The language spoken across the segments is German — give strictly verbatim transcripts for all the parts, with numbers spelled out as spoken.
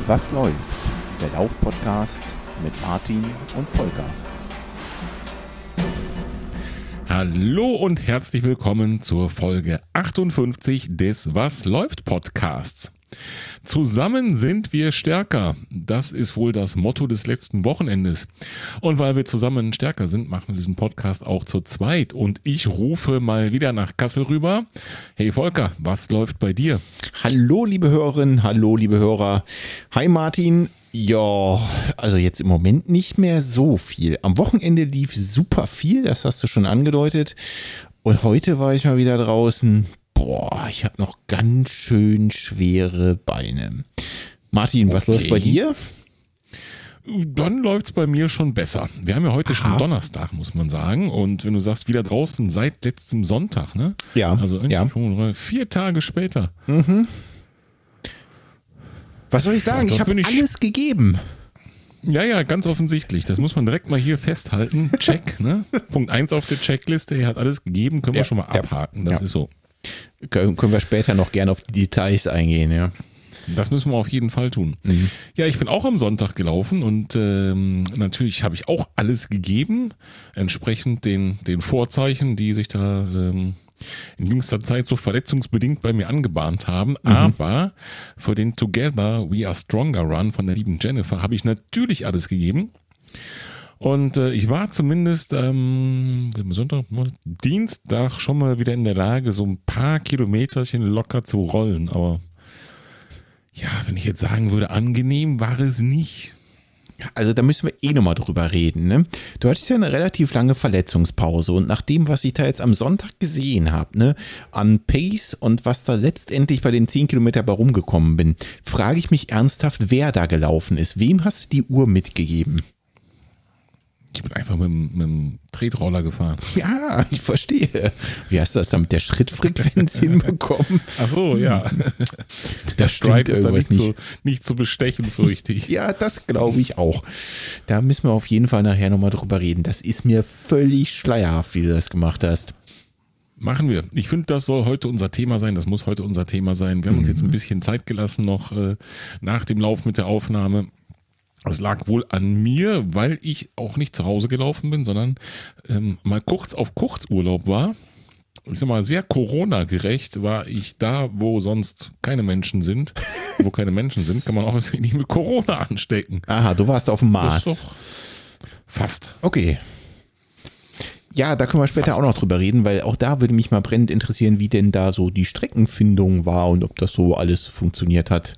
Was läuft? Der Lauf-Podcast mit Martin und Volker. Hallo und herzlich willkommen zur Folge achtundfünfzig des Was läuft Podcasts. Zusammen sind wir stärker. Das ist wohl das Motto des letzten Wochenendes. Und weil wir zusammen stärker sind, machen wir diesen Podcast auch zu zweit. Und ich rufe mal wieder nach Kassel rüber. Hey Volker, was läuft bei dir? Hallo liebe Hörerinnen, hallo liebe Hörer. Hi Martin. Ja, also jetzt im Moment nicht mehr so viel. Am Wochenende lief super viel, das hast du schon angedeutet. Und heute war ich mal wieder draußen. Boah, ich habe noch ganz schön schwere Beine. Martin, was okay. läuft bei dir? Dann läuft es bei mir schon besser. Wir haben ja heute Aha. schon Donnerstag, muss man sagen. Und wenn du sagst, wieder draußen seit letztem Sonntag, ne? Ja. Also ja. schon vier Tage später. Mhm. Was soll ich sagen? Ja, ich habe alles gegeben. Ja, ja, ganz offensichtlich. Das muss man direkt mal hier festhalten. Check, ne? Punkt eins auf der Checkliste. Er hat alles gegeben, können ja, wir schon mal abhaken. Das ja. ist so. Können wir später noch gerne auf die Details eingehen, ja. Das müssen wir auf jeden Fall tun. Mhm. Ja, ich bin auch am Sonntag gelaufen und ähm, natürlich habe ich auch alles gegeben, entsprechend den, den Vorzeichen, die sich da ähm, in jüngster Zeit so verletzungsbedingt bei mir angebahnt haben. Mhm. Aber für den Together We Are Stronger Run von der lieben Jennifer habe ich natürlich alles gegeben. Und äh, ich war zumindest ähm, Sonntag, Dienstag schon mal wieder in der Lage, so ein paar Kilometerchen locker zu rollen. Aber ja, wenn ich jetzt sagen würde, angenehm war es nicht. Also da müssen wir eh nochmal drüber reden. Ne? Du hattest ja eine relativ lange Verletzungspause und nach dem, was ich da jetzt am Sonntag gesehen habe, ne, an Pace und was da letztendlich bei den zehn Kilometer bei rumgekommen bin, frage ich mich ernsthaft, wer da gelaufen ist. Wem hast du die Uhr mitgegeben? Ich bin einfach mit, mit dem Tretroller gefahren. Ja, ich verstehe. Wie hast du das dann mit der Schrittfrequenz hinbekommen? Ach so, ja. Der Stride ist da nicht, nicht. So, nicht zu bestechen, fürchte ich. Ja, das glaube ich auch. Da müssen wir auf jeden Fall nachher nochmal drüber reden. Das ist mir völlig schleierhaft, wie du das gemacht hast. Machen wir. Ich finde, das soll heute unser Thema sein. Das muss heute unser Thema sein. Wir haben uns jetzt ein bisschen Zeit gelassen noch äh, nach dem Lauf mit der Aufnahme. Es lag wohl an mir, weil ich auch nicht zu Hause gelaufen bin, sondern ähm, mal kurz auf Kurzurlaub war. Ich sag mal, sehr Corona-gerecht war ich da, wo sonst keine Menschen sind. Wo keine Menschen sind, kann man auch nicht mit Corona anstecken. Aha, du warst auf dem Mars. Das ist doch fast. Okay. Ja, da können wir später Fast. auch noch drüber reden, weil auch da würde mich mal brennend interessieren, wie denn da so die Streckenfindung war und ob das so alles funktioniert hat.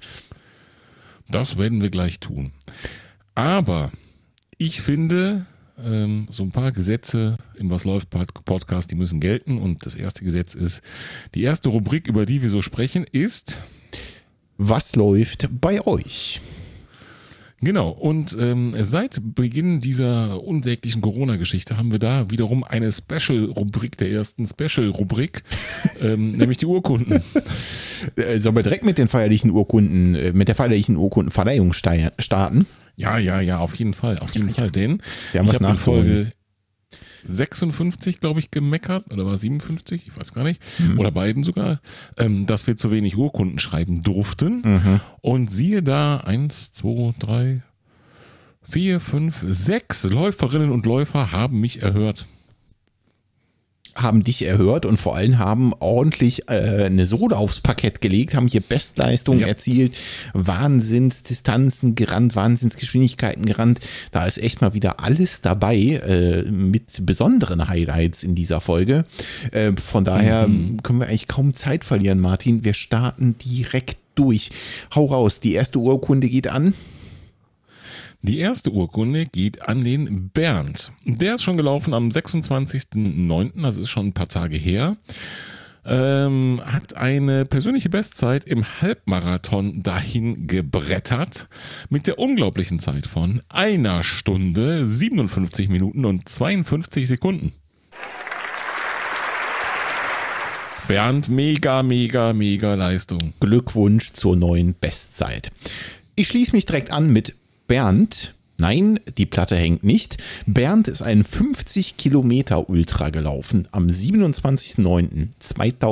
Das werden wir gleich tun. Aber ich finde, ähm, so ein paar Gesetze im Was läuft Podcast, die müssen gelten. Und das erste Gesetz ist, die erste Rubrik, über die wir so sprechen, ist Was läuft bei euch? Genau, und ähm, seit Beginn dieser unsäglichen Corona-Geschichte haben wir da wiederum eine Special-Rubrik, der ersten Special-Rubrik, ähm, nämlich die Urkunden. Sollen wir direkt mit den feierlichen Urkunden, mit der feierlichen Urkundenverleihung starten? Ja, ja, ja, auf jeden Fall, auf jeden ja, Fall, denn wir haben ich was habe in Folge sechsundfünfzig, glaube ich, gemeckert, oder war siebenundfünfzig, ich weiß gar nicht, mhm. oder beiden sogar, ähm, dass wir zu wenig Urkunden schreiben durften. Mhm. Und siehe da, eins, zwei, drei, vier, fünf, sechs Läuferinnen und Läufer haben mich erhört. Haben dich erhört und vor allem haben ordentlich äh, eine Sohle aufs Parkett gelegt, haben hier Bestleistungen ja. erzielt, Wahnsinnsdistanzen gerannt, Wahnsinnsgeschwindigkeiten gerannt. Da ist echt mal wieder alles dabei äh, mit besonderen Highlights in dieser Folge. Äh, von daher mhm. können wir eigentlich kaum Zeit verlieren, Martin. Wir starten direkt durch. Hau raus, die erste Urkunde geht an. Die erste Urkunde geht an den Bernd. Der ist schon gelaufen am sechsundzwanzigsten neunten, das ist schon ein paar Tage her. Ähm, hat eine persönliche Bestzeit im Halbmarathon dahin gebrettert mit der unglaublichen Zeit von einer Stunde, siebenundfünfzig Minuten und zweiundfünfzig Sekunden. Bernd, mega, mega, mega Leistung. Glückwunsch zur neuen Bestzeit. Ich schließe mich direkt an mit Bernd. Nein, die Platte hängt nicht. Bernd ist einen fünfzig Kilometer Ultra gelaufen am siebenundzwanzigsten neunten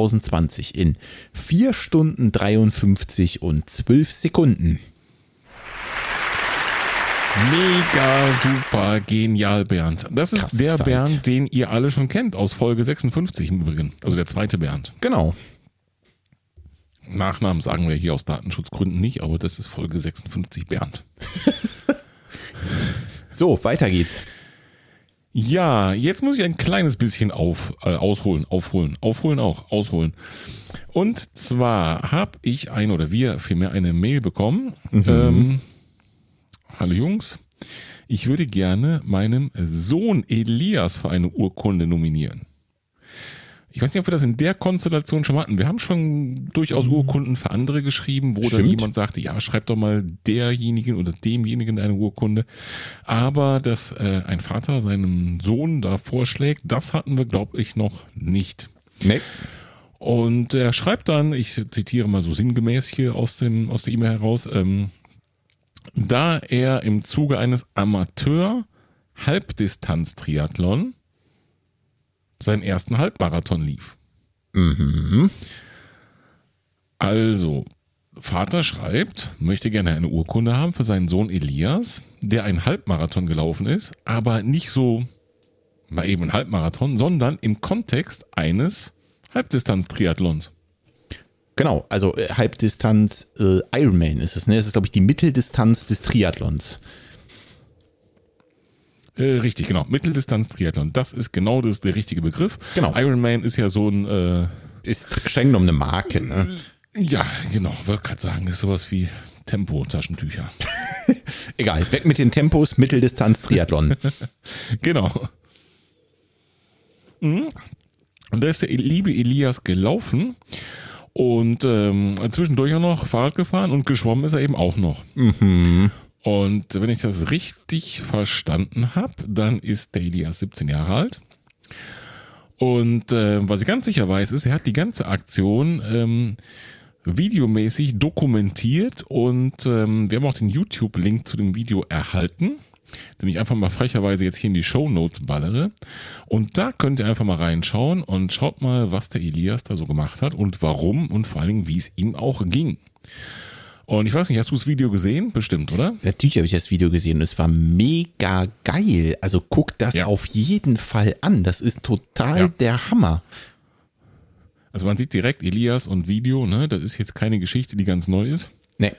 zweitausendzwanzig in vier Stunden dreiundfünfzig und zwölf Sekunden. Mega super genial, Bernd. Das ist Krasse der Zeit. Bernd, den ihr alle schon kennt, aus Folge sechsundfünfzig im Übrigen. Also der zweite Bernd. Genau. Nachnamen sagen wir hier aus Datenschutzgründen nicht, aber das ist Folge sechsundfünfzig Bernd. So, weiter geht's. Ja, jetzt muss ich ein kleines bisschen auf, äh, ausholen, aufholen, aufholen auch, ausholen. Und zwar habe ich ein oder wir vielmehr eine Mail bekommen. Mhm. Ähm, hallo Jungs, ich würde gerne meinem Sohn Elias für eine Urkunde nominieren. Ich weiß nicht, ob wir das in der Konstellation schon hatten. Wir haben schon durchaus Urkunden für andere geschrieben, wo Stimmt. dann jemand sagte, ja, schreib doch mal derjenigen oder demjenigen eine Urkunde. Aber dass äh, ein Vater seinem Sohn da vorschlägt, das hatten wir, glaube ich, noch nicht. Nee. Und er schreibt dann, ich zitiere mal so sinngemäß hier aus, dem, aus der E-Mail heraus, ähm, da er im Zuge eines Amateur-Halbdistanz-Triathlon seinen ersten Halbmarathon lief. Mhm. Also, Vater schreibt, möchte gerne eine Urkunde haben für seinen Sohn Elias, der einen Halbmarathon gelaufen ist, aber nicht so mal eben ein Halbmarathon, sondern im Kontext eines Halbdistanz-Triathlons. Genau, also äh, Halbdistanz äh, Ironman ist es, ne? Das ist, glaube ich, die Mitteldistanz des Triathlons. Äh, richtig, genau. Mitteldistanz-Triathlon. Das ist genau das, der richtige Begriff. Genau. Ironman ist ja so ein... Äh, ist streng genommen eine Marke, ne? Ja, genau. Wollte gerade sagen, ist sowas wie Tempo-Taschentücher. Egal, weg mit den Tempos, Mitteldistanz-Triathlon. Genau. Und da ist der liebe Elias gelaufen und ähm, zwischendurch auch noch Fahrrad gefahren und geschwommen ist er eben auch noch. Mhm. Und wenn ich das richtig verstanden habe, dann ist der Elias siebzehn Jahre alt. Und äh, was ich ganz sicher weiß, ist, er hat die ganze Aktion ähm, videomäßig dokumentiert und ähm, wir haben auch den YouTube-Link zu dem Video erhalten, den ich einfach mal frecherweise jetzt hier in die Shownotes ballere. Und da könnt ihr einfach mal reinschauen und schaut mal, was der Elias da so gemacht hat und warum und vor allen Dingen, wie es ihm auch ging. Und ich weiß nicht, hast du das Video gesehen? Bestimmt, oder? Natürlich habe ich das Video gesehen und es war mega geil. Also guck das ja. auf jeden Fall an. Das ist total ja. der Hammer. Also man sieht direkt Elias und Video, ne? Das ist jetzt keine Geschichte, die ganz neu ist. Nee.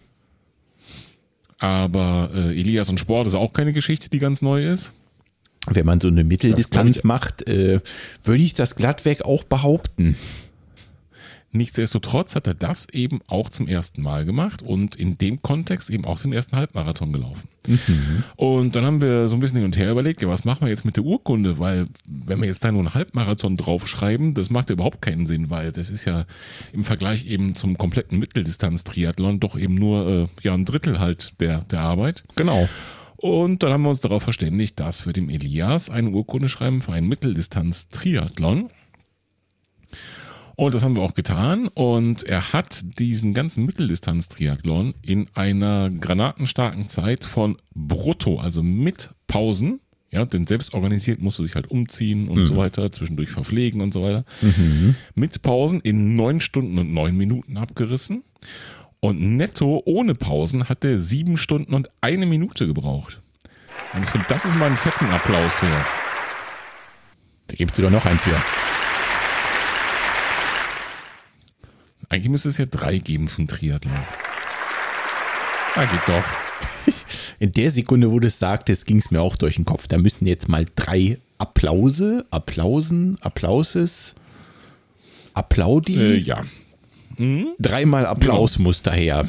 Aber äh, Elias und Sport ist auch keine Geschichte, die ganz neu ist. Wenn man so eine Mitteldistanz macht, äh, würde ich das glattweg auch behaupten. Nichtsdestotrotz hat er das eben auch zum ersten Mal gemacht und in dem Kontext eben auch den ersten Halbmarathon gelaufen. Mhm. Und dann haben wir so ein bisschen hin und her überlegt, ja, was machen wir jetzt mit der Urkunde? Weil wenn wir jetzt da nur einen Halbmarathon draufschreiben, das macht ja überhaupt keinen Sinn, weil das ist ja im Vergleich eben zum kompletten Mitteldistanz-Triathlon doch eben nur äh, ja, ein Drittel halt der, der Arbeit. Genau. Und dann haben wir uns darauf verständigt, dass wir dem Elias eine Urkunde schreiben für einen Mitteldistanz-Triathlon. Und das haben wir auch getan und er hat diesen ganzen Mitteldistanz-Triathlon in einer granatenstarken Zeit von brutto, also mit Pausen, ja, denn selbst organisiert musste sich halt umziehen und mhm. so weiter, zwischendurch verpflegen und so weiter, mhm. mit Pausen in neun Stunden und neun Minuten abgerissen und netto ohne Pausen hat er sieben Stunden und eine Minute gebraucht. Und ich finde, das ist mal einen fetten Applaus wert. Da gibt es sogar noch einen für. Eigentlich müsste es ja drei geben für einen Triathlon. Ah, geht doch. In der Sekunde, wo du es sagtest, ging es mir auch durch den Kopf. Da müssten jetzt mal drei Applause, Applausen, Applauses, Applaudi. Äh, ja. Mhm. Dreimal Applaus genau. muss daher.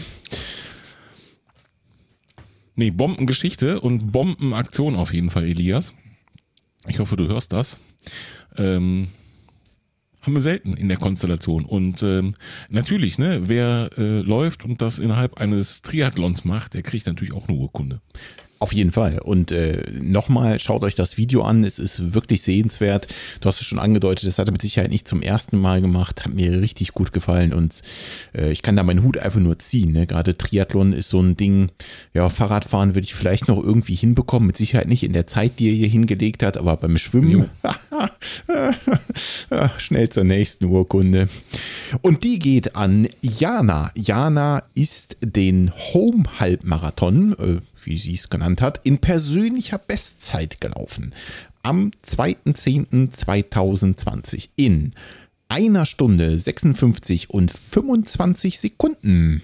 Nee, Bombengeschichte und Bombenaktion auf jeden Fall, Elias. Ich hoffe, du hörst das. Ähm... Haben wir selten in der Konstellation. Und ähm, natürlich, ne, wer äh, läuft und das innerhalb eines Triathlons macht, der kriegt natürlich auch eine Urkunde. Auf jeden Fall. Und äh, nochmal, schaut euch das Video an. Es ist wirklich sehenswert. Du hast es schon angedeutet, das hat er mit Sicherheit nicht zum ersten Mal gemacht. Hat mir richtig gut gefallen. Und äh, ich kann da meinen Hut einfach nur ziehen. Ne? Gerade Triathlon ist so ein Ding. Ja, Fahrradfahren würde ich vielleicht noch irgendwie hinbekommen. Mit Sicherheit nicht in der Zeit, die er hier hingelegt hat. Aber beim Schwimmen schnell zur nächsten Urkunde. Und die geht an Jana. Jana ist den Home-Halbmarathon, äh, wie sie es genannt hat, in persönlicher Bestzeit gelaufen. Am zweiter zehnter zweitausendzwanzig in einer Stunde sechsundfünfzig und fünfundzwanzig Sekunden.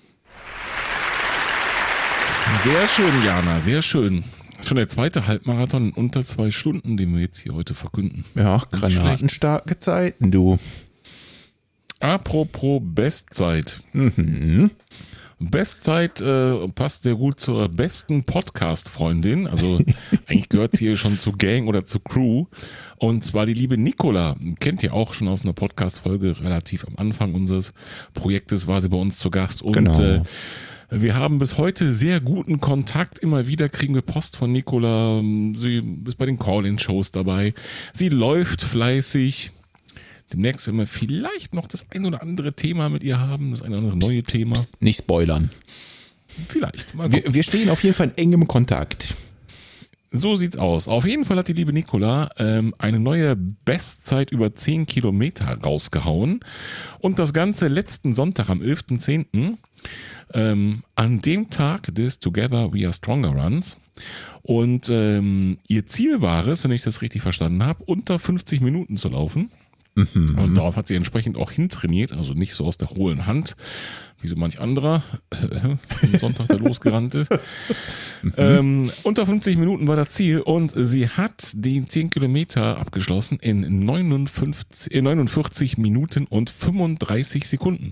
Sehr schön, Jana, sehr schön. Schon der zweite Halbmarathon in unter zwei Stunden, den wir jetzt hier heute verkünden. Ja, granatenstarke Zeiten, du. Apropos Bestzeit. Mhm. Bestzeit äh, passt sehr gut zur besten Podcast-Freundin. Also eigentlich gehört sie hier schon zur Gang oder zur Crew. Und zwar die liebe Nicola. Kennt ihr auch schon aus einer Podcast-Folge. Relativ am Anfang unseres Projektes war sie bei uns zu Gast. Und genau. äh, wir haben bis heute sehr guten Kontakt. Immer wieder kriegen wir Post von Nicola. Sie ist bei den Call-In-Shows dabei. Sie läuft fleißig. Demnächst werden wir vielleicht noch das ein oder andere Thema mit ihr haben, das ein oder andere neue Thema. Nicht spoilern. Vielleicht. Mal wir, wir stehen auf jeden Fall in engem Kontakt. So sieht's aus. Auf jeden Fall hat die liebe Nicola ähm, eine neue Bestzeit über zehn Kilometer rausgehauen. Und das Ganze letzten Sonntag am elfter zehnter Ähm, an dem Tag des Together We Are Stronger Runs. Und ähm, ihr Ziel war es, wenn ich das richtig verstanden habe, unter fünfzig Minuten zu laufen. Mhm. Und darauf hat sie entsprechend auch hintrainiert, also nicht so aus der hohlen Hand, wie so manch anderer am Sonntag, der losgerannt ist. Mhm. Ähm, unter fünfzig Minuten war das Ziel und sie hat die zehn Kilometer abgeschlossen in neunundfünfzig, äh, neunundvierzig Minuten und fünfunddreißig Sekunden.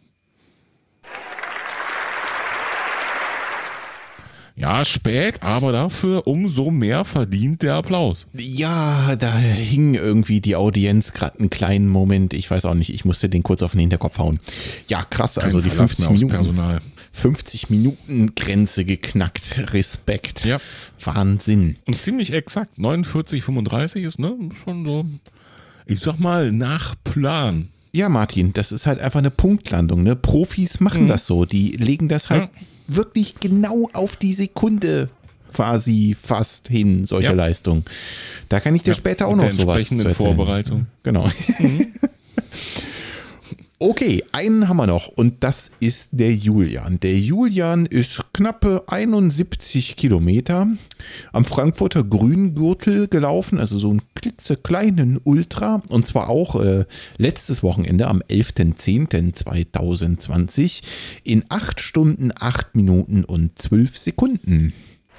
Ja, spät, aber dafür umso mehr verdient der Applaus. Ja, da hing irgendwie die Audienz gerade einen kleinen Moment. Ich weiß auch nicht, ich musste den kurz auf den Hinterkopf hauen. Ja, krass, also die fünfzig Minuten, Personal. fünfzig Minuten Grenze geknackt. Respekt. Ja. Wahnsinn. Und ziemlich exakt. neunundvierzig, fünfunddreißig ist, ne, schon so, ich sag mal, nach Plan. Ja, Martin, das ist halt einfach eine Punktlandung, ne? Profis machen mhm. das so. Die legen das halt ja. wirklich genau auf die Sekunde quasi fast hin, solche ja. Leistungen. Da kann ich dir ja, später auch noch sowas zu erzählen. Vorbereitung. Genau. Mhm. Okay, einen haben wir noch und das ist der Julian. Der Julian ist knappe einundsiebzig Kilometer am Frankfurter Grüngürtel gelaufen, also so einen klitzekleinen Ultra und zwar auch äh, letztes Wochenende am elfter zehnter zweitausendzwanzig in acht Stunden, acht Minuten und zwölf Sekunden.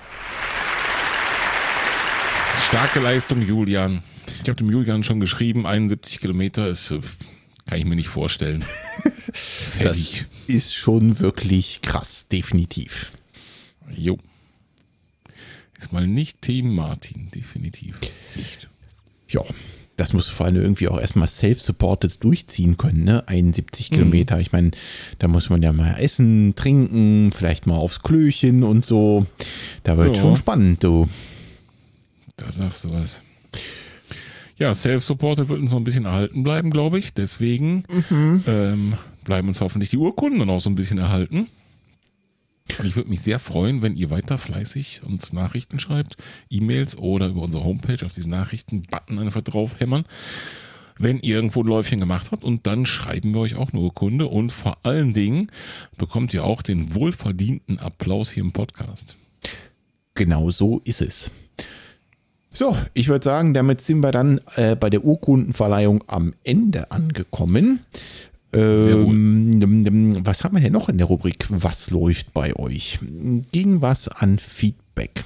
Starke Leistung, Julian. Ich habe dem Julian schon geschrieben, einundsiebzig Kilometer ist... Kann ich mir nicht vorstellen. Das ist schon wirklich krass, definitiv. Jo. Ist mal nicht Team Martin, definitiv nicht. Ja, das musst du vor allem irgendwie auch erstmal self-supported durchziehen können, ne? einundsiebzig mhm. Kilometer. Ich meine, da muss man ja mal essen, trinken, vielleicht mal aufs Klöchen und so. Da wird ja. schon spannend, du. Da sagst du was. Ja, Self-Supported wird uns noch ein bisschen erhalten bleiben, glaube ich. Deswegen mhm. ähm, bleiben uns hoffentlich die Urkunden dann auch so ein bisschen erhalten. Und ich würde mich sehr freuen, wenn ihr weiter fleißig uns Nachrichten schreibt, E-Mails oder über unsere Homepage auf diesen Nachrichten-Button einfach drauf hämmern, wenn ihr irgendwo ein Läufchen gemacht habt. Und dann schreiben wir euch auch eine Urkunde. Und vor allen Dingen bekommt ihr auch den wohlverdienten Applaus hier im Podcast. Genau so ist es. So, ich würde sagen, damit sind wir dann äh, bei der Urkundenverleihung am Ende angekommen. Ähm, was haben wir denn noch in der Rubrik? Was läuft bei euch? Ging was an Feedback?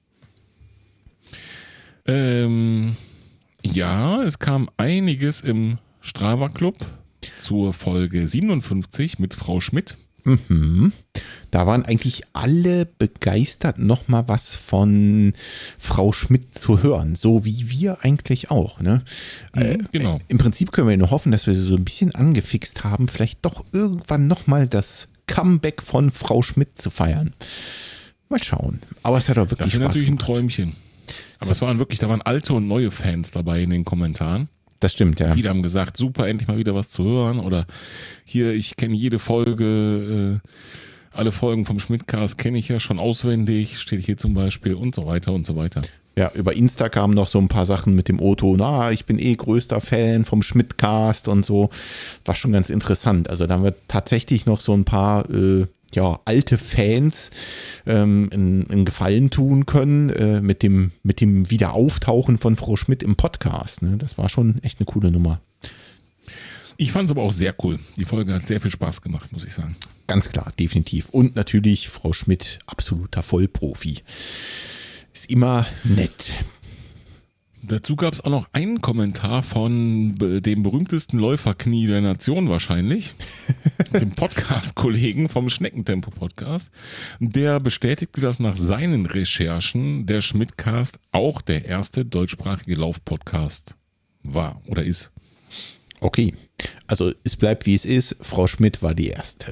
Ähm, ja, es kam einiges im Strava Club zur Folge siebenundfünfzig mit Frau Schmidt. Mhm. Da waren eigentlich alle begeistert, nochmal was von Frau Schmidt zu hören. So wie wir eigentlich auch. Ne? Mhm, äh, genau. Im Prinzip können wir nur hoffen, dass wir sie so ein bisschen angefixt haben, vielleicht doch irgendwann nochmal das Comeback von Frau Schmidt zu feiern. Mal schauen. Aber es hat auch wirklich Spaß gemacht. Das ist natürlich ein Träumchen. Aber so. Es waren wirklich, da waren alte und neue Fans dabei in den Kommentaren. Das stimmt, ja. Viele haben gesagt, super, endlich mal wieder was zu hören. Oder hier, ich kenne jede Folge, äh, alle Folgen vom Schmidtcast kenne ich ja schon auswendig, steht hier zum Beispiel und so weiter und so weiter. Ja, über Insta kamen noch so ein paar Sachen mit dem O-Ton. Ah, ich bin eh größter Fan vom Schmidtcast und so. War schon ganz interessant. Also da haben wir tatsächlich noch so ein paar äh, ja, alte Fans ähm, einen, einen Gefallen tun können äh, mit dem, mit dem Wiederauftauchen von Frau Schmidt im Podcast. Ne? Das war schon echt eine coole Nummer. Ich fand es aber auch sehr cool. Die Folge hat sehr viel Spaß gemacht, muss ich sagen. Ganz klar, definitiv. Und natürlich Frau Schmidt, absoluter Vollprofi. Ist immer nett. Dazu gab es auch noch einen Kommentar von dem berühmtesten Läuferknie der Nation wahrscheinlich, dem Podcast-Kollegen vom Schneckentempo-Podcast. Der bestätigte, dass nach seinen Recherchen der Schmidtcast auch der erste deutschsprachige Lauf-Podcast war oder ist. Okay, also es bleibt wie es ist. Frau Schmidt war die erste.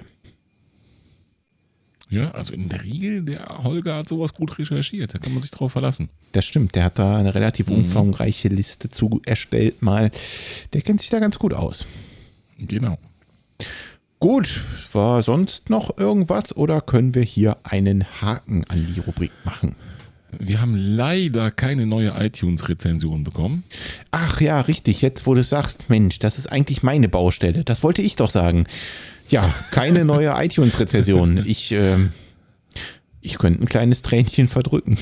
Ja, also in der Regel, der Holger hat sowas gut recherchiert, da kann man sich drauf verlassen. Das stimmt, der hat da eine relativ umfangreiche Liste zu erstellt mal. Der kennt sich da ganz gut aus. Genau. Gut, war sonst noch irgendwas oder können wir hier einen Haken an die Rubrik machen? Wir haben leider keine neue iTunes-Rezension bekommen. Ach ja, richtig, jetzt wo du sagst, Mensch, das ist eigentlich meine Baustelle. Das wollte ich doch sagen. Ja, keine neue iTunes-Rezension. Ich, äh, ich könnte ein kleines Tränchen verdrücken.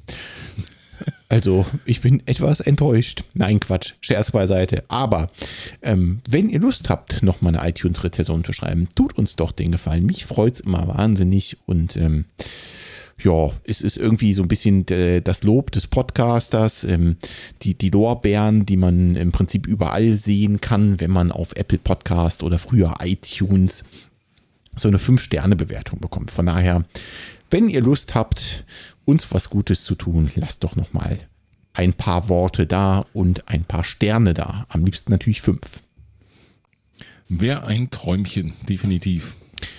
Also, ich bin etwas enttäuscht. Nein, Quatsch, Scherz beiseite. Aber ähm, wenn ihr Lust habt, nochmal eine iTunes-Rezension zu schreiben, tut uns doch den Gefallen. Mich freut es immer wahnsinnig und ähm, ja, es ist irgendwie so ein bisschen das Lob des Podcasters, die, die Lorbeeren, die man im Prinzip überall sehen kann, wenn man auf Apple Podcast oder früher iTunes so eine fünf Sterne Bewertung bekommt. Von daher, wenn ihr Lust habt, uns was Gutes zu tun, lasst doch nochmal ein paar Worte da und ein paar Sterne da. Am liebsten natürlich fünf. Wäre ein Träumchen, definitiv.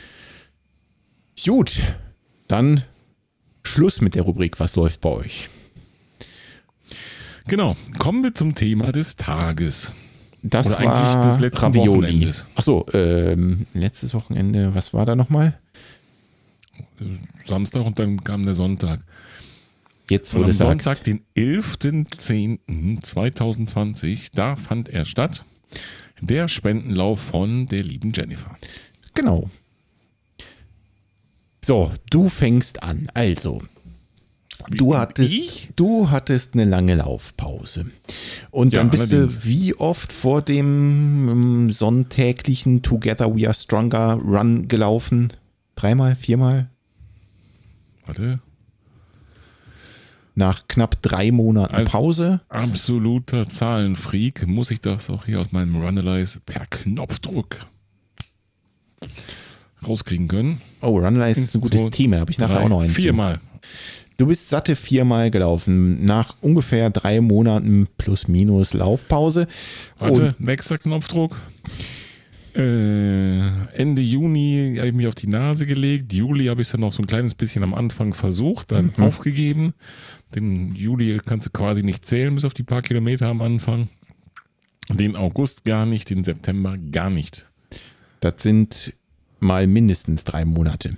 Gut, dann Schluss mit der Rubrik, was läuft bei euch? Genau, kommen wir zum Thema des Tages. Das Oder war eigentlich des letzten Ravioli. Wochenendes. Achso, ähm, letztes Wochenende, was war da nochmal? Samstag und dann kam der Sonntag. Jetzt und wurde am sagst. Sonntag, den elften zehnten zweitausendzwanzig, da fand er statt. Der Spendenlauf von der lieben Jennifer. Genau. So, du fängst an. Also, du hattest, ich? du hattest eine lange Laufpause. Und Ja, dann bist allerdings. du wie oft vor dem ähm, sonntäglichen Together We Are Stronger Run gelaufen? Dreimal, viermal? Warte. Nach knapp drei Monaten Als Pause. absoluter Zahlenfreak muss ich das auch hier aus meinem Runalyze per Knopfdruck rauskriegen können. Oh, Runlife ist ein gutes Zwei, Thema, habe ich nachher drei, auch noch eins. Viermal. Du bist satte viermal gelaufen, nach ungefähr drei Monaten plus minus Laufpause. Warte, Und nächster Knopfdruck. Äh, Ende Juni habe ich mich auf die Nase gelegt. Juli habe ich es dann noch so ein kleines bisschen am Anfang versucht, dann Mhm. aufgegeben. Den Juli kannst du quasi nicht zählen, bis auf die paar Kilometer am Anfang. Den August gar nicht, den September gar nicht. das sind mal mindestens drei Monate.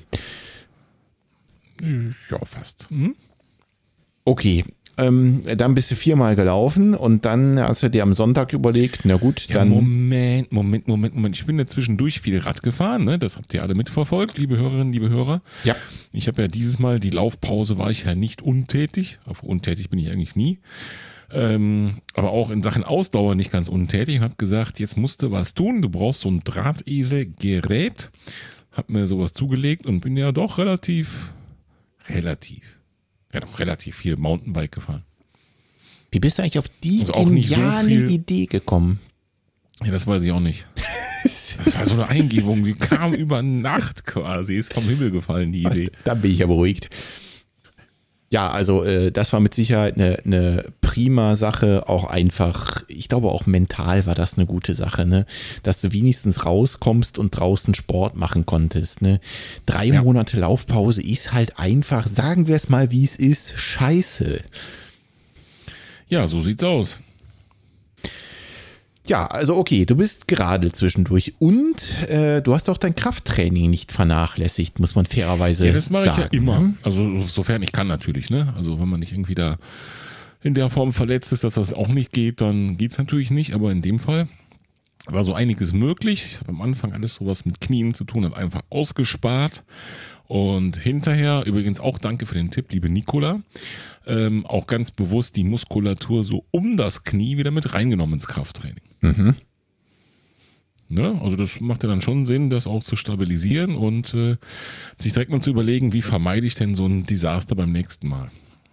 Ja, fast. Hm? Okay, ähm, dann bist du viermal gelaufen und dann hast du dir am Sonntag überlegt, na gut, Ja, dann... Moment, Moment, Moment, Moment. Ich bin ja zwischendurch viel Rad gefahren, ne? Das habt ihr alle mitverfolgt, liebe Hörerinnen, liebe Hörer. Ja. Ich habe ja dieses Mal, die Laufpause war ich ja nicht untätig. Aber untätig bin ich eigentlich nie. Ähm, aber auch in Sachen Ausdauer nicht ganz untätig und habe gesagt, jetzt musst du was tun. Du brauchst so ein Drahteselgerät. Hab mir sowas zugelegt und bin ja doch relativ, relativ, ja doch relativ viel Mountainbike gefahren. Wie bist du eigentlich auf die Also auch nicht so geniale viel- Idee gekommen? Ja, das weiß ich auch nicht. Das war so eine Eingebung, die kam über Nacht quasi, ist vom Himmel gefallen, die Idee. Da bin ich ja beruhigt. Ja, also äh, das war mit Sicherheit eine, eine prima Sache, auch einfach, ich glaube auch mental war das eine gute Sache, ne? Dass du wenigstens rauskommst und draußen Sport machen konntest, ne? Drei Ja. Monate Laufpause ist halt einfach, sagen wir es mal wie es ist, scheiße. Ja, so sieht's aus. Ja, also okay, du bist gerade zwischendurch und äh, du hast auch dein Krafttraining nicht vernachlässigt, muss man fairerweise Ja, das mache ich sagen. ja immer. Also sofern ich kann natürlich, ne? Also wenn man nicht irgendwie da in der Form verletzt ist, dass das auch nicht geht, dann geht's natürlich nicht. Aber in dem Fall war so einiges möglich. Ich habe am Anfang alles sowas mit Knien zu tun, habe einfach ausgespart. Und hinterher, übrigens auch danke für den Tipp, liebe Nicola, ähm, auch ganz bewusst die Muskulatur so um das Knie wieder mit reingenommen ins Krafttraining. Mhm. Ne? Also das macht ja dann schon Sinn, das auch zu stabilisieren und äh, sich direkt mal zu überlegen, wie vermeide ich denn so ein Desaster beim nächsten Mal.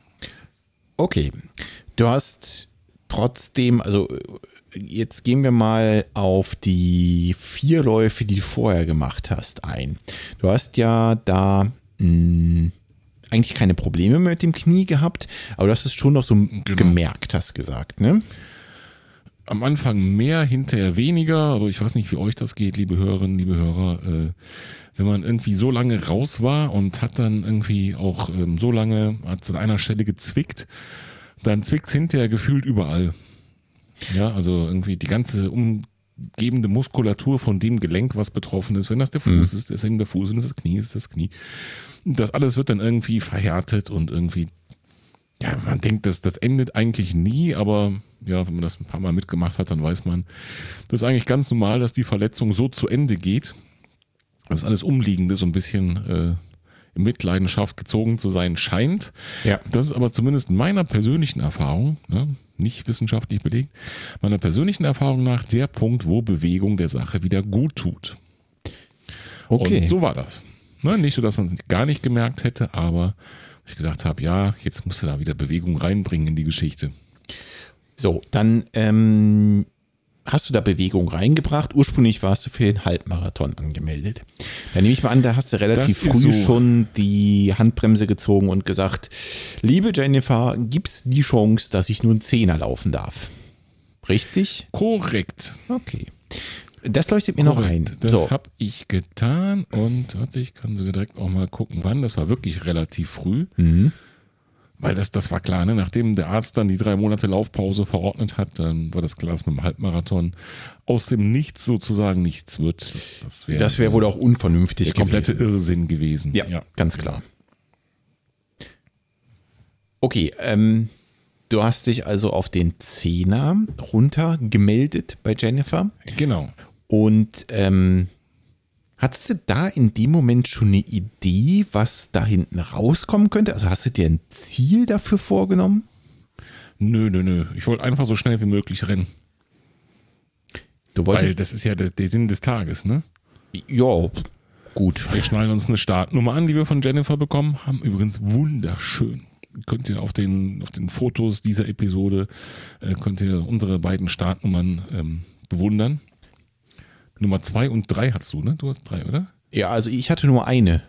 Okay, du hast trotzdem, also jetzt gehen wir mal auf die vier Läufe, die du vorher gemacht hast, ein. Du hast ja da mh, eigentlich keine Probleme mit dem Knie gehabt, aber du hast es schon noch so genau. gemerkt, hast gesagt, ne? Am Anfang mehr, hinterher weniger, aber ich weiß nicht, wie euch das geht, liebe Hörerinnen, liebe Hörer. Äh, wenn man irgendwie so lange raus war und hat dann irgendwie auch ähm, so lange, hat es an einer Stelle gezwickt, dann zwickt es hinterher gefühlt überall. Ja, also irgendwie die ganze umgebende Muskulatur von dem Gelenk, was betroffen ist. Wenn das der Fuß mhm. ist, ist eben der Fuß, wenn das das Knie ist, das Knie. Das alles wird dann irgendwie verhärtet und irgendwie, ja, man denkt, das, das endet eigentlich nie, aber ja, wenn man das ein paar Mal mitgemacht hat, dann weiß man, das ist eigentlich ganz normal, dass die Verletzung so zu Ende geht, dass alles Umliegende so ein bisschen äh, in Mitleidenschaft gezogen zu sein scheint. Ja. Das ist aber zumindest meiner persönlichen Erfahrung, ne, nicht wissenschaftlich belegt, meiner persönlichen Erfahrung nach der Punkt, wo Bewegung der Sache wieder gut tut. Okay. Und so war das. Ne, nicht so, dass man es gar nicht gemerkt hätte, aber ich gesagt habe, ja, jetzt musst du da wieder Bewegung reinbringen in die Geschichte. So, dann ähm, hast du da Bewegung reingebracht. Ursprünglich warst du für den Halbmarathon angemeldet. Dann nehme ich mal an, da hast du relativ früh so. schon die Handbremse gezogen und gesagt, liebe Jennifer, gibt's die Chance, dass ich nur einen Zehner laufen darf? Richtig? Korrekt. Okay. Das leuchtet mir Korrekt. noch ein. Das so. habe ich getan und warte, ich kann sogar direkt auch mal gucken, wann. Das war wirklich relativ früh. Mhm. Weil das, das war klar, ne? Nachdem der Arzt dann die drei Monate Laufpause verordnet hat, dann war das klar, dass mit dem Halbmarathon aus dem Nichts sozusagen nichts wird. Das, das wäre das wär wohl auch unvernünftig der komplette gewesen. Irrsinn gewesen. Ja, ja, ganz klar. Okay, ähm, du hast dich also auf den Zehner runter gemeldet bei Jennifer. Genau. Und ähm, hattest du da in dem Moment schon eine Idee, was da hinten rauskommen könnte? Also hast du dir ein Ziel dafür vorgenommen? Nö, nö, nö. Ich wollte einfach so schnell wie möglich rennen. Du wolltest Weil das ist ja der, der Sinn des Tages, ne? Ja, gut. Wir schnallen uns eine Startnummer an, die wir von Jennifer bekommen haben. Übrigens wunderschön. Könnt ihr auf den, auf den Fotos dieser Episode, äh, könnt ihr unsere beiden Startnummern ähm, bewundern. Nummer zwei und drei hast du, ne? Du hast drei, oder? Ja, also ich hatte nur eine.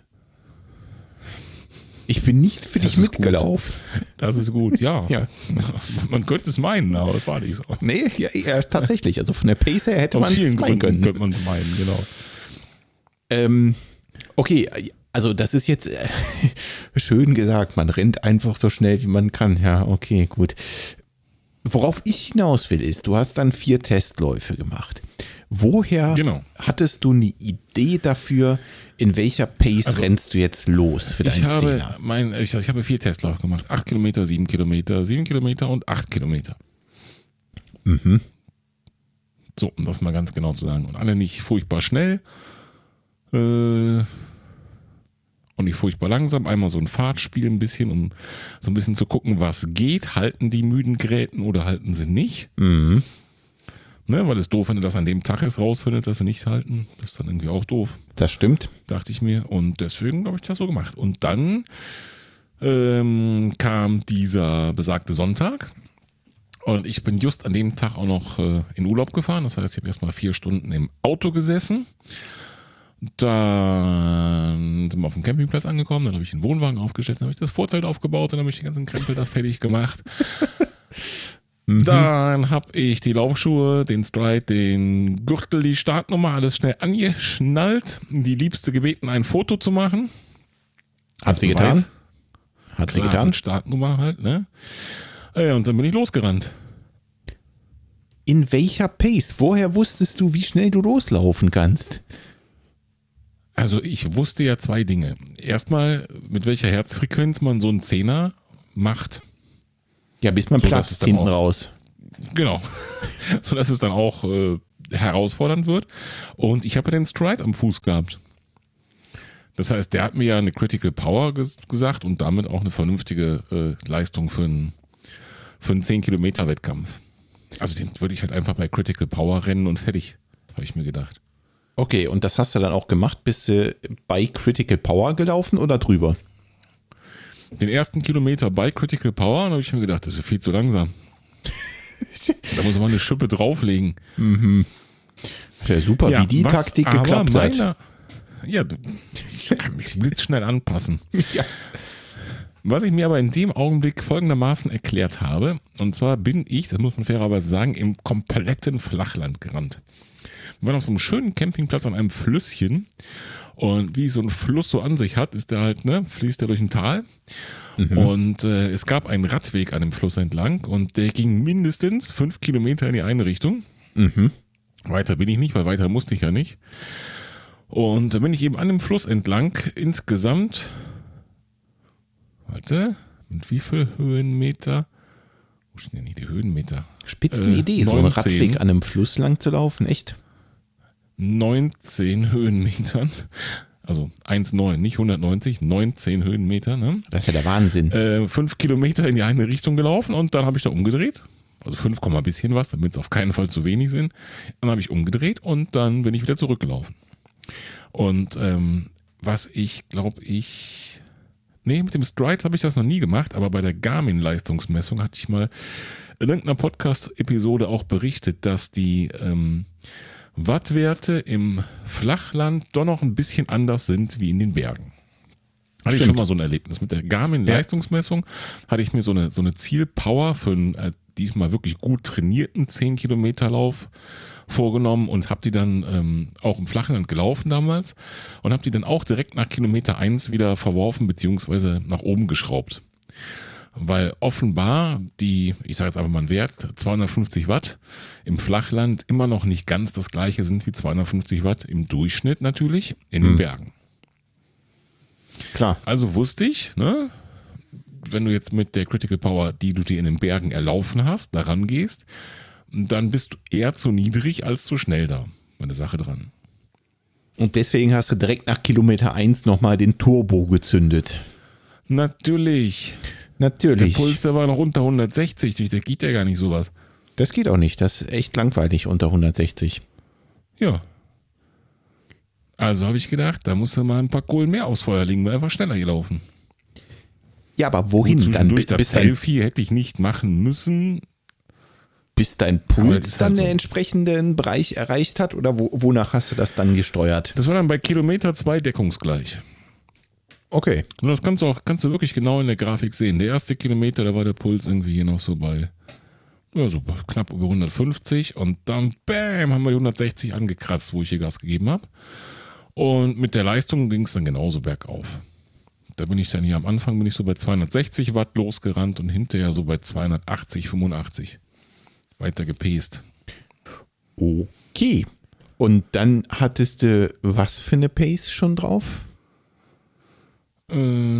Ich bin nicht für das dich mitgelaufen. Gut. Das ist gut, ja. ja. Man könnte es meinen, aber das war nicht so. Nee, ja, ja tatsächlich. Also von der Pace her hätte man es meinen können. Könnte man es meinen, genau. Ähm, okay, also das ist jetzt äh, schön gesagt. Man rennt einfach so schnell, wie man kann. Ja, okay, gut. Worauf ich hinaus will, ist, du hast dann vier Testläufe gemacht. Woher genau. hattest du eine Idee dafür, in welcher Pace also, rennst du jetzt los für deinen ich habe Zehner? Mein, ich, ich habe vier Testläufe gemacht. Acht Kilometer, sieben Kilometer, sieben Kilometer und acht Kilometer. Mhm. So, um das mal ganz genau zu sagen. Und alle nicht furchtbar schnell äh, und nicht furchtbar langsam. Einmal so ein Fahrtspiel ein bisschen, um so ein bisschen zu gucken, was geht. Halten die müden Gräten oder halten sie nicht? Mhm. Ne, weil es doof, wenn du das an dem Tag erst rausfindet, dass sie nicht halten. Das ist dann irgendwie auch doof. Das stimmt. Dachte ich mir. Und deswegen habe ich das so gemacht. Und dann ähm, kam dieser besagte Sonntag. Und ich bin just an dem Tag auch noch äh, in Urlaub gefahren. Das heißt, ich habe erstmal vier Stunden im Auto gesessen. Dann sind wir auf dem Campingplatz angekommen. Dann habe ich den Wohnwagen aufgestellt. Dann habe ich das Vorzelt aufgebaut. Dann habe ich den ganzen Krempel da fertig gemacht. Dann habe ich die Laufschuhe, den Stride, den Gürtel, die Startnummer, alles schnell angeschnallt. Die Liebste gebeten, ein Foto zu machen. Hat sie getan? Hat sie getan? Startnummer halt, ne? Ja, und dann bin ich losgerannt. In welcher Pace? Woher wusstest du, wie schnell du loslaufen kannst? Also ich wusste ja zwei Dinge. Erstmal, mit welcher Herzfrequenz man so einen Zehner macht. Ja, bis man so, platzt hinten auch, raus. Genau. So dass es dann auch äh, herausfordernd wird. Und ich habe ja den Stride am Fuß gehabt. Das heißt, der hat mir ja eine Critical Power ges- gesagt und damit auch eine vernünftige äh, Leistung für einen, für einen zehn Kilometer Wettkampf. Also den würde ich halt einfach bei Critical Power rennen und fertig, habe ich mir gedacht. Okay, und das hast du dann auch gemacht? Bist du bei Critical Power gelaufen oder drüber? Den ersten Kilometer bei Critical Power, da habe ich mir gedacht, das ist viel zu langsam. Da muss man eine Schippe drauflegen. Mhm. Ja, super, Ja, wie die was Taktik aber geklappt hat. meiner, ja, ich kann mich blitzschnell anpassen. Ja. Was ich mir aber in dem Augenblick folgendermaßen erklärt habe, und zwar bin ich, das muss man fairerweise sagen, im kompletten Flachland gerannt. Wir waren auf so einem schönen Campingplatz an einem Flüsschen und wie so ein Fluss so an sich hat, ist der halt, ne, fließt der durch ein Tal. Mhm. Und äh, es gab einen Radweg an dem Fluss entlang und der ging mindestens fünf Kilometer in die eine Richtung. Mhm. Weiter bin ich nicht, weil weiter musste ich ja nicht. Und da bin ich eben an dem Fluss entlang insgesamt, warte, mit wie viel Höhenmeter? Wo stehen denn hier die Höhenmeter? Spitzenidee, äh, so einen Radweg an einem Fluss lang zu laufen, echt? neunzehn Höhenmetern. Also eins Komma neun, nicht hundertneunzig, neunzehn Höhenmeter. Ne? Das ist ja der Wahnsinn. Äh, fünf Kilometer in die eine Richtung gelaufen und dann habe ich da umgedreht. Also fünf, ein bisschen was, damit es auf keinen Fall zu wenig sind. Dann habe ich umgedreht und dann bin ich wieder zurückgelaufen. Und ähm, was ich, glaube ich, nee, mit dem Stride habe ich das noch nie gemacht, aber bei der Garmin-Leistungsmessung hatte ich mal in irgendeiner Podcast-Episode auch berichtet, dass die ähm, Wattwerte im Flachland doch noch ein bisschen anders sind wie in den Bergen. Hatte ich schon mal so ein Erlebnis. Mit der Garmin-Leistungsmessung hatte ich mir so eine, so eine Zielpower für einen äh, diesmal wirklich gut trainierten zehn Kilometer Lauf vorgenommen und habe die dann ähm, auch im Flachland gelaufen damals und habe die dann auch direkt nach Kilometer eins wieder verworfen beziehungsweise nach oben geschraubt. Weil offenbar die, ich sage jetzt einfach mal einen Wert, zweihundertfünfzig Watt im Flachland immer noch nicht ganz das gleiche sind wie zweihundertfünfzig Watt im Durchschnitt natürlich in den hm. Bergen. Klar. Also wusste ich, ne, wenn du jetzt mit der Critical Power, die du dir in den Bergen erlaufen hast, daran gehst, dann bist du eher zu niedrig als zu schnell da. Meine Sache dran. Und deswegen hast du direkt nach Kilometer eins nochmal den Turbo gezündet. Natürlich. Natürlich. Der Puls, der war noch unter hundertsechzig, das geht ja gar nicht sowas. Das geht auch nicht, das ist echt langweilig unter hundertsechzig. Ja. Also habe ich gedacht, da musst du mal ein paar Kohlen mehr aufs Feuer legen, wäre einfach schneller gelaufen. Ja, aber wohin? Und Dann durch das bis Selfie hätte ich nicht machen müssen. Bis dein Puls halt dann so. den entsprechenden Bereich erreicht hat? Oder wo, wonach hast du das dann gesteuert? Das war dann bei Kilometer zwei deckungsgleich. Okay. Und das kannst du auch, kannst du wirklich genau in der Grafik sehen. Der erste Kilometer, da war der Puls irgendwie hier noch so bei, ja, so knapp über hundertfünfzig und dann, bam, haben wir die hundertsechzig angekratzt, wo ich hier Gas gegeben habe. Und mit der Leistung ging es dann genauso bergauf. Da bin ich dann hier am Anfang bin ich so bei zweihundertsechzig Watt losgerannt und hinterher so bei zweihundertachtzig, fünfundachtzig. Weiter gepäst. Okay. Und dann hattest du was für eine Pace schon drauf? Äh,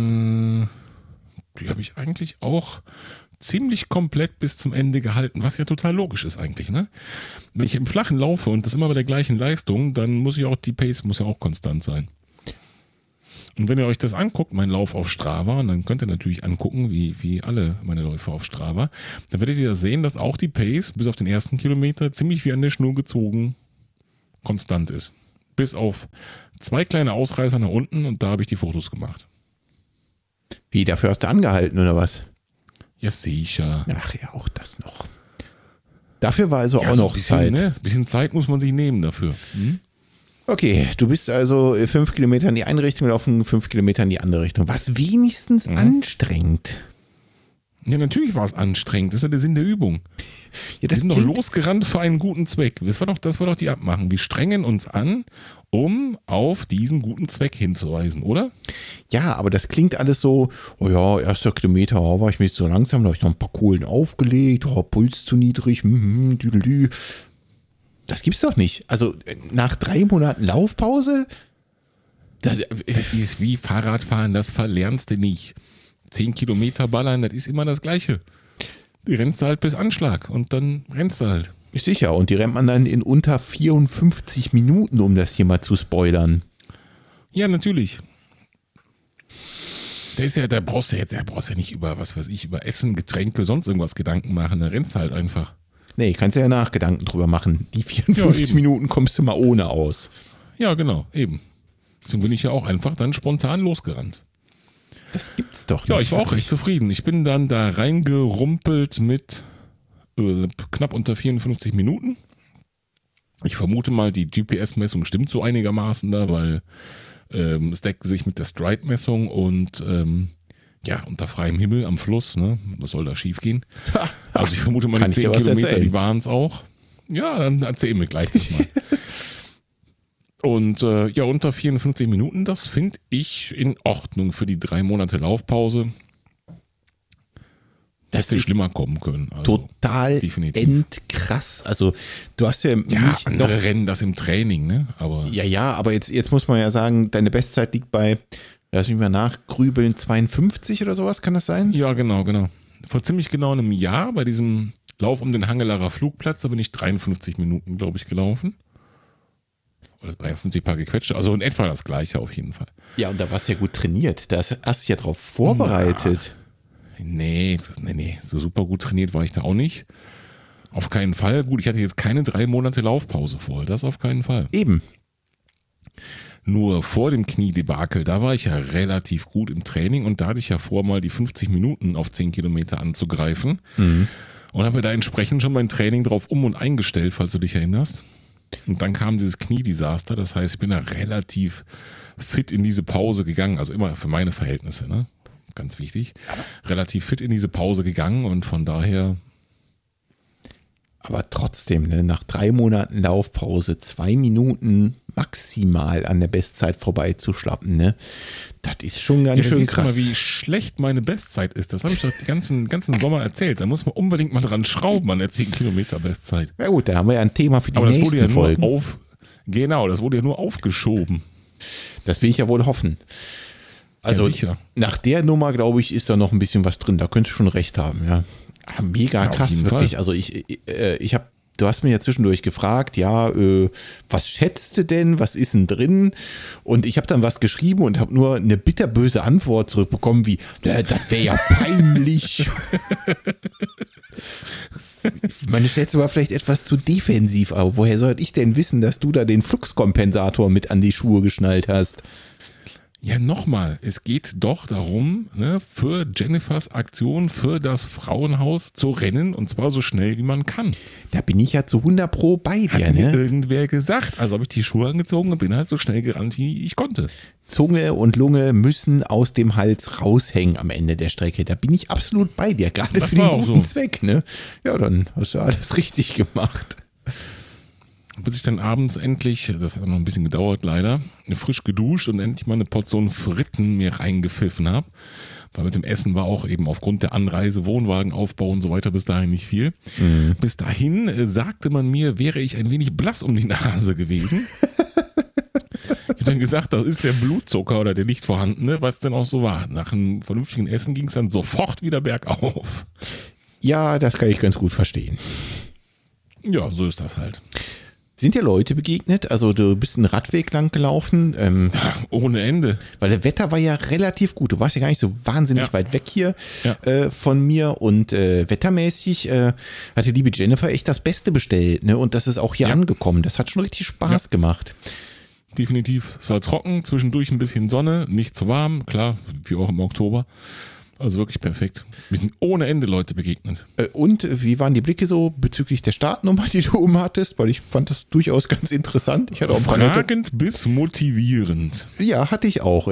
die habe ich eigentlich auch ziemlich komplett bis zum Ende gehalten, was ja total logisch ist eigentlich, ne? Wenn ich im Flachen laufe und das immer bei der gleichen Leistung, dann muss ich auch, die Pace muss ja auch konstant sein. Und wenn ihr euch das anguckt, mein Lauf auf Strava, und dann könnt ihr natürlich angucken, wie, wie alle meine Läufe auf Strava, dann werdet ihr sehen, dass auch die Pace bis auf den ersten Kilometer ziemlich wie an der Schnur gezogen konstant ist. Bis auf zwei kleine Ausreißer nach unten und da habe ich die Fotos gemacht. Wie, dafür hast du angehalten oder was? Ja, sicher. Ach ja, auch das noch. Dafür war also Ja, auch so noch ein bisschen, Zeit. Ne? Ein bisschen Zeit muss man sich nehmen dafür. Hm? Okay, du bist also fünf Kilometer in die eine Richtung gelaufen, fünf Kilometer in die andere Richtung. Was wenigstens Mhm. anstrengend. Ja, natürlich war es anstrengend. Das ist ja der Sinn der Übung. Ja, Wir das sind doch klingt, losgerannt für einen guten Zweck. Das war doch, das war doch die Abmachung. Wir strengen uns an, um auf diesen guten Zweck hinzuweisen, oder? ja, aber das klingt alles so, oh ja, erster Kilometer, oh, war ich mir so langsam, da habe ich noch ein paar Kohlen aufgelegt, oh, Puls zu niedrig, hm, düdelü. Das gibt's doch nicht. Also nach drei Monaten Laufpause, das, Das ist wie Fahrradfahren, das verlernst du nicht. Zehn Kilometer ballern, das ist immer das Gleiche. Die rennst du halt bis Anschlag und dann rennst du halt. Ist sicher. Und die rennt man dann in unter vierundfünfzig Minuten, um das hier mal zu spoilern. Ja, natürlich. Da ist ja, da brauchst du jetzt, da brauchst du ja nicht über, was weiß ich, über Essen, Getränke, sonst irgendwas Gedanken machen. Da rennst du halt einfach. Nee, kannst du ja Nachgedanken drüber machen. Die vierundfünfzig ja, Minuten kommst du mal ohne aus. Ja, genau, eben. Deswegen bin ich ja auch einfach dann spontan losgerannt. Das gibt's doch nicht. Ja, ich war auch recht zufrieden. Ich bin dann da reingerumpelt mit äh, knapp unter vierundfünfzig Minuten. Ich vermute mal, die G P S-Messung stimmt so einigermaßen da, weil ähm, es deckt sich mit der Stride-Messung und ähm, ja, unter freiem Himmel am Fluss, ne? Was soll da schief gehen? Also ich vermute mal, die zehn Kilometer, die waren es auch. Ja, dann erzähl mir gleich das mal. Und äh, ja, unter vierundfünfzig Minuten, das finde ich in Ordnung für die drei Monate Laufpause. Das hätte schlimmer kommen können. Also total definitiv. Endkrass. Also du hast ja, ja andere doch, rennen das im Training, ne? Aber ja, ja, aber jetzt, jetzt muss man ja sagen, deine Bestzeit liegt bei, lass mich mal nachgrübeln, zweiundfünfzig oder sowas, kann das sein? Ja, genau, genau. Vor ziemlich genau einem Jahr bei diesem Lauf um den Hangelarer Flugplatz, da bin ich dreiundfünfzig Minuten, glaube ich, gelaufen. Oder dreiundfünfzig paar gequetschte, also in etwa das Gleiche auf jeden Fall. Ja, und da warst du ja gut trainiert, da hast du ja drauf vorbereitet. Ja, nee, nee, nee, so super gut trainiert war ich da auch nicht. Auf keinen Fall. Gut, ich hatte jetzt keine drei Monate Laufpause vor, das auf keinen Fall. Eben. Nur vor dem Kniedebakel, da war ich ja relativ gut im Training und da hatte ich ja vor, mal die fünfzig Minuten auf zehn Kilometer anzugreifen. Mhm. Und habe da entsprechend schon mein Training drauf um- und eingestellt, falls du dich erinnerst. Und dann kam dieses Kniedesaster, das heißt, ich bin da relativ fit in diese Pause gegangen, also immer für meine Verhältnisse, ne? Ganz wichtig, relativ fit in diese Pause gegangen und von daher. Aber trotzdem, ne, nach drei Monaten Laufpause, zwei Minuten maximal an der Bestzeit vorbeizuschlappen, ne, das ist schon ganz ja, schön krass. Mal, wie schlecht meine Bestzeit ist. Das habe ich doch den ganzen, ganzen Sommer erzählt. Da muss man unbedingt mal dran schrauben an der zehn Kilometer Bestzeit. Ja gut, da haben wir ja ein Thema für die Aber das nächsten wurde ja nur Folgen. Auf, genau, das wurde ja nur aufgeschoben. Das will ich ja wohl hoffen. Also ja, sicher. Nach der Nummer, glaube ich, ist da noch ein bisschen was drin. Da könntest du schon recht haben, ja. Ah, mega ja, krass, wirklich. Fall. Also ich, äh, ich habe, du hast mir ja zwischendurch gefragt, ja, äh, was schätzt du denn, was ist denn drin? Und ich habe dann was geschrieben und habe nur eine bitterböse Antwort zurückbekommen, wie, äh, das wäre ja peinlich. Meine Schätzung war vielleicht etwas zu defensiv, aber woher sollte ich denn wissen, dass du da den Fluxkompensator mit an die Schuhe geschnallt hast? Ja, nochmal, es geht doch darum, ne, für Jennifers Aktion, für das Frauenhaus zu rennen und zwar so schnell wie man kann. Da bin ich ja zu hundert Pro bei dir, Hat ne? mir irgendwer gesagt. Also habe ich die Schuhe angezogen und bin halt so schnell gerannt, wie ich konnte. Zunge und Lunge müssen aus dem Hals raushängen am Ende der Strecke. Da bin ich absolut bei dir, gerade das für den guten so. Zweck, ne? Ja, dann hast du alles richtig gemacht. Bis ich dann abends endlich, das hat noch ein bisschen gedauert leider, frisch geduscht und endlich mal eine Portion Fritten mir reingepfiffen habe. Weil mit dem Essen war auch eben aufgrund der Anreise, Wohnwagenaufbau und so weiter bis dahin nicht viel. Mhm. Bis dahin äh, sagte man mir, wäre ich ein wenig blass um die Nase gewesen. Ich habe dann gesagt, das ist der Blutzucker oder der nicht vorhandene, was denn auch so war. Nach einem vernünftigen Essen ging es dann sofort wieder bergauf. Ja, das kann ich ganz gut verstehen. Ja, so ist das halt. Sind dir Leute begegnet? Also du bist einen Radweg lang gelaufen. Ähm, ja, ohne Ende. Weil das Wetter war ja relativ gut. Du warst ja gar nicht so wahnsinnig ja. weit weg hier ja. äh, von mir. Und äh, wettermäßig äh, hat die liebe Jennifer echt das Beste bestellt. Ne? Und das ist auch hier ja. angekommen. Das hat schon richtig Spaß ja. gemacht. Definitiv. Es war trocken, zwischendurch ein bisschen Sonne, nicht zu warm. Klar, wie auch im Oktober. Also wirklich perfekt. Wir sind ohne Ende Leute begegnet. Und wie waren die Blicke so bezüglich der Startnummer, die du oben hattest? Weil ich fand das durchaus ganz interessant. Ich hatte auch fragend bis motivierend. Ja, hatte ich auch.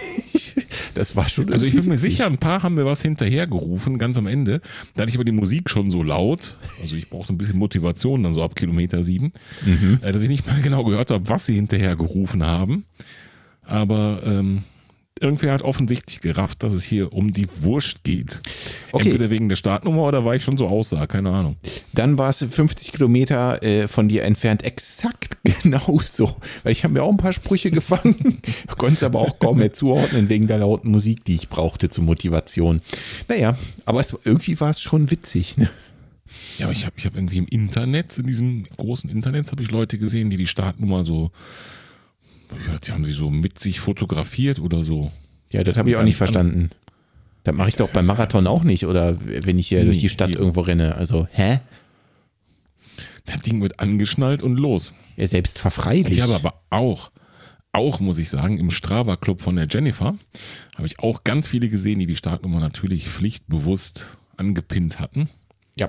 Das war schon. Also ich bin mir sicher, ein paar haben mir was hinterhergerufen, ganz am Ende. Da hatte ich aber die Musik schon so laut. Also ich brauchte ein bisschen Motivation, dann so ab Kilometer sieben. Mhm. Dass ich nicht mal genau gehört habe, was sie hinterhergerufen haben. Aber ähm, irgendwer hat offensichtlich gerafft, dass es hier um die Wurst geht. Okay. Entweder wegen der Startnummer oder weil ich schon so aussah, keine Ahnung. Dann war es fünfzig Kilometer äh, von dir entfernt exakt Genau so. Weil ich habe mir auch ein paar Sprüche gefangen, konnte es aber auch kaum mehr zuordnen wegen der lauten Musik, die ich brauchte zur Motivation. Naja, aber es, irgendwie war es schon witzig, ne? Ja, aber ich habe ich hab irgendwie im Internet, in diesem großen Internet, habe ich Leute gesehen, die die Startnummer so, die haben sie so mit sich fotografiert oder so. Ja, das habe ich auch nicht verstanden. Das mache ich doch beim Marathon auch nicht oder wenn ich hier durch die Stadt irgendwo renne. Also, hä? Das Ding wird angeschnallt und los. Ja, selbstverfreilich. Ich habe aber auch, auch muss ich sagen, im Strava-Club von der Jennifer habe ich auch ganz viele gesehen, die die Startnummer natürlich pflichtbewusst angepinnt hatten. Ja.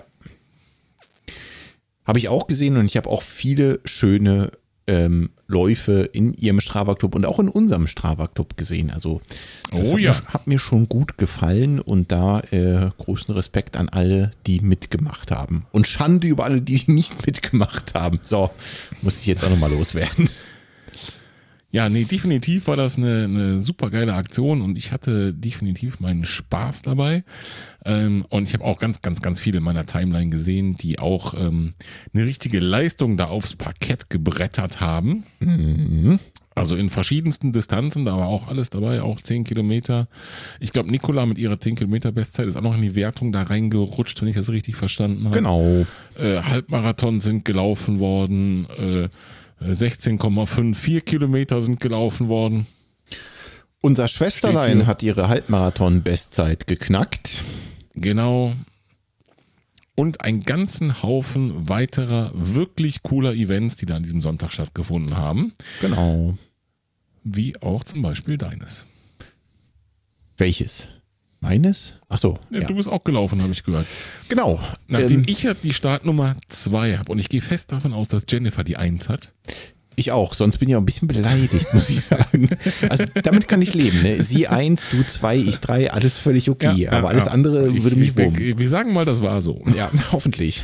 Habe ich auch gesehen und ich habe auch viele schöne ähm, Läufe in ihrem Strava-Club und auch in unserem Strava-Club gesehen. Also das oh hat, ja. mir, hat mir schon gut gefallen und da äh, großen Respekt an alle, die mitgemacht haben. Und Schande über alle, die nicht mitgemacht haben. So, muss ich jetzt auch nochmal loswerden. Ja, nee, definitiv war das eine, eine super geile Aktion und ich hatte definitiv meinen Spaß dabei. Ähm, und ich habe auch ganz, ganz, ganz viele in meiner Timeline gesehen, die auch ähm, eine richtige Leistung da aufs Parkett gebrettert haben. Mhm. Also in verschiedensten Distanzen, da war auch alles dabei, auch zehn Kilometer. Ich glaube, Nicola mit ihrer zehn Kilometer Bestzeit ist auch noch in die Wertung da reingerutscht, wenn ich das richtig verstanden habe. Genau. Äh, Halbmarathon sind gelaufen worden, äh, sechzehn Komma fünfundfünfzig Kilometer sind gelaufen worden. Unser Schwesterlein hat ihre Halbmarathon-Bestzeit geknackt. Genau. Und einen ganzen Haufen weiterer wirklich cooler Events, die da an diesem Sonntag stattgefunden haben. Genau. Wie auch zum Beispiel deines. Welches? Meines? Achso. Ja, Ja. du bist auch gelaufen, habe ich gehört. Genau. Nachdem ähm, ich ja die Startnummer zwei habe und ich gehe fest davon aus, dass Jennifer die eins hat. Ich auch, sonst bin ich auch ein bisschen beleidigt, muss ich sagen. Also damit kann ich leben. Ne? Sie eins, du zwei, ich drei, alles völlig okay. Ja, aber alles ja. andere ich, würde mich wir, wurmen. wir sagen mal, das war so. Ja, hoffentlich.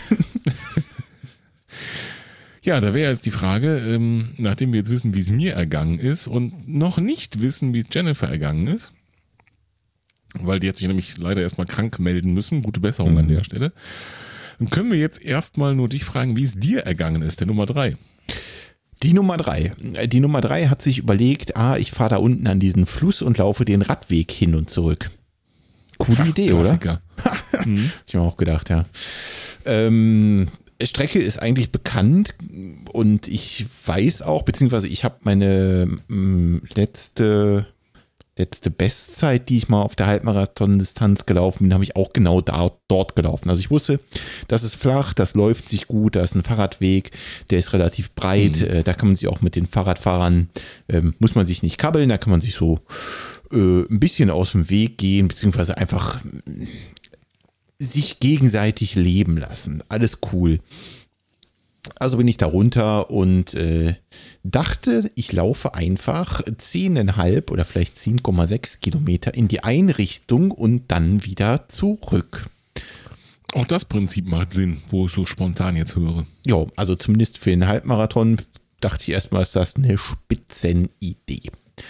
Ja, da wäre jetzt die Frage, ähm, nachdem wir jetzt wissen, wie es mir ergangen ist und noch nicht wissen, wie es Jennifer ergangen ist, weil die hat sich nämlich leider erstmal krank melden müssen, gute Besserung mhm. an der Stelle, dann können wir jetzt erstmal nur dich fragen, wie es dir ergangen ist, der Nummer drei. Die Nummer drei. Die Nummer drei hat sich überlegt, ah, ich fahre da unten an diesen Fluss und laufe den Radweg hin und zurück. Coole Ach, Idee, Klassiker. Oder? mhm. Ich habe auch gedacht, ja. Ähm, Strecke ist eigentlich bekannt und ich weiß auch, beziehungsweise ich habe meine mh, letzte, letzte Bestzeit, die ich mal auf der Halbmarathon-Distanz gelaufen bin, habe ich auch genau da, dort gelaufen. Also ich wusste, das ist flach, das läuft sich gut, da ist ein Fahrradweg, der ist relativ breit, mhm. äh, da kann man sich auch mit den Fahrradfahrern, äh, muss man sich nicht kabbeln, da kann man sich so äh, ein bisschen aus dem Weg gehen, beziehungsweise einfach sich gegenseitig leben lassen. Alles cool. Also bin ich da runter und äh, dachte, ich laufe einfach zehn Komma fünf oder vielleicht zehn Komma sechs Kilometer in die Einrichtung und dann wieder zurück. Auch das Prinzip macht Sinn, wo ich so spontan jetzt höre. Ja, also zumindest für den Halbmarathon dachte ich erstmal, ist das eine Spitzenidee.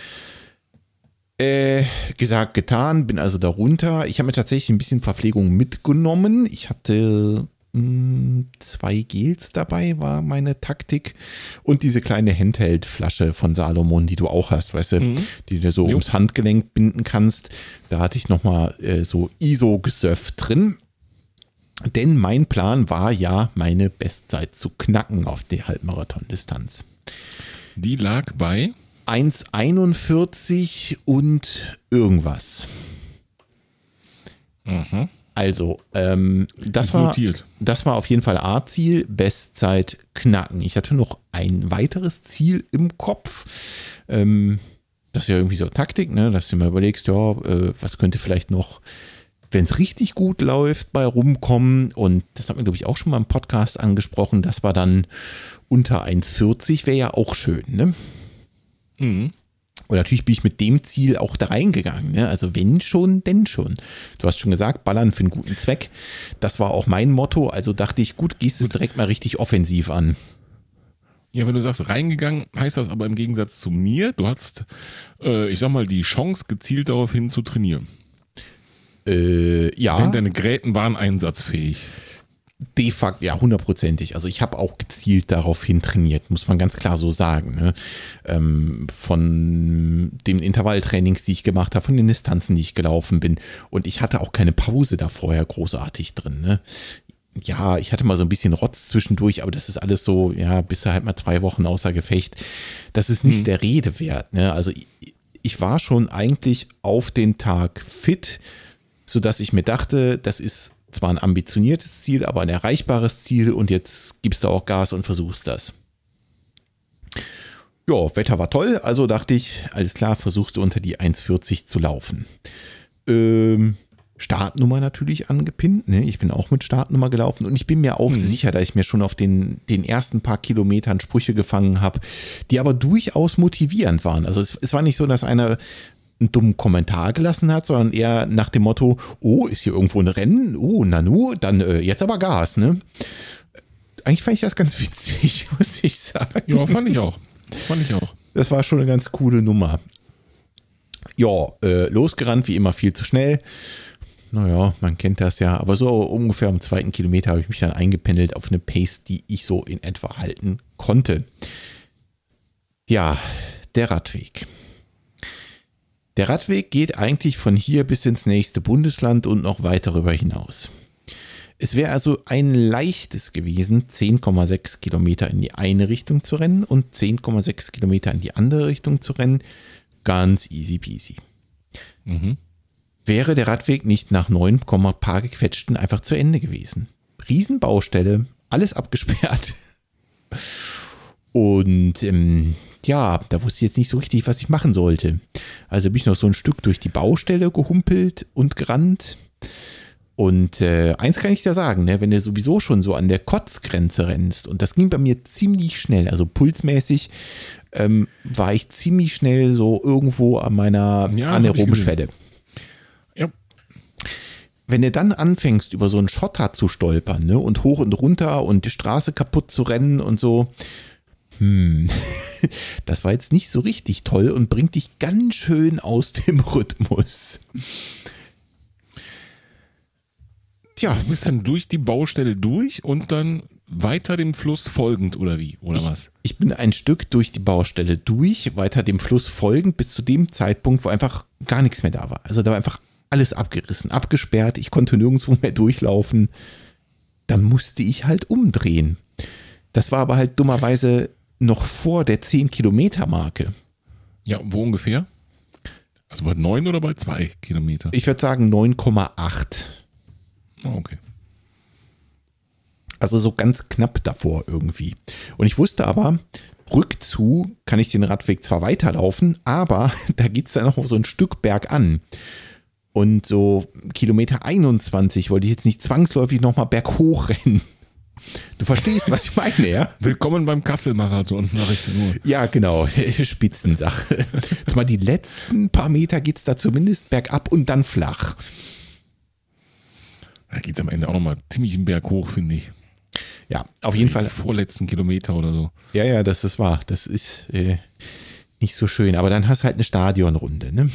Äh, gesagt, getan, bin also da runter. Ich habe mir tatsächlich ein bisschen Verpflegung mitgenommen. Ich hatte mh, zwei Gels dabei, war meine Taktik. Und diese kleine Handheld-Flasche von Salomon, die du auch hast, weißt du, mhm. die du dir so jo. ums Handgelenk binden kannst. Da hatte ich nochmal äh, so I S O-Gesöff drin. Denn mein Plan war ja, meine Bestzeit zu knacken auf der Halbmarathon-Distanz. Die lag bei eins einundvierzig und irgendwas. Mhm. Also, ähm, das, war, das war auf jeden Fall A-Ziel, Bestzeit knacken. Ich hatte noch ein weiteres Ziel im Kopf. Ähm, das ist ja irgendwie so Taktik, ne? Dass du mal überlegst, ja, äh, was könnte vielleicht noch, wenn es richtig gut läuft, bei rumkommen. Und das hat man, glaube ich, auch schon mal im Podcast angesprochen. Das war dann unter eins vierzig, wäre ja auch schön, ne? Mhm. Und natürlich bin ich mit dem Ziel auch da reingegangen. Ne? Also wenn schon, denn schon. Du hast schon gesagt, ballern für einen guten Zweck. Das war auch mein Motto. Also dachte ich, gut, gehst es direkt mal richtig offensiv an. Ja, wenn du sagst reingegangen, heißt das aber im Gegensatz zu mir, du hast, äh, ich sag mal, die Chance gezielt darauf hin zu trainieren. Äh, ja. Denn deine Gräten waren einsatzfähig. De facto, ja, hundertprozentig. Also ich habe auch gezielt daraufhin trainiert, muss man ganz klar so sagen. Ne? Ähm, von den Intervalltrainings, die ich gemacht habe, von den Distanzen, die ich gelaufen bin. Und ich hatte auch keine Pause da vorher großartig drin. Ne? Ja, ich hatte mal so ein bisschen Rotz zwischendurch, aber das ist alles so, ja, bist du halt mal zwei Wochen außer Gefecht. Das ist nicht hm. der Rede wert. Ne? Also ich, ich war schon eigentlich auf den Tag fit, sodass ich mir dachte, das ist zwar ein ambitioniertes Ziel, aber ein erreichbares Ziel und jetzt gibst du auch Gas und versuchst das. Ja, Wetter war toll, also dachte ich, alles klar, versuchst du unter die eins vierzig zu laufen. Ähm, Startnummer natürlich angepinnt, ne? Ich bin auch mit Startnummer gelaufen und ich bin mir auch mhm. sicher, dass ich mir schon auf den, den ersten paar Kilometern Sprüche gefangen habe, die aber durchaus motivierend waren. Also es, es war nicht so, dass einer einen dummen Kommentar gelassen hat, sondern eher nach dem Motto, oh, ist hier irgendwo ein Rennen? Oh, Nanu, dann äh, jetzt aber Gas, ne? Eigentlich fand ich das ganz witzig, muss ich sagen. Ja, fand ich auch. Fand ich auch. Das war schon eine ganz coole Nummer. Ja, äh, losgerannt, wie immer viel zu schnell. Naja, man kennt das ja, aber so ungefähr am zweiten Kilometer habe ich mich dann eingependelt auf eine Pace, die ich so in etwa halten konnte. Ja, der Radweg. Der Radweg geht eigentlich von hier bis ins nächste Bundesland und noch weiter darüber hinaus. Es wäre also ein leichtes gewesen, zehn Komma sechs Kilometer in die eine Richtung zu rennen und zehn Komma sechs Kilometer in die andere Richtung zu rennen. Ganz easy peasy. Mhm. Wäre der Radweg nicht nach neun paar gequetschten einfach zu Ende gewesen. Riesenbaustelle, alles abgesperrt. Und ähm, ja, da wusste ich jetzt nicht so richtig, was ich machen sollte. Also bin ich noch so ein Stück durch die Baustelle gehumpelt und gerannt. Und äh, eins kann ich dir sagen, ne, wenn du sowieso schon so an der Kotzgrenze rennst, und das ging bei mir ziemlich schnell, also pulsmäßig ähm, war ich ziemlich schnell so irgendwo an meiner ja, anaeroben Schwelle. Ja. Wenn du dann anfängst, über so einen Schotter zu stolpern, ne, und hoch und runter und die Straße kaputt zu rennen und so, hm, das war jetzt nicht so richtig toll und bringt dich ganz schön aus dem Rhythmus. Tja. Du bist dann durch die Baustelle durch und dann weiter dem Fluss folgend oder wie? Oder ich, was? Ich bin ein Stück durch die Baustelle durch, weiter dem Fluss folgend bis zu dem Zeitpunkt, wo einfach gar nichts mehr da war. Also da war einfach alles abgerissen, abgesperrt. Ich konnte nirgendwo mehr durchlaufen. Dann musste ich halt umdrehen. Das war aber halt dummerweise noch vor der zehn Kilometer Marke. Ja, wo ungefähr? Also bei neun oder bei zwei Kilometer? Ich würde sagen neun Komma acht. Oh, okay. Also so ganz knapp davor irgendwie. Und ich wusste aber, rückzu kann ich den Radweg zwar weiterlaufen, aber da geht es dann noch so ein Stück bergan. Und so Kilometer einundzwanzig wollte ich jetzt nicht zwangsläufig nochmal berghoch rennen. Du verstehst, was ich meine, ja? Willkommen beim Kassel-Marathon nach achtzehn Uhr. Ja, genau, Spitzensache. Zumal die letzten paar Meter geht es da zumindest bergab und dann flach. Da geht es am Ende auch nochmal ziemlich einen Berg hoch, finde ich. Ja, auf jeden Fall. Die vorletzten Kilometer oder so. Ja, ja, das ist wahr. Das ist äh, nicht so schön. Aber dann hast du halt eine Stadionrunde, ne?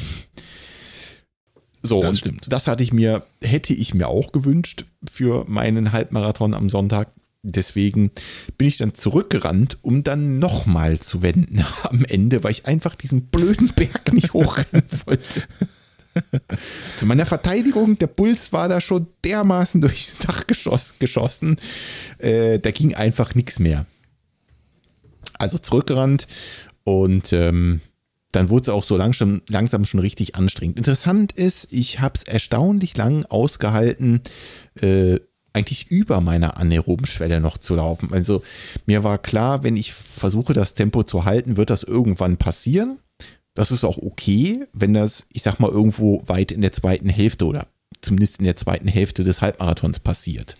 So, das und stimmt. Das hatte ich mir, hätte ich mir auch gewünscht für meinen Halbmarathon am Sonntag. Deswegen bin ich dann zurückgerannt, um dann nochmal zu wenden am Ende, weil ich einfach diesen blöden Berg nicht hochrennen wollte. Zu meiner Verteidigung, der Puls war da schon dermaßen durchs Dach geschoss, geschossen, äh, da ging einfach nichts mehr. Also zurückgerannt und ähm, dann wurde es auch so langsam, langsam schon richtig anstrengend. Interessant ist, ich habe es erstaunlich lang ausgehalten, äh, eigentlich über meiner anaeroben Schwelle noch zu laufen. Also mir war klar, wenn ich versuche, das Tempo zu halten, wird das irgendwann passieren. Das ist auch okay, wenn das, ich sag mal, irgendwo weit in der zweiten Hälfte oder zumindest in der zweiten Hälfte des Halbmarathons passiert.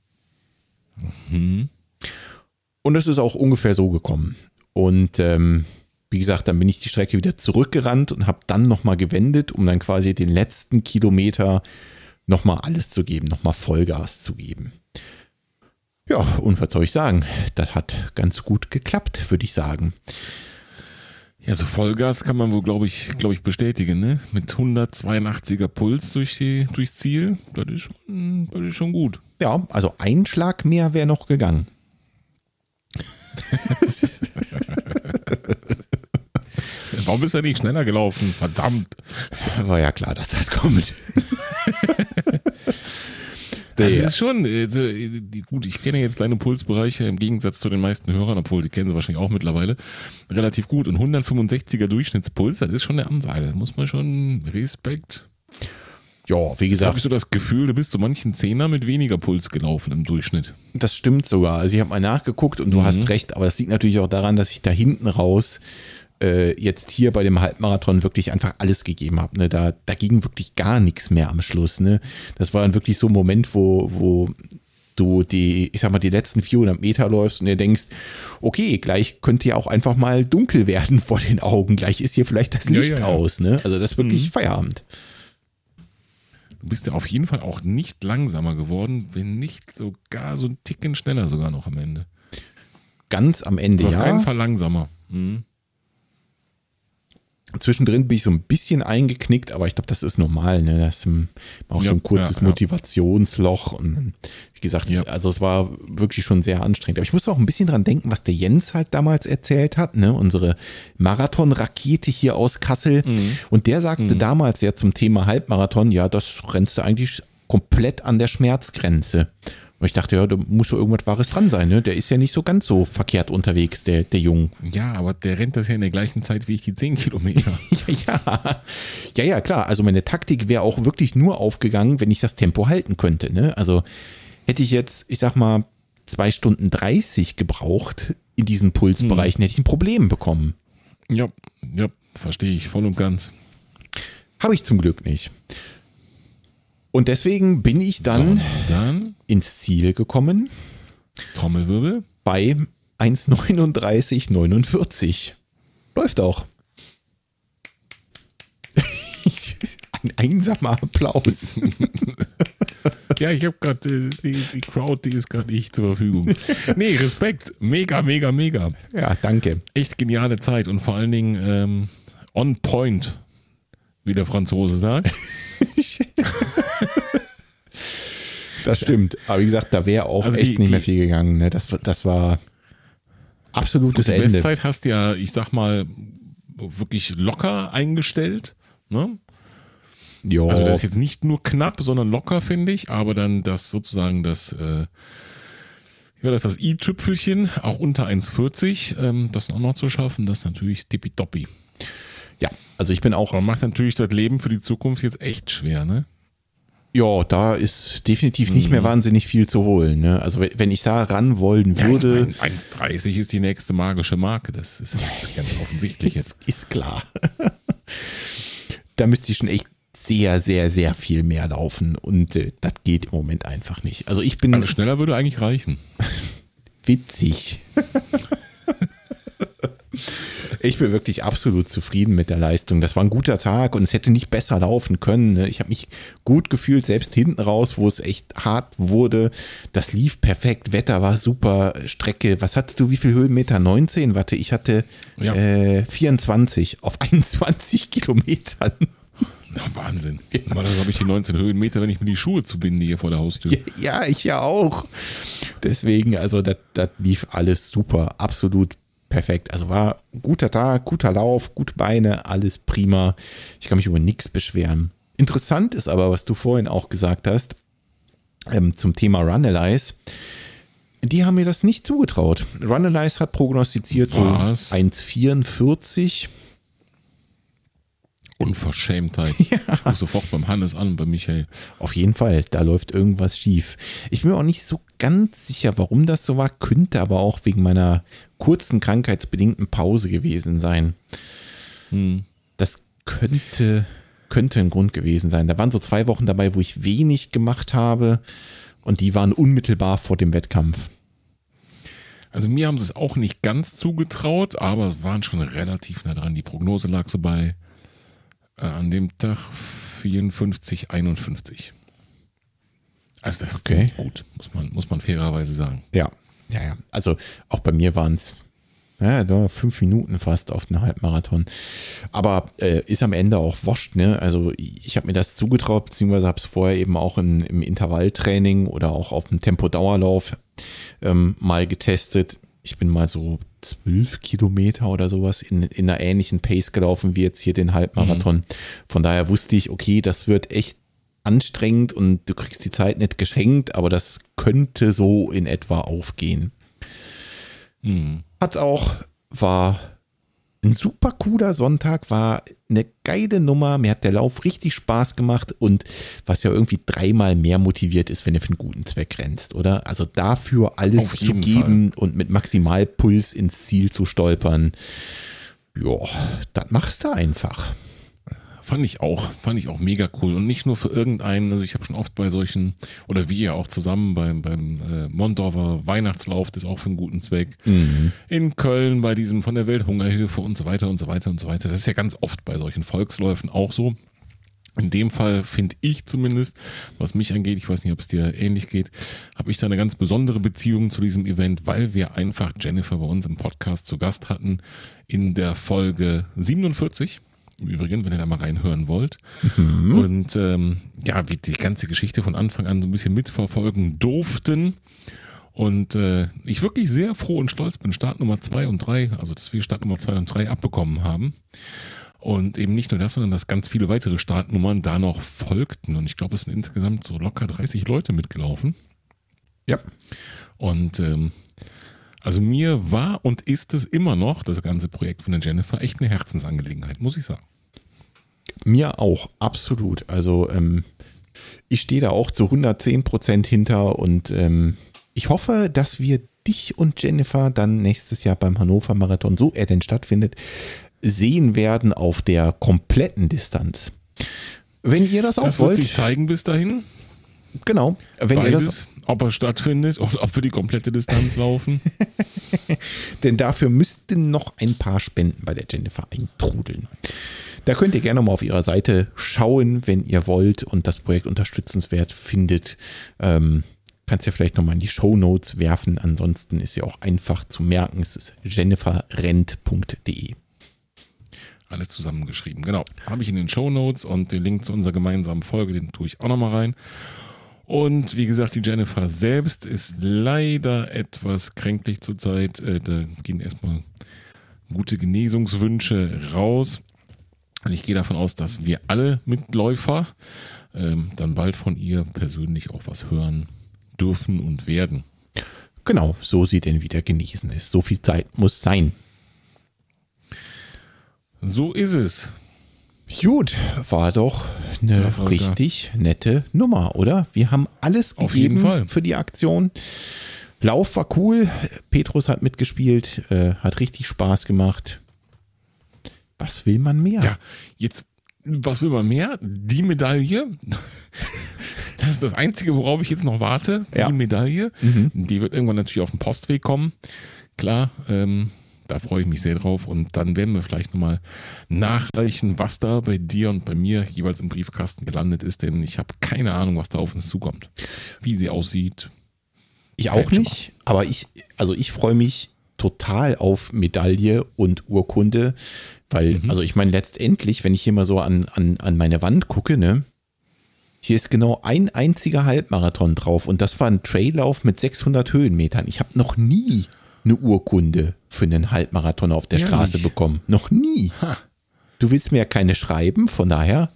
Mhm. Und es ist auch ungefähr so gekommen. Und ähm, wie gesagt, dann bin ich die Strecke wieder zurückgerannt und habe dann nochmal gewendet, um dann quasi den letzten Kilometer nochmal alles zu geben, nochmal Vollgas zu geben. Ja, und was soll ich sagen? Das hat ganz gut geklappt, würde ich sagen. Ja, so Vollgas kann man wohl, glaube ich, glaube ich, bestätigen, ne? Mit hundertzweiundachtziger Puls durch die, durchs Ziel, das ist schon, das ist schon gut. Ja, also ein Schlag mehr wäre noch gegangen. Warum ist er nicht schneller gelaufen? Verdammt. War ja klar, dass das kommt. Also es ist schon, also, die, gut, ich kenne jetzt deine Pulsbereiche im Gegensatz zu den meisten Hörern, obwohl die kennen sie wahrscheinlich auch mittlerweile, relativ gut. Und hundertfünfundsechziger Durchschnittspuls, das ist schon eine Ansage. Da muss man schon Respekt. Ja, wie gesagt. Habe ich so das Gefühl, du bist so manchen Zehner mit weniger Puls gelaufen im Durchschnitt. Das stimmt sogar. Also ich habe mal nachgeguckt und du mhm. hast recht, aber es liegt natürlich auch daran, dass ich da hinten raus äh, jetzt hier bei dem Halbmarathon wirklich einfach alles gegeben habe. Ne? Da, da ging wirklich gar nichts mehr am Schluss. Ne? Das war dann wirklich so ein Moment, wo, wo du die, ich sag mal, die letzten vierhundert Meter läufst und dir denkst, okay, gleich könnte ja auch einfach mal dunkel werden vor den Augen. Gleich ist hier vielleicht das Licht ja, ja, ja. aus. Ne? Also das ist wirklich mhm. Feierabend. Du bist ja auf jeden Fall auch nicht langsamer geworden, wenn nicht sogar so ein Ticken schneller sogar noch am Ende. Ganz am Ende, also ja. Auf keinen Fall langsamer. Mhm. Zwischendrin bin ich so ein bisschen eingeknickt, aber ich glaube, das ist normal. Ne? Das ist auch ja, so ein kurzes ja, ja. Motivationsloch. Und wie gesagt, ja. ich, also es war wirklich schon sehr anstrengend. Aber ich muss auch ein bisschen dran denken, was der Jens halt damals erzählt hat. Ne? Unsere Marathon-Rakete hier aus Kassel. Mhm. Und der sagte mhm. damals ja zum Thema Halbmarathon, ja, das rennst du eigentlich komplett an der Schmerzgrenze. Und ich dachte, ja, da muss so irgendwas Wahres dran sein. Ne? Der ist ja nicht so ganz so verkehrt unterwegs, der, der Junge. Ja, aber der rennt das ja in der gleichen Zeit wie ich die zehn Kilometer. ja, ja. Ja, ja, klar. Also meine Taktik wäre auch wirklich nur aufgegangen, wenn ich das Tempo halten könnte. Ne? Also hätte ich jetzt, ich sag mal, zwei Stunden dreißig gebraucht in diesen Pulsbereichen, hm. hätte ich ein Problem bekommen. Ja, ja, verstehe ich voll und ganz. Habe ich zum Glück nicht. Und deswegen bin ich dann, so, dann ins Ziel gekommen. Trommelwirbel. Bei eins neununddreißig neunundvierzig. Läuft auch. Ein einsamer Applaus. Ja, ich habe gerade, die, die Crowd, die ist gerade nicht zur Verfügung. Nee, Respekt. Mega, mega, mega. Ja, danke. Echt geniale Zeit und vor allen Dingen ähm, on point, wie der Franzose sagt. Das stimmt. Aber wie gesagt, da wäre auch also echt die, nicht mehr viel gegangen. Ne? Das, das war absolutes die Ende. Die Bestzeit hast du ja, ich sag mal, wirklich locker eingestellt. Ne? Ja. Also das ist jetzt nicht nur knapp, sondern locker, finde ich. Aber dann das sozusagen das, äh, ja, das, das i-Tüpfelchen, auch unter eins vierzig, ähm, das auch noch zu schaffen, das ist natürlich tippitoppi. Ja, also ich bin auch... Aber macht natürlich das Leben für die Zukunft jetzt echt schwer, ne? Ja, da ist definitiv nicht mehr wahnsinnig viel zu holen. Ne? Also wenn ich da ran wollen würde... Ja, ich mein, eins dreißig ist die nächste magische Marke, das ist ganz offensichtlich jetzt. Ist, ist klar. Da müsste ich schon echt sehr, sehr, sehr viel mehr laufen und äh, das geht im Moment einfach nicht. Also ich bin... Also schneller würde eigentlich reichen. Witzig. Ich bin wirklich absolut zufrieden mit der Leistung. Das war ein guter Tag und es hätte nicht besser laufen können. Ich habe mich gut gefühlt, selbst hinten raus, wo es echt hart wurde. Das lief perfekt, Wetter war super, Strecke. Was hattest du, wie viel Höhenmeter? neunzehn? Warte, ich hatte ja. äh, vierundzwanzig auf einundzwanzig Kilometern. Na, Wahnsinn. Ja. Aber das habe ich die neunzehn Höhenmeter, wenn ich mir die Schuhe zubinde hier vor der Haustür. Ja, ja, ich ja auch. Deswegen, also das lief alles super, absolut perfekt. Also war ein guter Tag, guter Lauf, gute Beine, alles prima. Ich kann mich über nichts beschweren. Interessant ist aber, was du vorhin auch gesagt hast, ähm, zum Thema Runalyze. Die haben mir das nicht zugetraut. Runalyze hat prognostiziert was? So eins vierundvierzig. Unverschämtheit. Ja. Ich rufe sofort beim Hannes an und bei Michael. Auf jeden Fall, da läuft irgendwas schief. Ich bin mir auch nicht so ganz sicher, warum das so war, könnte aber auch wegen meiner kurzen krankheitsbedingten Pause gewesen sein. Hm. Das könnte, könnte ein Grund gewesen sein. Da waren so zwei Wochen dabei, wo ich wenig gemacht habe und die waren unmittelbar vor dem Wettkampf. Also mir haben sie es auch nicht ganz zugetraut, aber waren schon relativ nah dran. Die Prognose lag so bei an dem Tag vierundfünfzig, einundfünfzig. Also das ist okay. Ziemlich gut, muss man, muss man fairerweise sagen. Ja, ja, ja. Also auch bei mir waren es Ja, nur fünf Minuten fast auf den Halbmarathon. Aber äh, ist am Ende auch wurscht, ne? Also ich habe mir das zugetraut, beziehungsweise habe es vorher eben auch in, im Intervalltraining oder auch auf dem Tempodauerlauf ähm, mal getestet. Ich bin mal so zwölf Kilometer oder sowas in, in einer ähnlichen Pace gelaufen wie jetzt hier den Halbmarathon. Mhm. Von daher wusste ich, okay, das wird echt anstrengend und du kriegst die Zeit nicht geschenkt, aber das könnte so in etwa aufgehen. Mhm. Hat's auch, war ein super cooler Sonntag, war eine geile Nummer, mir hat der Lauf richtig Spaß gemacht und was ja irgendwie dreimal mehr motiviert ist, wenn du für einen guten Zweck rennst, oder? Also dafür alles zu geben Fall. Und mit Maximalpuls ins Ziel zu stolpern, ja, das machst du einfach. Fand ich auch, fand ich auch mega cool und nicht nur für irgendeinen, also ich habe schon oft bei solchen, oder wir ja auch zusammen beim, beim äh, Mondorfer Weihnachtslauf, das ist auch für einen guten Zweck, mhm. in Köln bei diesem von der Welthungerhilfe und so weiter und so weiter und so weiter, das ist ja ganz oft bei solchen Volksläufen auch so. In dem Fall finde ich zumindest, was mich angeht, ich weiß nicht, ob es dir ähnlich geht, habe ich da eine ganz besondere Beziehung zu diesem Event, weil wir einfach Jennifer bei uns im Podcast zu Gast hatten in der Folge siebenundvierzig. Im Übrigen, wenn ihr da mal reinhören wollt. Mhm. Und ähm, ja, wir die ganze Geschichte von Anfang an so ein bisschen mitverfolgen durften. Und äh, ich wirklich sehr froh und stolz bin, Startnummer zwei und drei, also dass wir Startnummer zwei und drei abbekommen haben. Und eben nicht nur das, sondern dass ganz viele weitere Startnummern da noch folgten. Und ich glaube, es sind insgesamt so locker dreißig Leute mitgelaufen. Ja. Und ähm, also mir war und ist es immer noch, das ganze Projekt von der Jennifer, echt eine Herzensangelegenheit, muss ich sagen. Mir auch, absolut. Also ähm, ich stehe da auch zu hundertzehn Prozent hinter und ähm, ich hoffe, dass wir dich und Jennifer dann nächstes Jahr beim Hannover Marathon, so er denn stattfindet, sehen werden auf der kompletten Distanz. Wenn ihr das auch das wollt. Das wird sich zeigen bis dahin. Genau. Wenn Beides, ihr das, ob er stattfindet und ob wir die komplette Distanz laufen. Denn dafür müssten noch ein paar Spenden bei der Jennifer eintrudeln. Da könnt ihr gerne mal auf ihrer Seite schauen, wenn ihr wollt und das Projekt unterstützenswert findet. Ähm, kannst ja vielleicht nochmal in die Shownotes werfen. Ansonsten ist ja auch einfach zu merken. Es ist jennifer rennt punkt de. Alles zusammengeschrieben, genau. Habe ich in den Shownotes und den Link zu unserer gemeinsamen Folge, den tue ich auch nochmal rein. Und wie gesagt, die Jennifer selbst ist leider etwas kränklich zurzeit. Äh, da gehen erstmal gute Genesungswünsche raus. Und ich gehe davon aus, dass wir alle Mitläufer ähm, dann bald von ihr persönlich auch was hören dürfen und werden. Genau, so sie denn wieder genesen ist. So viel Zeit muss sein. So ist es. Gut, war doch eine richtig nette Nummer, oder? Wir haben alles Auf gegeben jeden Fall. Für die Aktion. Lauf war cool. Petrus hat mitgespielt, äh, hat richtig Spaß gemacht. Was will man mehr? Ja, jetzt, was will man mehr? Die Medaille. Das ist das Einzige, worauf ich jetzt noch warte. Die ja. Medaille. Mhm. Die wird irgendwann natürlich auf den Postweg kommen. Klar, ähm, da freue ich mich sehr drauf und dann werden wir vielleicht nochmal nachreichen, was da bei dir und bei mir jeweils im Briefkasten gelandet ist, denn ich habe keine Ahnung, was da auf uns zukommt. Wie sie aussieht. Ich auch nicht, aber ich, also ich freue mich total auf Medaille und Urkunde, weil, mhm. also ich meine letztendlich, wenn ich hier mal so an, an, an meine Wand gucke, ne, hier ist genau ein einziger Halbmarathon drauf und das war ein Traillauf mit sechshundert Höhenmetern. Ich habe noch nie eine Urkunde für einen Halbmarathon auf der ja, Straße nicht. bekommen. Noch nie. Ha. Du willst mir ja keine schreiben, von daher.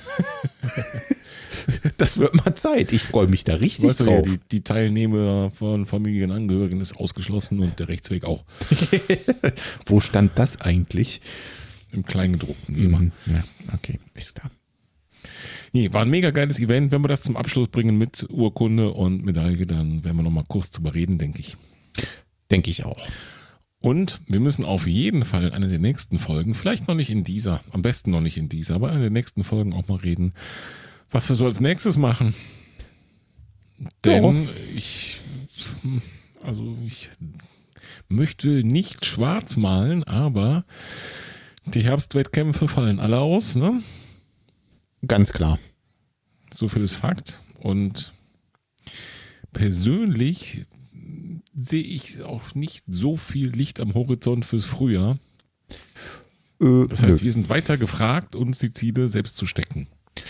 Das wird mal Zeit. Ich freue mich da richtig weißt drauf. Ja, die, die Teilnehmer von Familienangehörigen ist ausgeschlossen und der Rechtsweg auch. Wo stand das eigentlich? Im Kleingedruckten. Immer. Mhm. Ja, okay, ist klar. Nee, war ein mega geiles Event. Wenn wir das zum Abschluss bringen mit Urkunde und Medaille, dann werden wir noch mal kurz drüber reden, denke ich. Denke ich auch. Und wir müssen auf jeden Fall in einer der nächsten Folgen, vielleicht noch nicht in dieser, am besten noch nicht in dieser, aber in einer der nächsten Folgen auch mal reden, was wir so als nächstes machen. Denn ja. ich, also ich möchte nicht schwarz malen, aber die Herbstwettkämpfe fallen alle aus, ne? Ganz klar. So viel ist Fakt. Und persönlich sehe ich auch nicht so viel Licht am Horizont fürs Frühjahr. Äh, das heißt, nö. wir sind weiter gefragt, uns die Ziele selbst zu stecken.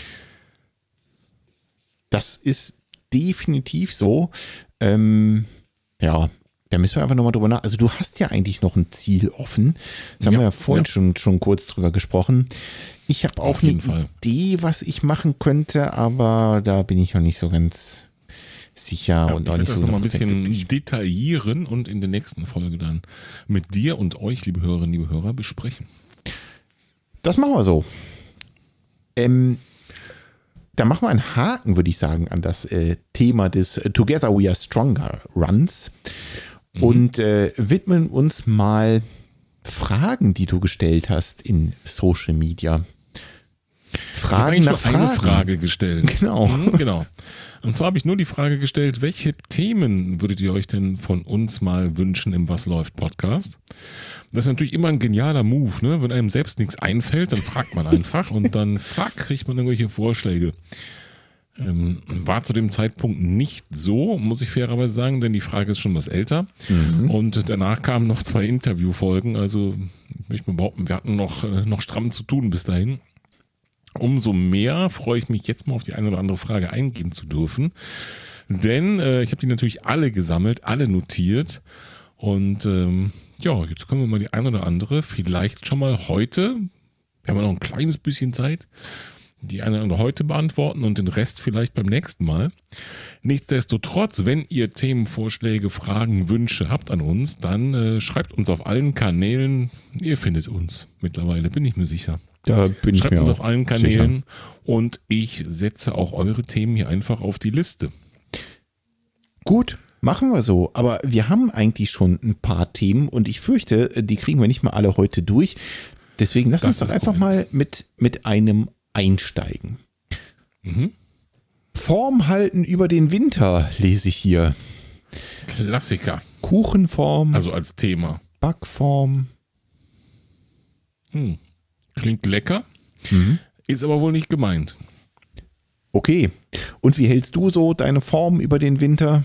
Das ist definitiv so. Ähm, ja, da müssen wir einfach nochmal drüber nach. Also du hast ja eigentlich noch ein Ziel offen. Das haben Ja, wir ja vorhin ja. schon, schon kurz drüber gesprochen. Ich habe auch Auf eine jeden Fall. Idee, was ich machen könnte, aber da bin ich noch nicht so ganz sicher Ja, und ich auch werde nicht das so nochmal ein hundert Prozent bisschen glücklich. detaillieren und in der nächsten Folge dann mit dir und euch, liebe Hörerinnen, liebe Hörer, besprechen. Das machen wir so. Ähm, da machen wir einen Haken, würde ich sagen, an das äh, Thema des äh, Together We Are Stronger Runs Mhm. und äh, widmen uns mal Fragen, die du gestellt hast in Social Media. Ich Fragen habe eigentlich nach nur Fragen. eine Frage gestellt. Genau. Mhm, genau. Und zwar habe ich nur die Frage gestellt, welche Themen würdet ihr euch denn von uns mal wünschen im Was läuft Podcast? Das ist natürlich immer ein genialer Move, ne? Wenn einem selbst nichts einfällt, dann fragt man einfach und dann zack, kriegt man irgendwelche Vorschläge. Ähm, war zu dem Zeitpunkt nicht so, muss ich fairerweise sagen, denn die Frage ist schon was älter. Mhm. Und danach kamen noch zwei Interviewfolgen, also ich möchte mal behaupten, wir hatten noch, äh, noch stramm zu tun bis dahin. Umso mehr freue ich mich jetzt mal auf die eine oder andere Frage eingehen zu dürfen, denn äh, ich habe die natürlich alle gesammelt, alle notiert und ähm, ja, jetzt können wir mal die eine oder andere vielleicht schon mal heute, wir haben ja noch ein kleines bisschen Zeit, die eine oder andere heute beantworten und den Rest vielleicht beim nächsten Mal. Nichtsdestotrotz, wenn ihr Themenvorschläge, Fragen, Wünsche habt an uns, dann äh, schreibt uns auf allen Kanälen. Ihr findet uns mittlerweile, bin ich mir sicher. Da bin ich Schreibt mir uns auch auf allen sicher. Kanälen und ich setze auch eure Themen hier einfach auf die Liste. Gut, machen wir so. Aber wir haben eigentlich schon ein paar Themen und ich fürchte, die kriegen wir nicht mal alle heute durch. Deswegen lass Das uns doch ist einfach korrekt. mal mit, mit einem einsteigen. Mhm. Form halten über den Winter, lese ich hier. Klassiker, Kuchenform, also als Thema. Backform. Hm. Klingt lecker, Mhm. ist aber wohl nicht gemeint. Okay. Und wie hältst du so deine Form über den Winter?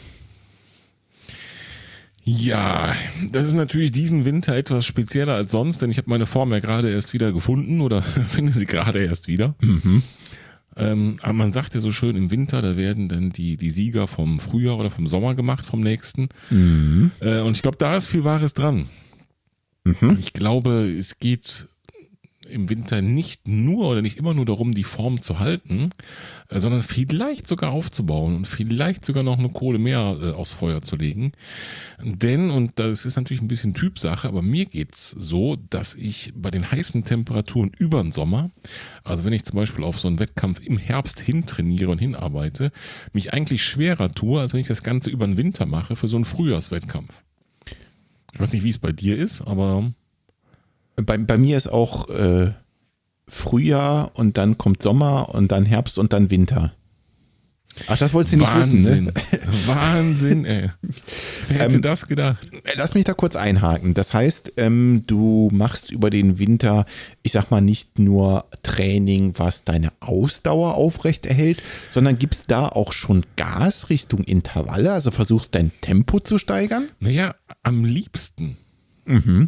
Ja, das ist natürlich diesen Winter etwas spezieller als sonst, denn ich habe meine Form ja gerade erst wieder gefunden oder finde sie gerade erst wieder. Mhm. Ähm, aber man sagt ja so schön, im Winter, da werden dann die, die Sieger vom Frühjahr oder vom Sommer gemacht, vom nächsten. Mhm. Äh, und ich glaube, da ist viel Wahres dran. Mhm. Ich glaube, es geht im Winter nicht nur oder nicht immer nur darum, die Form zu halten, äh, sondern vielleicht sogar aufzubauen und vielleicht sogar noch eine Kohle mehr äh, aufs Feuer zu legen. Denn, und das ist natürlich ein bisschen Typsache, aber mir geht's so, dass ich bei den heißen Temperaturen über den Sommer, also wenn ich zum Beispiel auf so einen Wettkampf im Herbst hin trainiere und hinarbeite, mich eigentlich schwerer tue, als wenn ich das Ganze über den Winter mache für so einen Frühjahrswettkampf. Ich weiß nicht, wie es bei dir ist, aber Bei, bei mir ist auch äh, Frühjahr und dann kommt Sommer und dann Herbst und dann Winter. Ach, das wolltest du nicht Wahnsinn. wissen, ne? Wahnsinn, ey. Wer hätte Ähm, das gedacht? Lass mich da kurz einhaken. Das heißt, ähm, du machst über den Winter, ich sag mal, nicht nur Training, was deine Ausdauer aufrecht erhält, sondern gibst da auch schon Gas Richtung Intervalle, also versuchst dein Tempo zu steigern? Naja, am liebsten. Mhm.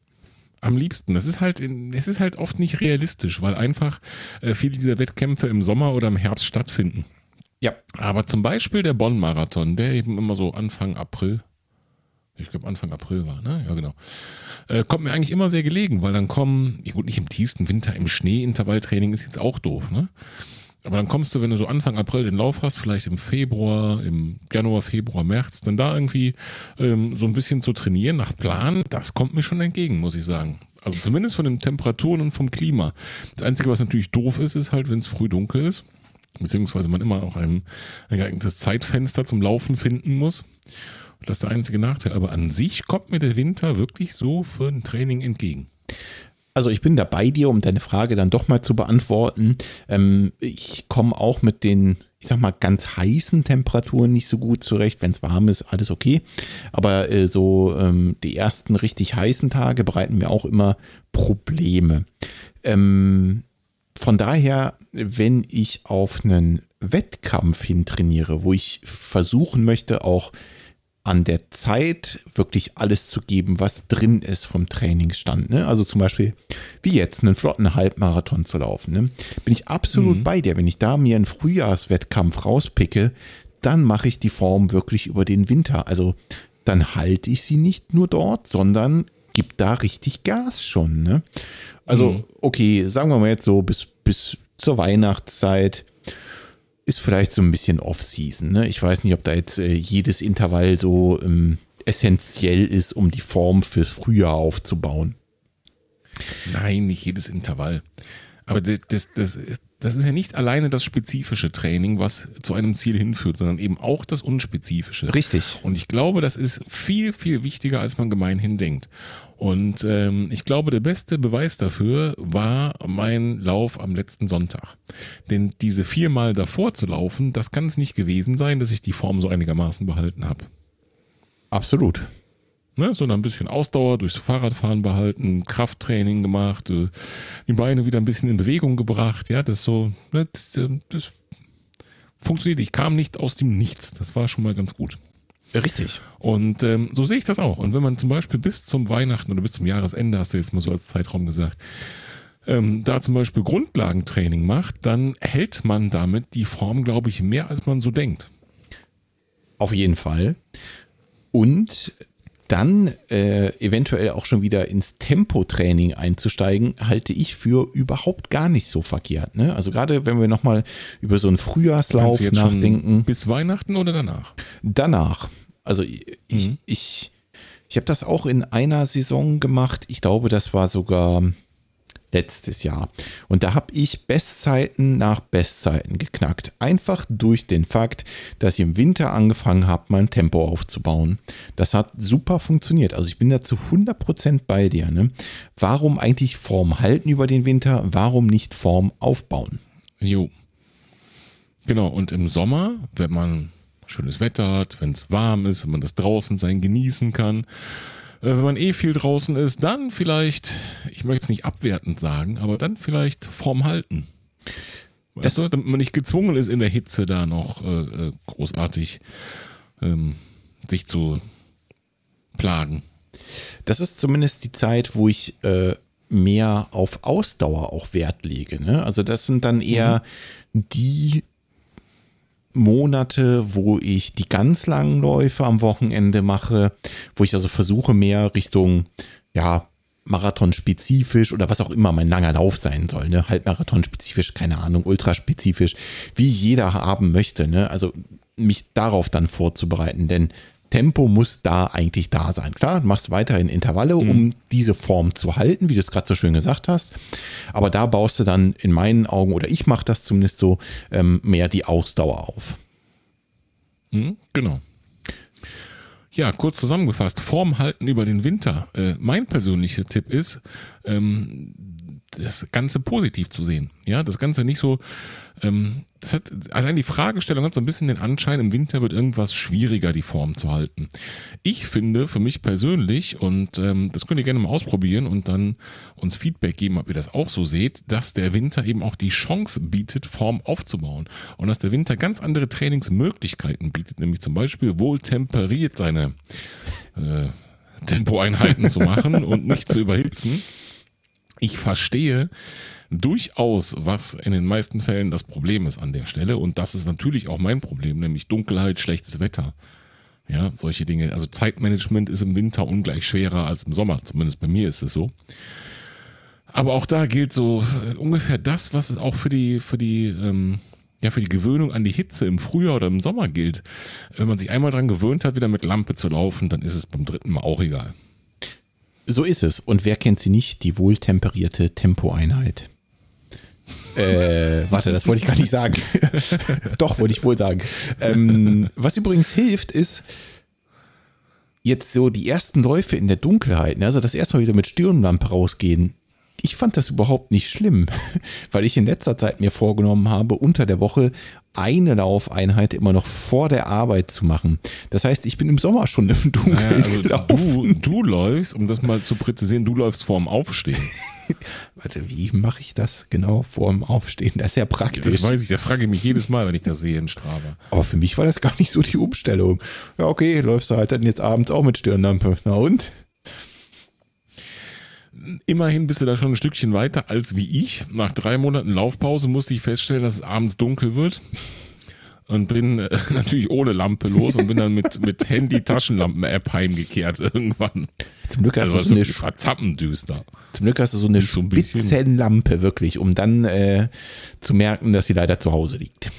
Am liebsten. Das ist halt, in- es ist halt oft nicht realistisch, weil einfach äh, viele dieser Wettkämpfe im Sommer oder im Herbst stattfinden. Ja. Aber zum Beispiel der Bonn-Marathon, der eben immer so Anfang April, ich glaube Anfang April war, ne? Ja, genau. Äh, kommt mir eigentlich immer sehr gelegen, weil dann kommen, ja gut, nicht im tiefsten Winter, im Schnee, Intervalltraining ist jetzt auch doof, ne? Aber dann kommst du, wenn du so Anfang April den Lauf hast, vielleicht im Februar, im Januar, Februar, März, dann da irgendwie ähm, so ein bisschen zu trainieren nach Plan, das kommt mir schon entgegen, muss ich sagen. Also zumindest von den Temperaturen und vom Klima. Das Einzige, was natürlich doof ist, ist halt, wenn es früh dunkel ist, beziehungsweise man immer auch ein, ein geeignetes Zeitfenster zum Laufen finden muss. Das ist der einzige Nachteil. Aber an sich kommt mir der Winter wirklich so für ein Training entgegen. Also ich bin da bei dir, um deine Frage dann doch mal zu beantworten. Ähm, ich komme auch mit den, ich sag mal, ganz heißen Temperaturen nicht so gut zurecht. Wenn es warm ist, alles okay. Aber äh, so ähm, die ersten richtig heißen Tage bereiten mir auch immer Probleme. Ähm, von daher, wenn ich auf einen Wettkampf hin trainiere, wo ich versuchen möchte, auch an der Zeit wirklich alles zu geben, was drin ist vom Trainingsstand. Ne? Also zum Beispiel wie jetzt einen flotten Halbmarathon zu laufen. Ne? Bin ich absolut mhm. bei dir. Wenn ich da mir einen Frühjahrswettkampf rauspicke, dann mache ich die Form wirklich über den Winter. Also dann halte ich sie nicht nur dort, sondern gebe da richtig Gas schon. Ne? Also mhm. okay, sagen wir mal jetzt so bis, bis zur Weihnachtszeit ist vielleicht so ein bisschen Off-Season. Ne? Ich weiß nicht, ob da jetzt äh, jedes Intervall so ähm, essentiell ist, um die Form fürs Frühjahr aufzubauen. Nein, nicht jedes Intervall. Aber das, das, das, das ist ja nicht alleine das spezifische Training, was zu einem Ziel hinführt, sondern eben auch das unspezifische. Richtig. Und ich glaube, das ist viel, viel wichtiger, als man gemeinhin denkt. Und ähm, ich glaube, der beste Beweis dafür war mein Lauf am letzten Sonntag. Denn diese viermal davor zu laufen, das kann es nicht gewesen sein, dass ich die Form so einigermaßen behalten habe. Absolut. Ne, sondern ein bisschen Ausdauer durchs Fahrradfahren behalten, Krafttraining gemacht, äh, die Beine wieder ein bisschen in Bewegung gebracht. Ja, das so, ne, das, das funktioniert. Ich kam nicht aus dem Nichts. Das war schon mal ganz gut. Richtig. Und ähm, so sehe ich das auch. Und wenn man zum Beispiel bis zum Weihnachten oder bis zum Jahresende, hast du jetzt mal so als Zeitraum gesagt, ähm, da zum Beispiel Grundlagentraining macht, dann hält man damit die Form, glaube ich, mehr als man so denkt. Auf jeden Fall. Und dann äh, eventuell auch schon wieder ins Tempotraining einzusteigen, halte ich für überhaupt gar nicht so verkehrt. Ne? Also gerade wenn wir nochmal über so einen Frühjahrslauf jetzt nachdenken. Bis Weihnachten oder danach? Danach. Also ich, mhm. ich, ich habe das auch in einer Saison gemacht. Ich glaube, das war sogar letztes Jahr. Und da habe ich Bestzeiten nach Bestzeiten geknackt. Einfach durch den Fakt, dass ich im Winter angefangen habe, mein Tempo aufzubauen. Das hat super funktioniert. Also ich bin da zu hundert Prozent bei dir. Ne? Warum eigentlich Form halten über den Winter? Warum nicht Form aufbauen? Jo. Genau. Und im Sommer, wenn man schönes Wetter hat, wenn es warm ist, wenn man das draußen sein genießen kann, wenn man eh viel draußen ist, dann vielleicht, ich möchte es nicht abwertend sagen, aber dann vielleicht Form halten. Weißt du, damit man nicht gezwungen ist, in der Hitze da noch äh, großartig ähm, sich zu plagen. Das ist zumindest die Zeit, wo ich äh, mehr auf Ausdauer auch Wert lege. Ne? Also das sind dann eher mhm. die Monate, wo ich die ganz langen Läufe am Wochenende mache, wo ich also versuche, mehr Richtung, ja, Marathon-spezifisch oder was auch immer mein langer Lauf sein soll, ne? Halbmarathon-spezifisch, keine Ahnung, ultraspezifisch, wie jeder haben möchte, ne? Also mich darauf dann vorzubereiten, denn Tempo muss da eigentlich da sein. Klar, du machst weiterhin Intervalle, um mhm. diese Form zu halten, wie du es gerade so schön gesagt hast. Aber da baust du dann in meinen Augen, oder ich mache das zumindest so, ähm, mehr die Ausdauer auf. Mhm, genau. Ja, kurz zusammengefasst, Form halten über den Winter. Äh, mein persönlicher Tipp ist, ähm, das Ganze positiv zu sehen. Ja, das Ganze nicht so, ähm, das hat, allein die Fragestellung hat so ein bisschen den Anschein, im Winter wird irgendwas schwieriger, die Form zu halten. Ich finde, für mich persönlich, und ähm, das könnt ihr gerne mal ausprobieren und dann uns Feedback geben, ob ihr das auch so seht, dass der Winter eben auch die Chance bietet, Form aufzubauen. Und dass der Winter ganz andere Trainingsmöglichkeiten bietet, nämlich zum Beispiel wohltemperiert seine äh, Tempoeinheiten zu machen und nicht zu überhitzen. Ich verstehe durchaus, was in den meisten Fällen das Problem ist an der Stelle. Und das ist natürlich auch mein Problem, nämlich Dunkelheit, schlechtes Wetter. Ja, solche Dinge. Also Zeitmanagement ist im Winter ungleich schwerer als im Sommer. Zumindest bei mir ist es so. Aber auch da gilt so ungefähr das, was auch für die, für die, ähm, ja, für die Gewöhnung an die Hitze im Frühjahr oder im Sommer gilt. Wenn man sich einmal daran gewöhnt hat, wieder mit Lampe zu laufen, dann ist es beim dritten Mal auch egal. So ist es. Und wer kennt sie nicht? Die wohltemperierte Tempoeinheit. Äh, warte, das wollte ich gar nicht sagen. Doch, wollte ich wohl sagen. Ähm, was übrigens hilft, ist jetzt so die ersten Läufe in der Dunkelheit. Ne? Also das erste Mal wieder mit Stirnlampe rausgehen. Ich fand das überhaupt nicht schlimm, weil ich in letzter Zeit mir vorgenommen habe, unter der Woche eine Laufeinheit immer noch vor der Arbeit zu machen. Das heißt, ich bin im Sommer schon im Dunkeln naja, also gelaufen. Du, du läufst, um das mal zu präzisieren, du läufst vorm Aufstehen. Warte, wie mache ich das genau vorm Aufstehen? Das ist ja praktisch. Das weiß ich, das frage ich mich jedes Mal, wenn ich das sehe in Strava. Aber für mich war das gar nicht so die Umstellung. Ja, okay, läufst du halt dann jetzt abends auch mit Stirnlampe. Na und? Immerhin bist du da schon ein Stückchen weiter als wie ich. Nach drei Monaten Laufpause musste ich feststellen, dass es abends dunkel wird und bin äh, natürlich ohne Lampe los und bin dann mit, mit Handy-Taschenlampen-App heimgekehrt irgendwann. Zum Glück hast also du so eine, es war zappendüster. Zum Glück hast du so eine so ein Spitzenlampe wirklich, um dann äh, zu merken, dass sie leider zu Hause liegt.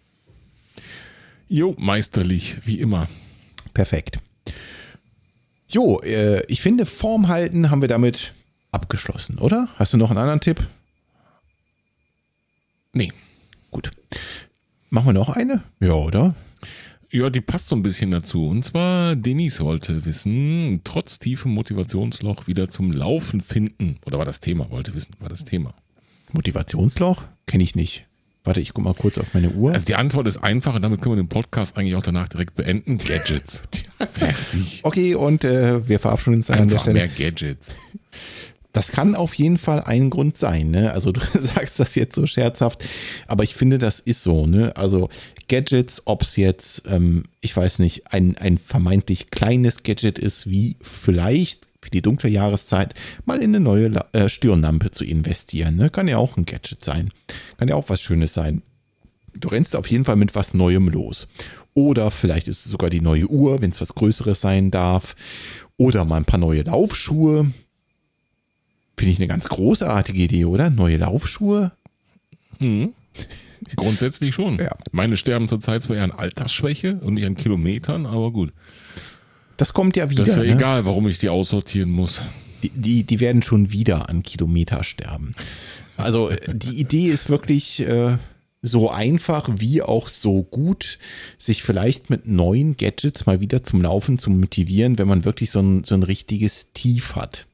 Jo, meisterlich, wie immer. Perfekt. Jo, äh, ich finde, Form halten haben wir damit abgeschlossen, oder? Hast du noch einen anderen Tipp? Nee. Gut. Machen wir noch eine? Ja, oder? Ja, die passt so ein bisschen dazu. Und zwar, Denise wollte wissen, trotz tiefem Motivationsloch wieder zum Laufen finden. Oder war das Thema? Wollte wissen, war das Thema. Motivationsloch? Kenne ich nicht. Warte, ich guck mal kurz auf meine Uhr. Also die Antwort ist einfach und damit können wir den Podcast eigentlich auch danach direkt beenden. Gadgets. Fertig. Okay, und äh, wir verabschieden uns an der Stelle. Mehr Gadgets. Das kann auf jeden Fall ein Grund sein, ne? Also du sagst das jetzt so scherzhaft, aber ich finde, das ist so, ne? Also Gadgets, ob es jetzt, ähm, ich weiß nicht, ein, ein vermeintlich kleines Gadget ist, wie vielleicht für die dunkle Jahreszeit mal in eine neue äh, Stirnlampe zu investieren, ne? Kann ja auch ein Gadget sein. Kann ja auch was Schönes sein. Du rennst auf jeden Fall mit was Neuem los. Oder vielleicht ist es sogar die neue Uhr, wenn es was Größeres sein darf. Oder mal ein paar neue Laufschuhe. Finde ich eine ganz großartige Idee, oder? Neue Laufschuhe? Mhm. Grundsätzlich schon. Ja. Meine sterben zurzeit zwar eher an Altersschwäche und nicht an Kilometern, aber gut. Das kommt ja wieder. Das ist ja ne? egal, warum ich die aussortieren muss. Die, die, die werden schon wieder an Kilometer sterben. Also die Idee ist wirklich äh, so einfach wie auch so gut, sich vielleicht mit neuen Gadgets mal wieder zum Laufen zu motivieren, wenn man wirklich so ein, so ein richtiges Tief hat.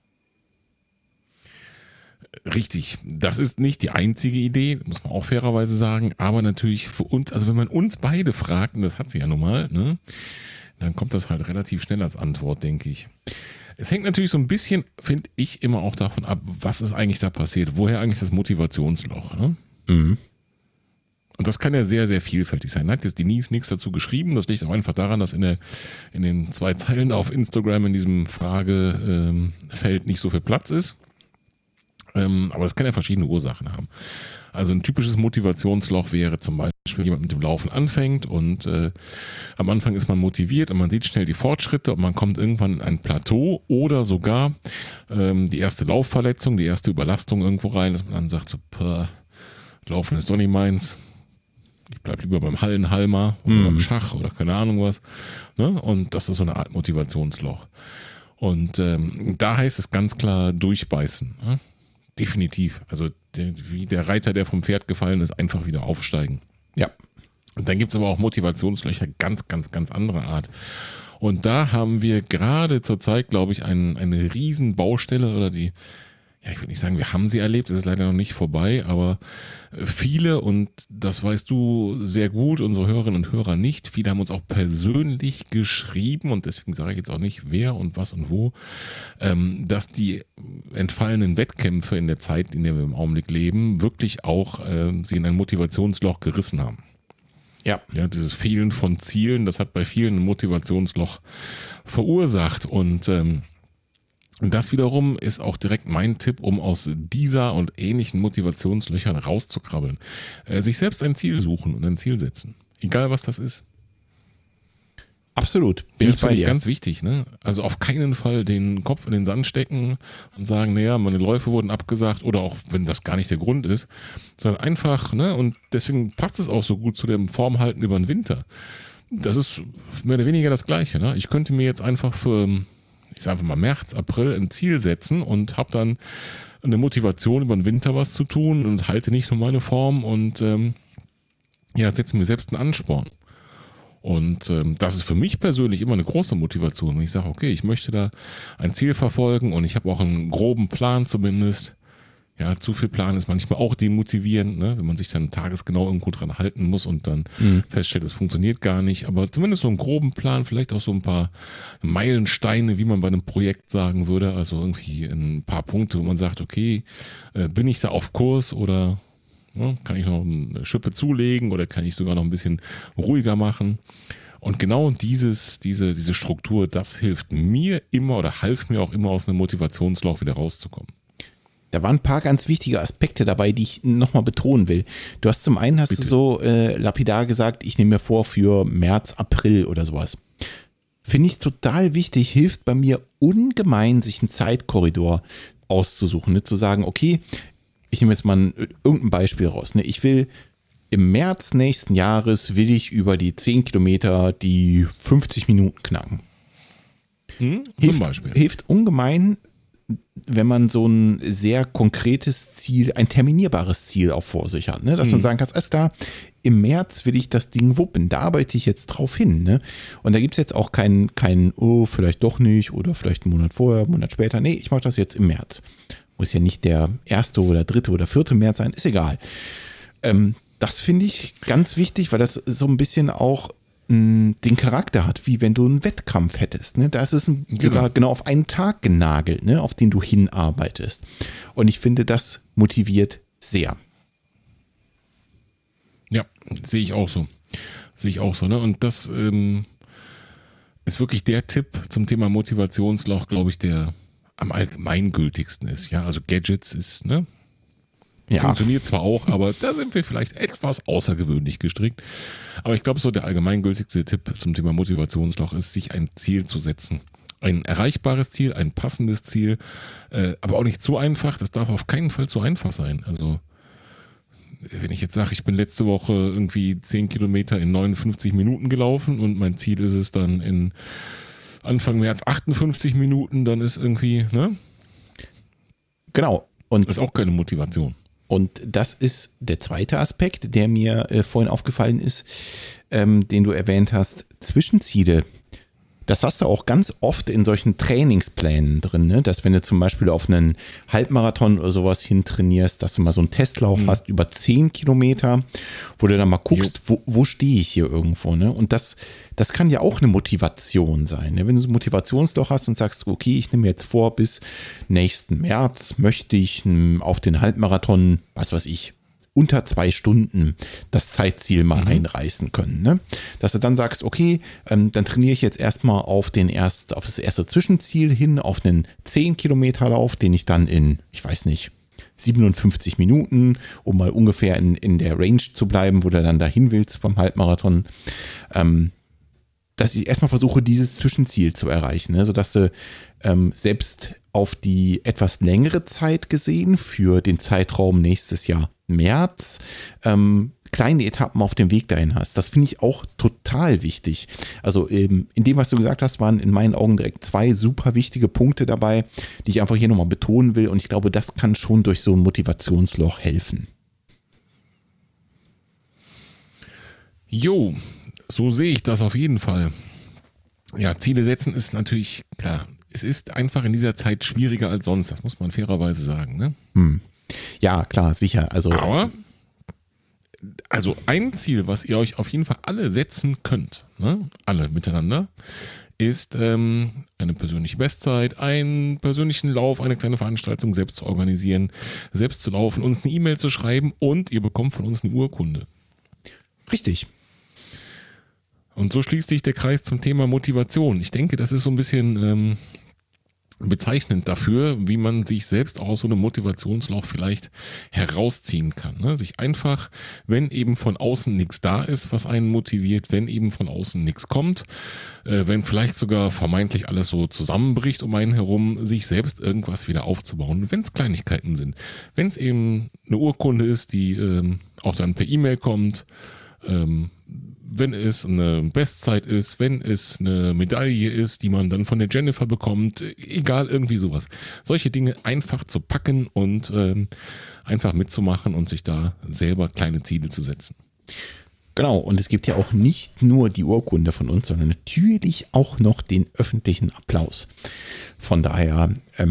Richtig, das ist nicht die einzige Idee, muss man auch fairerweise sagen, aber natürlich für uns, also wenn man uns beide fragt, und das hat sie ja nun mal, ne, dann kommt das halt relativ schnell als Antwort, denke ich. Es hängt natürlich so ein bisschen, finde ich, immer auch davon ab, was ist eigentlich da passiert, woher eigentlich das Motivationsloch, ne? Mhm. Und das kann ja sehr, sehr vielfältig sein. Da hat jetzt Denise nichts dazu geschrieben. Das liegt auch einfach daran, dass in, der, in den zwei Zeilen auf Instagram in diesem Fragefeld nicht so viel Platz ist. Ähm, aber das kann ja verschiedene Ursachen haben. Also ein typisches Motivationsloch wäre zum Beispiel, jemand mit dem Laufen anfängt und äh, am Anfang ist man motiviert und man sieht schnell die Fortschritte und man kommt irgendwann in ein Plateau oder sogar ähm, die erste Laufverletzung, die erste Überlastung irgendwo rein, dass man dann sagt, so, Laufen ist doch nicht meins. Ich bleib lieber beim Hallenhalmer oder mm. beim Schach oder keine Ahnung was. Ne? Und das ist so eine Art Motivationsloch. Und ähm, da heißt es ganz klar durchbeißen. Ne? Definitiv. Also der, wie der Reiter, der vom Pferd gefallen ist, einfach wieder aufsteigen. Ja. Und dann gibt es aber auch Motivationslöcher ganz, ganz, ganz anderer Art. Und da haben wir gerade zurzeit, glaube ich, ein, eine riesen Baustelle oder die, ja, ich würde nicht sagen, wir haben sie erlebt, es ist leider noch nicht vorbei, aber viele, und das weißt du sehr gut, unsere Hörerinnen und Hörer nicht, viele haben uns auch persönlich geschrieben und deswegen sage ich jetzt auch nicht, wer und was und wo, dass die entfallenen Wettkämpfe in der Zeit, in der wir im Augenblick leben, wirklich auch sie in ein Motivationsloch gerissen haben. Ja. Ja, dieses Fehlen von Zielen, das hat bei vielen ein Motivationsloch verursacht und ähm, Und das wiederum ist auch direkt mein Tipp, um aus dieser und ähnlichen Motivationslöchern rauszukrabbeln. Äh, sich selbst ein Ziel suchen und ein Ziel setzen. Egal, was das ist. Absolut. Bin das finde ich ganz wichtig. Ne? Also auf keinen Fall den Kopf in den Sand stecken und sagen, naja, meine Läufe wurden abgesagt oder auch, wenn das gar nicht der Grund ist, sondern einfach, ne, und deswegen passt es auch so gut zu dem Formhalten über den Winter. Das ist mehr oder weniger das Gleiche. Ne? Ich könnte mir jetzt einfach für, ich sage einfach mal März, April ein Ziel setzen und habe dann eine Motivation über den Winter was zu tun und halte nicht nur meine Form und ähm, ja, setze mir selbst einen Ansporn. Und ähm, das ist für mich persönlich immer eine große Motivation, wenn ich sage, okay, ich möchte da ein Ziel verfolgen und ich habe auch einen groben Plan zumindest Ja, zu viel Plan ist manchmal auch demotivierend, ne? Wenn man sich dann tagesgenau irgendwo dran halten muss und dann mhm. feststellt, es funktioniert gar nicht. Aber zumindest so einen groben Plan, vielleicht auch so ein paar Meilensteine, wie man bei einem Projekt sagen würde. Also irgendwie ein paar Punkte, wo man sagt, okay, äh, bin ich da auf Kurs oder ja, kann ich noch eine Schippe zulegen oder kann ich sogar noch ein bisschen ruhiger machen? Und genau dieses, diese, diese Struktur, das hilft mir immer oder half mir auch immer aus einem Motivationsloch wieder rauszukommen. Da waren ein paar ganz wichtige Aspekte dabei, die ich nochmal betonen will. Du hast zum einen, hast Bitte. du so äh, lapidar gesagt, ich nehme mir vor für März, April oder sowas. Finde ich total wichtig, hilft bei mir ungemein, sich einen Zeitkorridor auszusuchen. Ne? Zu sagen, okay, ich nehme jetzt mal ein, irgendein Beispiel raus. Ne? Ich will im März nächsten Jahres, will ich über die zehn Kilometer die fünfzig Minuten knacken. Hm, hilft, zum Beispiel. Hilft ungemein, wenn man so ein sehr konkretes Ziel, ein terminierbares Ziel auch vor sich hat, ne? Dass mhm. man sagen kann, alles klar, im März will ich das Ding wuppen, da arbeite ich jetzt drauf hin. Ne? Und da gibt es jetzt auch keinen, kein, oh, vielleicht doch nicht oder vielleicht einen Monat vorher, einen Monat später. Nee, ich mache das jetzt im März. Muss ja nicht der erste oder dritte oder vierte März sein, ist egal. Ähm, das finde ich ganz wichtig, weil das so ein bisschen auch den Charakter hat, wie wenn du einen Wettkampf hättest. Ne? Da ist es sogar genau auf einen Tag genagelt, ne? Auf den du hinarbeitest. Und ich finde, das motiviert sehr. Ja, sehe ich auch so. Sehe ich auch so. Ne? Und das ähm, ist wirklich der Tipp zum Thema Motivationsloch, glaube ich, der am allgemeingültigsten ist. Ja, also Gadgets ist, ne? Ja. Funktioniert zwar auch, aber da sind wir vielleicht etwas außergewöhnlich gestrickt. Aber ich glaube, so der allgemeingültigste Tipp zum Thema Motivationsloch ist, sich ein Ziel zu setzen. Ein erreichbares Ziel, ein passendes Ziel, äh, aber auch nicht zu einfach. Das darf auf keinen Fall zu einfach sein. Also wenn ich jetzt sage, ich bin letzte Woche irgendwie zehn Kilometer in neunundfünfzig Minuten gelaufen und mein Ziel ist es dann in Anfang März achtundfünfzig Minuten, dann ist irgendwie, ne? Genau. Und das ist auch keine Motivation. Und das ist der zweite Aspekt, der mir äh, vorhin aufgefallen ist, ähm, den du erwähnt hast, Zwischenziele. Das hast du auch ganz oft in solchen Trainingsplänen drin, ne? Dass wenn du zum Beispiel auf einen Halbmarathon oder sowas hintrainierst, dass du mal so einen Testlauf mhm. hast über zehn Kilometer, wo du dann mal guckst, wo, wo stehe ich hier irgendwo, ne? Und das, das kann ja auch eine Motivation sein, ne? Wenn du so ein Motivationsloch hast und sagst, okay, ich nehme mir jetzt vor, bis nächsten März möchte ich auf den Halbmarathon, was weiß ich, unter zwei Stunden das Zeitziel mal mhm. einreißen können. Ne? Dass du dann sagst, okay, ähm, dann trainiere ich jetzt erstmal auf den erst, auf das erste Zwischenziel hin, auf einen zehn Kilometer Lauf, den ich dann in, ich weiß nicht, siebenundfünfzig Minuten, um mal ungefähr in, in der Range zu bleiben, wo du dann dahin willst vom Halbmarathon, ähm, dass ich erstmal versuche, dieses Zwischenziel zu erreichen, ne? Sodass du ähm, selbst auf die etwas längere Zeit gesehen, für den Zeitraum nächstes Jahr März, ähm, kleine Etappen auf dem Weg dahin hast. Das finde ich auch total wichtig. Also ähm, in dem, was du gesagt hast, waren in meinen Augen direkt zwei super wichtige Punkte dabei, die ich einfach hier nochmal betonen will. Und ich glaube, das kann schon durch so ein Motivationsloch helfen. Jo, so sehe ich das auf jeden Fall. Ja, Ziele setzen ist natürlich, klar, es ist einfach in dieser Zeit schwieriger als sonst, das muss man fairerweise sagen, ne? Hm. Ja, klar, sicher. Also, Aber, also ein Ziel, was ihr euch auf jeden Fall alle setzen könnt, ne? Alle miteinander, ist ähm, eine persönliche Bestzeit, einen persönlichen Lauf, eine kleine Veranstaltung selbst zu organisieren, selbst zu laufen, uns eine E-Mail zu schreiben und ihr bekommt von uns eine Urkunde. Richtig. Und so schließt sich der Kreis zum Thema Motivation. Ich denke, das ist so ein bisschen ähm, bezeichnend dafür, wie man sich selbst auch aus so einem Motivationsloch vielleicht herausziehen kann. Ne? Sich einfach, wenn eben von außen nichts da ist, was einen motiviert, wenn eben von außen nichts kommt, äh, wenn vielleicht sogar vermeintlich alles so zusammenbricht um einen herum, sich selbst irgendwas wieder aufzubauen, wenn es Kleinigkeiten sind. Wenn es eben eine Urkunde ist, die ähm, auch dann per E-Mail kommt, ähm, wenn es eine Bestzeit ist, wenn es eine Medaille ist, die man dann von der Jennifer bekommt, egal, irgendwie sowas. Solche Dinge einfach zu packen und ähm, einfach mitzumachen und sich da selber kleine Ziele zu setzen. Genau, und es gibt ja auch nicht nur die Urkunde von uns, sondern natürlich auch noch den öffentlichen Applaus. Von daher, ähm,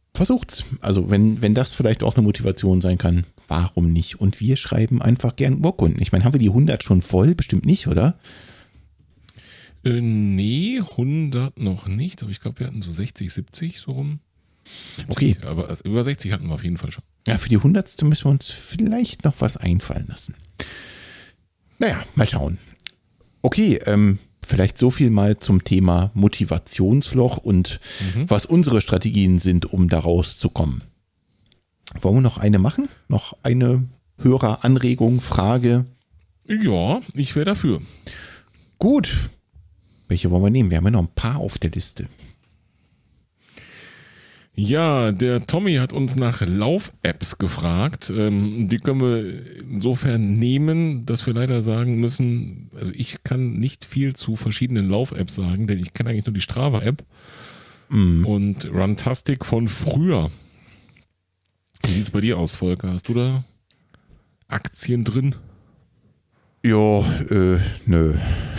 versucht's. Also wenn, wenn das vielleicht auch eine Motivation sein kann, warum nicht? Und wir schreiben einfach gern Urkunden. Ich meine, haben wir die hundert schon voll? Bestimmt nicht, oder? Äh, nee, hundert noch nicht, aber ich glaube, wir hatten so sechzig, siebzig so rum. Okay. Aber also über sechzig hatten wir auf jeden Fall schon. Ja, für die hundertste müssen wir uns vielleicht noch was einfallen lassen. Naja, mal schauen. Okay, ähm, vielleicht so viel mal zum Thema Motivationsloch und mhm. was unsere Strategien sind, um da rauszukommen. Wollen wir noch eine machen? Noch eine Höreranregung, Frage? Ja, ich wäre dafür. Gut. Welche wollen wir nehmen? Wir haben ja noch ein paar auf der Liste. Ja, der Tommy hat uns nach Lauf-Apps gefragt. Ähm, die können wir insofern nehmen, dass wir leider sagen müssen, also ich kann nicht viel zu verschiedenen Lauf-Apps sagen, denn ich kenne eigentlich nur die Strava-App mm. und Runtastic von früher. Wie sieht es bei dir aus, Volker? Hast du da Aktien drin? Ja, äh, nö.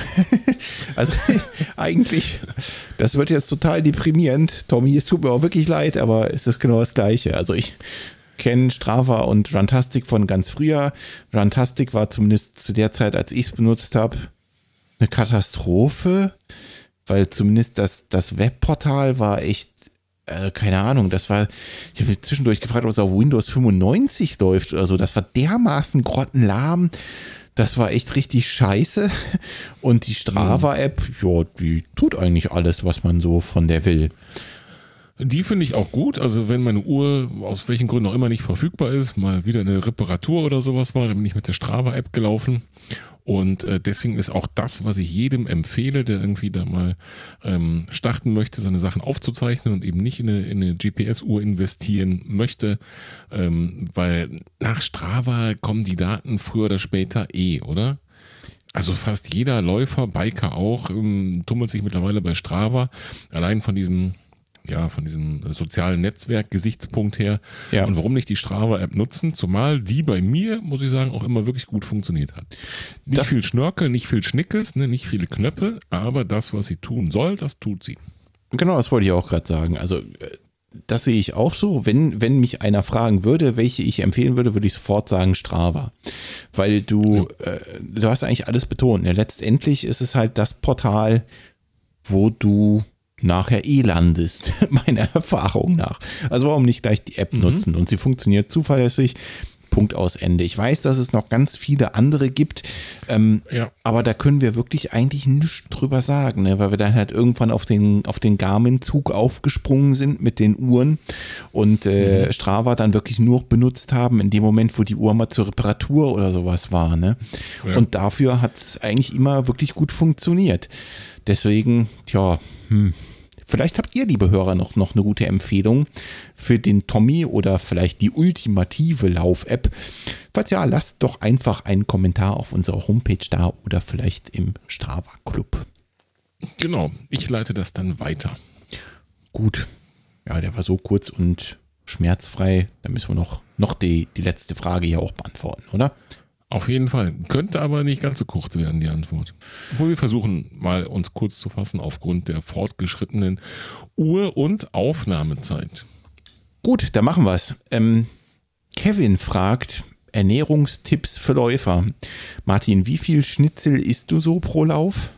Also eigentlich, das wird jetzt total deprimierend. Tommy, es tut mir auch wirklich leid, aber es ist genau das Gleiche. Also ich kenne Strava und Runtastic von ganz früher. Runtastic war zumindest zu der Zeit, als ich es benutzt habe, eine Katastrophe, weil zumindest das, das Webportal war echt, äh, keine Ahnung, das war, ich habe zwischendurch gefragt, ob es auf Windows fünfundneunzig läuft oder so. Das war dermaßen grottenlahm. Das war echt richtig scheiße. Und die Strava-App, ja, die tut eigentlich alles, was man so von der will. Die finde ich auch gut. Also wenn meine Uhr aus welchen Gründen auch immer nicht verfügbar ist, mal wieder eine Reparatur oder sowas war, dann bin ich mit der Strava-App gelaufen. Und äh, deswegen ist auch das, was ich jedem empfehle, der irgendwie da mal ähm, starten möchte, seine Sachen aufzuzeichnen und eben nicht in eine, in eine G P S-Uhr investieren möchte, ähm, weil nach Strava kommen die Daten früher oder später eh, oder? Also fast jeder Läufer, Biker auch, ähm, tummelt sich mittlerweile bei Strava, allein von diesem ja, von diesem sozialen Netzwerk-Gesichtspunkt her. Ja. Und warum nicht die Strava-App nutzen? Zumal die bei mir, muss ich sagen, auch immer wirklich gut funktioniert hat. Nicht das viel Schnörkel, nicht viel Schnickes, ne, nicht viele Knöpfe, aber das, was sie tun soll, das tut sie. Genau, das wollte ich auch gerade sagen. Also das sehe ich auch so. Wenn, wenn mich einer fragen würde, welche ich empfehlen würde, würde ich sofort sagen Strava. Weil du, ja. äh, du hast eigentlich alles betont. Ja, letztendlich ist es halt das Portal, wo du nachher eh landest, meiner Erfahrung nach. Also warum nicht gleich die App mhm. nutzen? Und sie funktioniert zuverlässig. Punkt aus Ende. Ich weiß, dass es noch ganz viele andere gibt, ähm, ja. aber da können wir wirklich eigentlich nichts drüber sagen, ne? Weil wir dann halt irgendwann auf den, auf den Garmin-Zug aufgesprungen sind mit den Uhren und äh, mhm. Strava dann wirklich nur benutzt haben in dem Moment, wo die Uhr mal zur Reparatur oder sowas war. Ne? Ja. Und dafür hat es eigentlich immer wirklich gut funktioniert. Deswegen, tja, hm. Vielleicht habt ihr, liebe Hörer, noch, noch eine gute Empfehlung für den Tommy oder vielleicht die ultimative Lauf-App. Falls ja, lasst doch einfach einen Kommentar auf unserer Homepage da oder vielleicht im Strava-Club. Genau, ich leite das dann weiter. Gut. Ja, der war so kurz und schmerzfrei. Da müssen wir noch, noch die, die letzte Frage hier auch beantworten, oder? Auf jeden Fall. Könnte aber nicht ganz so kurz werden, die Antwort. Obwohl wir versuchen, mal uns kurz zu fassen aufgrund der fortgeschrittenen Uhr- und Aufnahmezeit. Gut, dann machen wir es. Ähm, Kevin fragt, Ernährungstipps für Läufer. Martin, wie viel Schnitzel isst du so pro Lauf?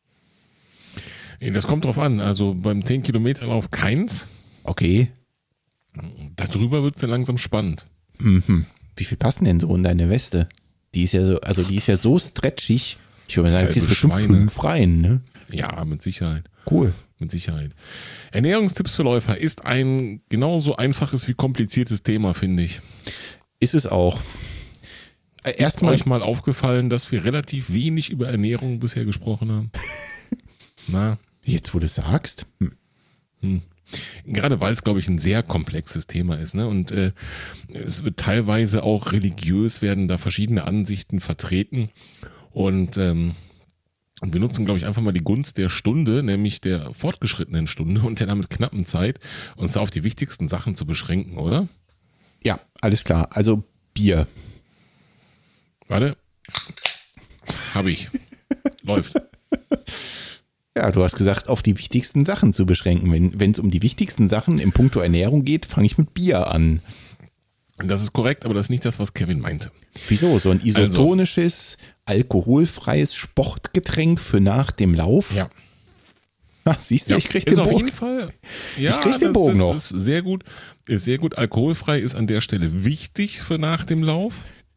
Das kommt drauf an. Also beim zehn Kilometer Lauf keins. Okay. Darüber wird es dann langsam spannend. Mhm. Wie viel passen denn so in deine Weste? Die ist ja so, also die ist ja so stretchig. Ich würde mal sagen, du kriegst bestimmt fünf rein, ne? Ja, mit Sicherheit. Cool. Mit Sicherheit. Ernährungstipps für Läufer ist ein genauso einfaches wie kompliziertes Thema, finde ich. Ist es auch. Ist euch mal aufgefallen, dass wir relativ wenig über Ernährung bisher gesprochen haben? Na? Jetzt, wo du es sagst. Hm. Hm. Gerade weil es, glaube ich, ein sehr komplexes Thema ist, ne? Und äh, es wird teilweise auch religiös, werden da verschiedene Ansichten vertreten. Und ähm, wir nutzen, glaube ich, einfach mal die Gunst der Stunde, nämlich der fortgeschrittenen Stunde und der damit knappen Zeit, uns da auf die wichtigsten Sachen zu beschränken, oder? Ja, alles klar. Also Bier. Warte. Hab ich. Läuft. Ja, du hast gesagt, auf die wichtigsten Sachen zu beschränken. Wenn es um die wichtigsten Sachen im Punkto Ernährung geht, fange ich mit Bier an. Das ist korrekt, aber das ist nicht das, was Kevin meinte. Wieso? So ein isotonisches, also, alkoholfreies Sportgetränk für nach dem Lauf? Ja. Ach, siehst du, ja, ich krieg den auf Bogen. Jeden Fall, ja, ich krieg den Bogen das, noch. Das ist sehr gut. Ist sehr gut. Alkoholfrei ist an der Stelle wichtig für nach dem Lauf.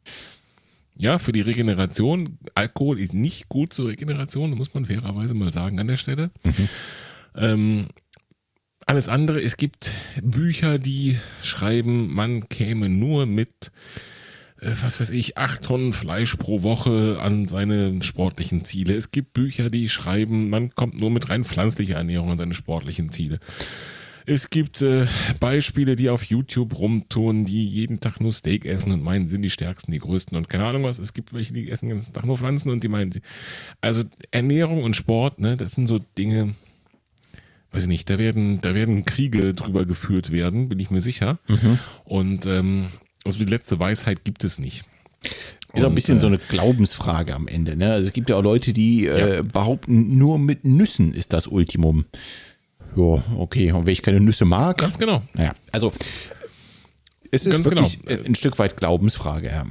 Ja, für die Regeneration. Alkohol ist nicht gut zur Regeneration, muss man fairerweise mal sagen an der Stelle. Mhm. Ähm, alles andere, es gibt Bücher, die schreiben, man käme nur mit, äh, was weiß ich, acht Tonnen Fleisch pro Woche an seine sportlichen Ziele. Es gibt Bücher, die schreiben, man kommt nur mit rein pflanzlicher Ernährung an seine sportlichen Ziele. Es gibt äh, Beispiele, die auf YouTube rumtun, die jeden Tag nur Steak essen und meinen, sind die stärksten, die größten und keine Ahnung was. Es gibt welche, die essen den ganzen Tag nur Pflanzen und die meinen, also Ernährung und Sport, ne, das sind so Dinge, weiß ich nicht, da werden, da werden Kriege drüber geführt werden, bin ich mir sicher. Mhm. Und ähm, also die letzte Weisheit gibt es nicht. Ist auch ein bisschen äh, so eine Glaubensfrage am Ende. Ne? Also es gibt ja auch Leute, die äh, ja. behaupten, nur mit Nüssen ist das Ultimum. Ja, okay. Und wenn ich keine Nüsse mag. Ganz genau. Naja, also es ist Ganz wirklich genau. ein Stück weit Glaubensfrage. Ja.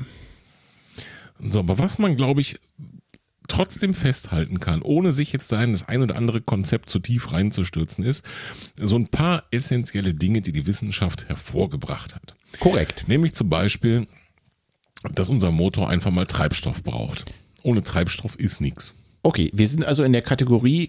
So, aber was man, glaube ich, trotzdem festhalten kann, ohne sich jetzt da in das ein oder andere Konzept zu tief reinzustürzen, ist so ein paar essentielle Dinge, die die Wissenschaft hervorgebracht hat. Korrekt. Nämlich zum Beispiel, dass unser Motor einfach mal Treibstoff braucht. Ohne Treibstoff ist nichts. Okay, wir sind also in der Kategorie,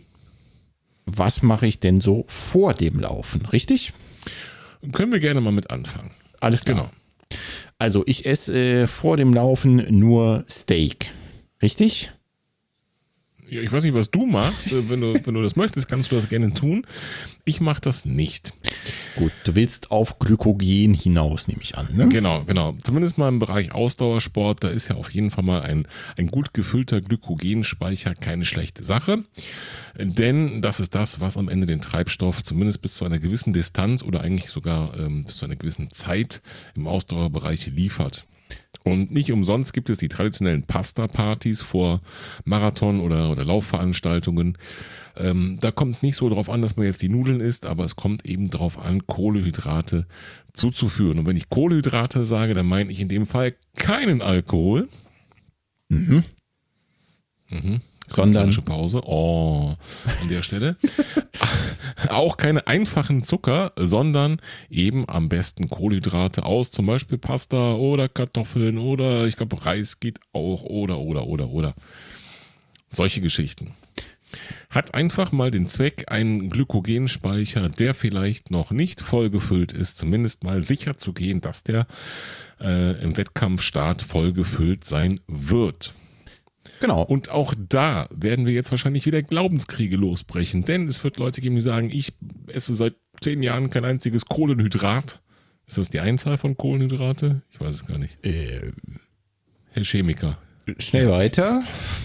was mache ich denn so vor dem Laufen, richtig? Können wir gerne mal mit anfangen. Alles klar. Genau. Also ich esse äh, vor dem Laufen nur Steak, richtig? Ja, ich weiß nicht, was du machst. Wenn du, wenn du das möchtest, kannst du das gerne tun. Ich mache das nicht. Gut, du willst auf Glykogen hinaus, nehme ich an. Ne? Genau, genau. Zumindest mal im Bereich Ausdauersport, da ist ja auf jeden Fall mal ein, ein gut gefüllter Glykogenspeicher keine schlechte Sache. Denn das ist das, was am Ende den Treibstoff zumindest bis zu einer gewissen Distanz oder eigentlich sogar ähm, bis zu einer gewissen Zeit im Ausdauerbereich liefert. Und nicht umsonst gibt es die traditionellen Pasta-Partys vor Marathon- oder, oder Laufveranstaltungen. Ähm, da kommt es nicht so drauf an, dass man jetzt die Nudeln isst, aber es kommt eben drauf an, Kohlenhydrate zuzuführen. Und wenn ich Kohlenhydrate sage, dann meine ich in dem Fall keinen Alkohol. Mhm. Mhm. Sondern Pause. Oh, an der Stelle. Auch keine einfachen Zucker, sondern eben am besten Kohlenhydrate aus, zum Beispiel Pasta oder Kartoffeln oder ich glaube Reis geht auch oder oder oder oder. Solche Geschichten. Hat einfach mal den Zweck, einen Glykogenspeicher, der vielleicht noch nicht vollgefüllt ist, zumindest mal sicher zu gehen, dass der äh, im Wettkampfstart vollgefüllt sein wird. Genau. Und auch da werden wir jetzt wahrscheinlich wieder Glaubenskriege losbrechen, denn es wird Leute geben, die sagen, ich esse seit zehn Jahren kein einziges Kohlenhydrat. Ist das die Einzahl von Kohlenhydrate? Ich weiß es gar nicht. Ähm, Herr Chemiker. Schnell weiter.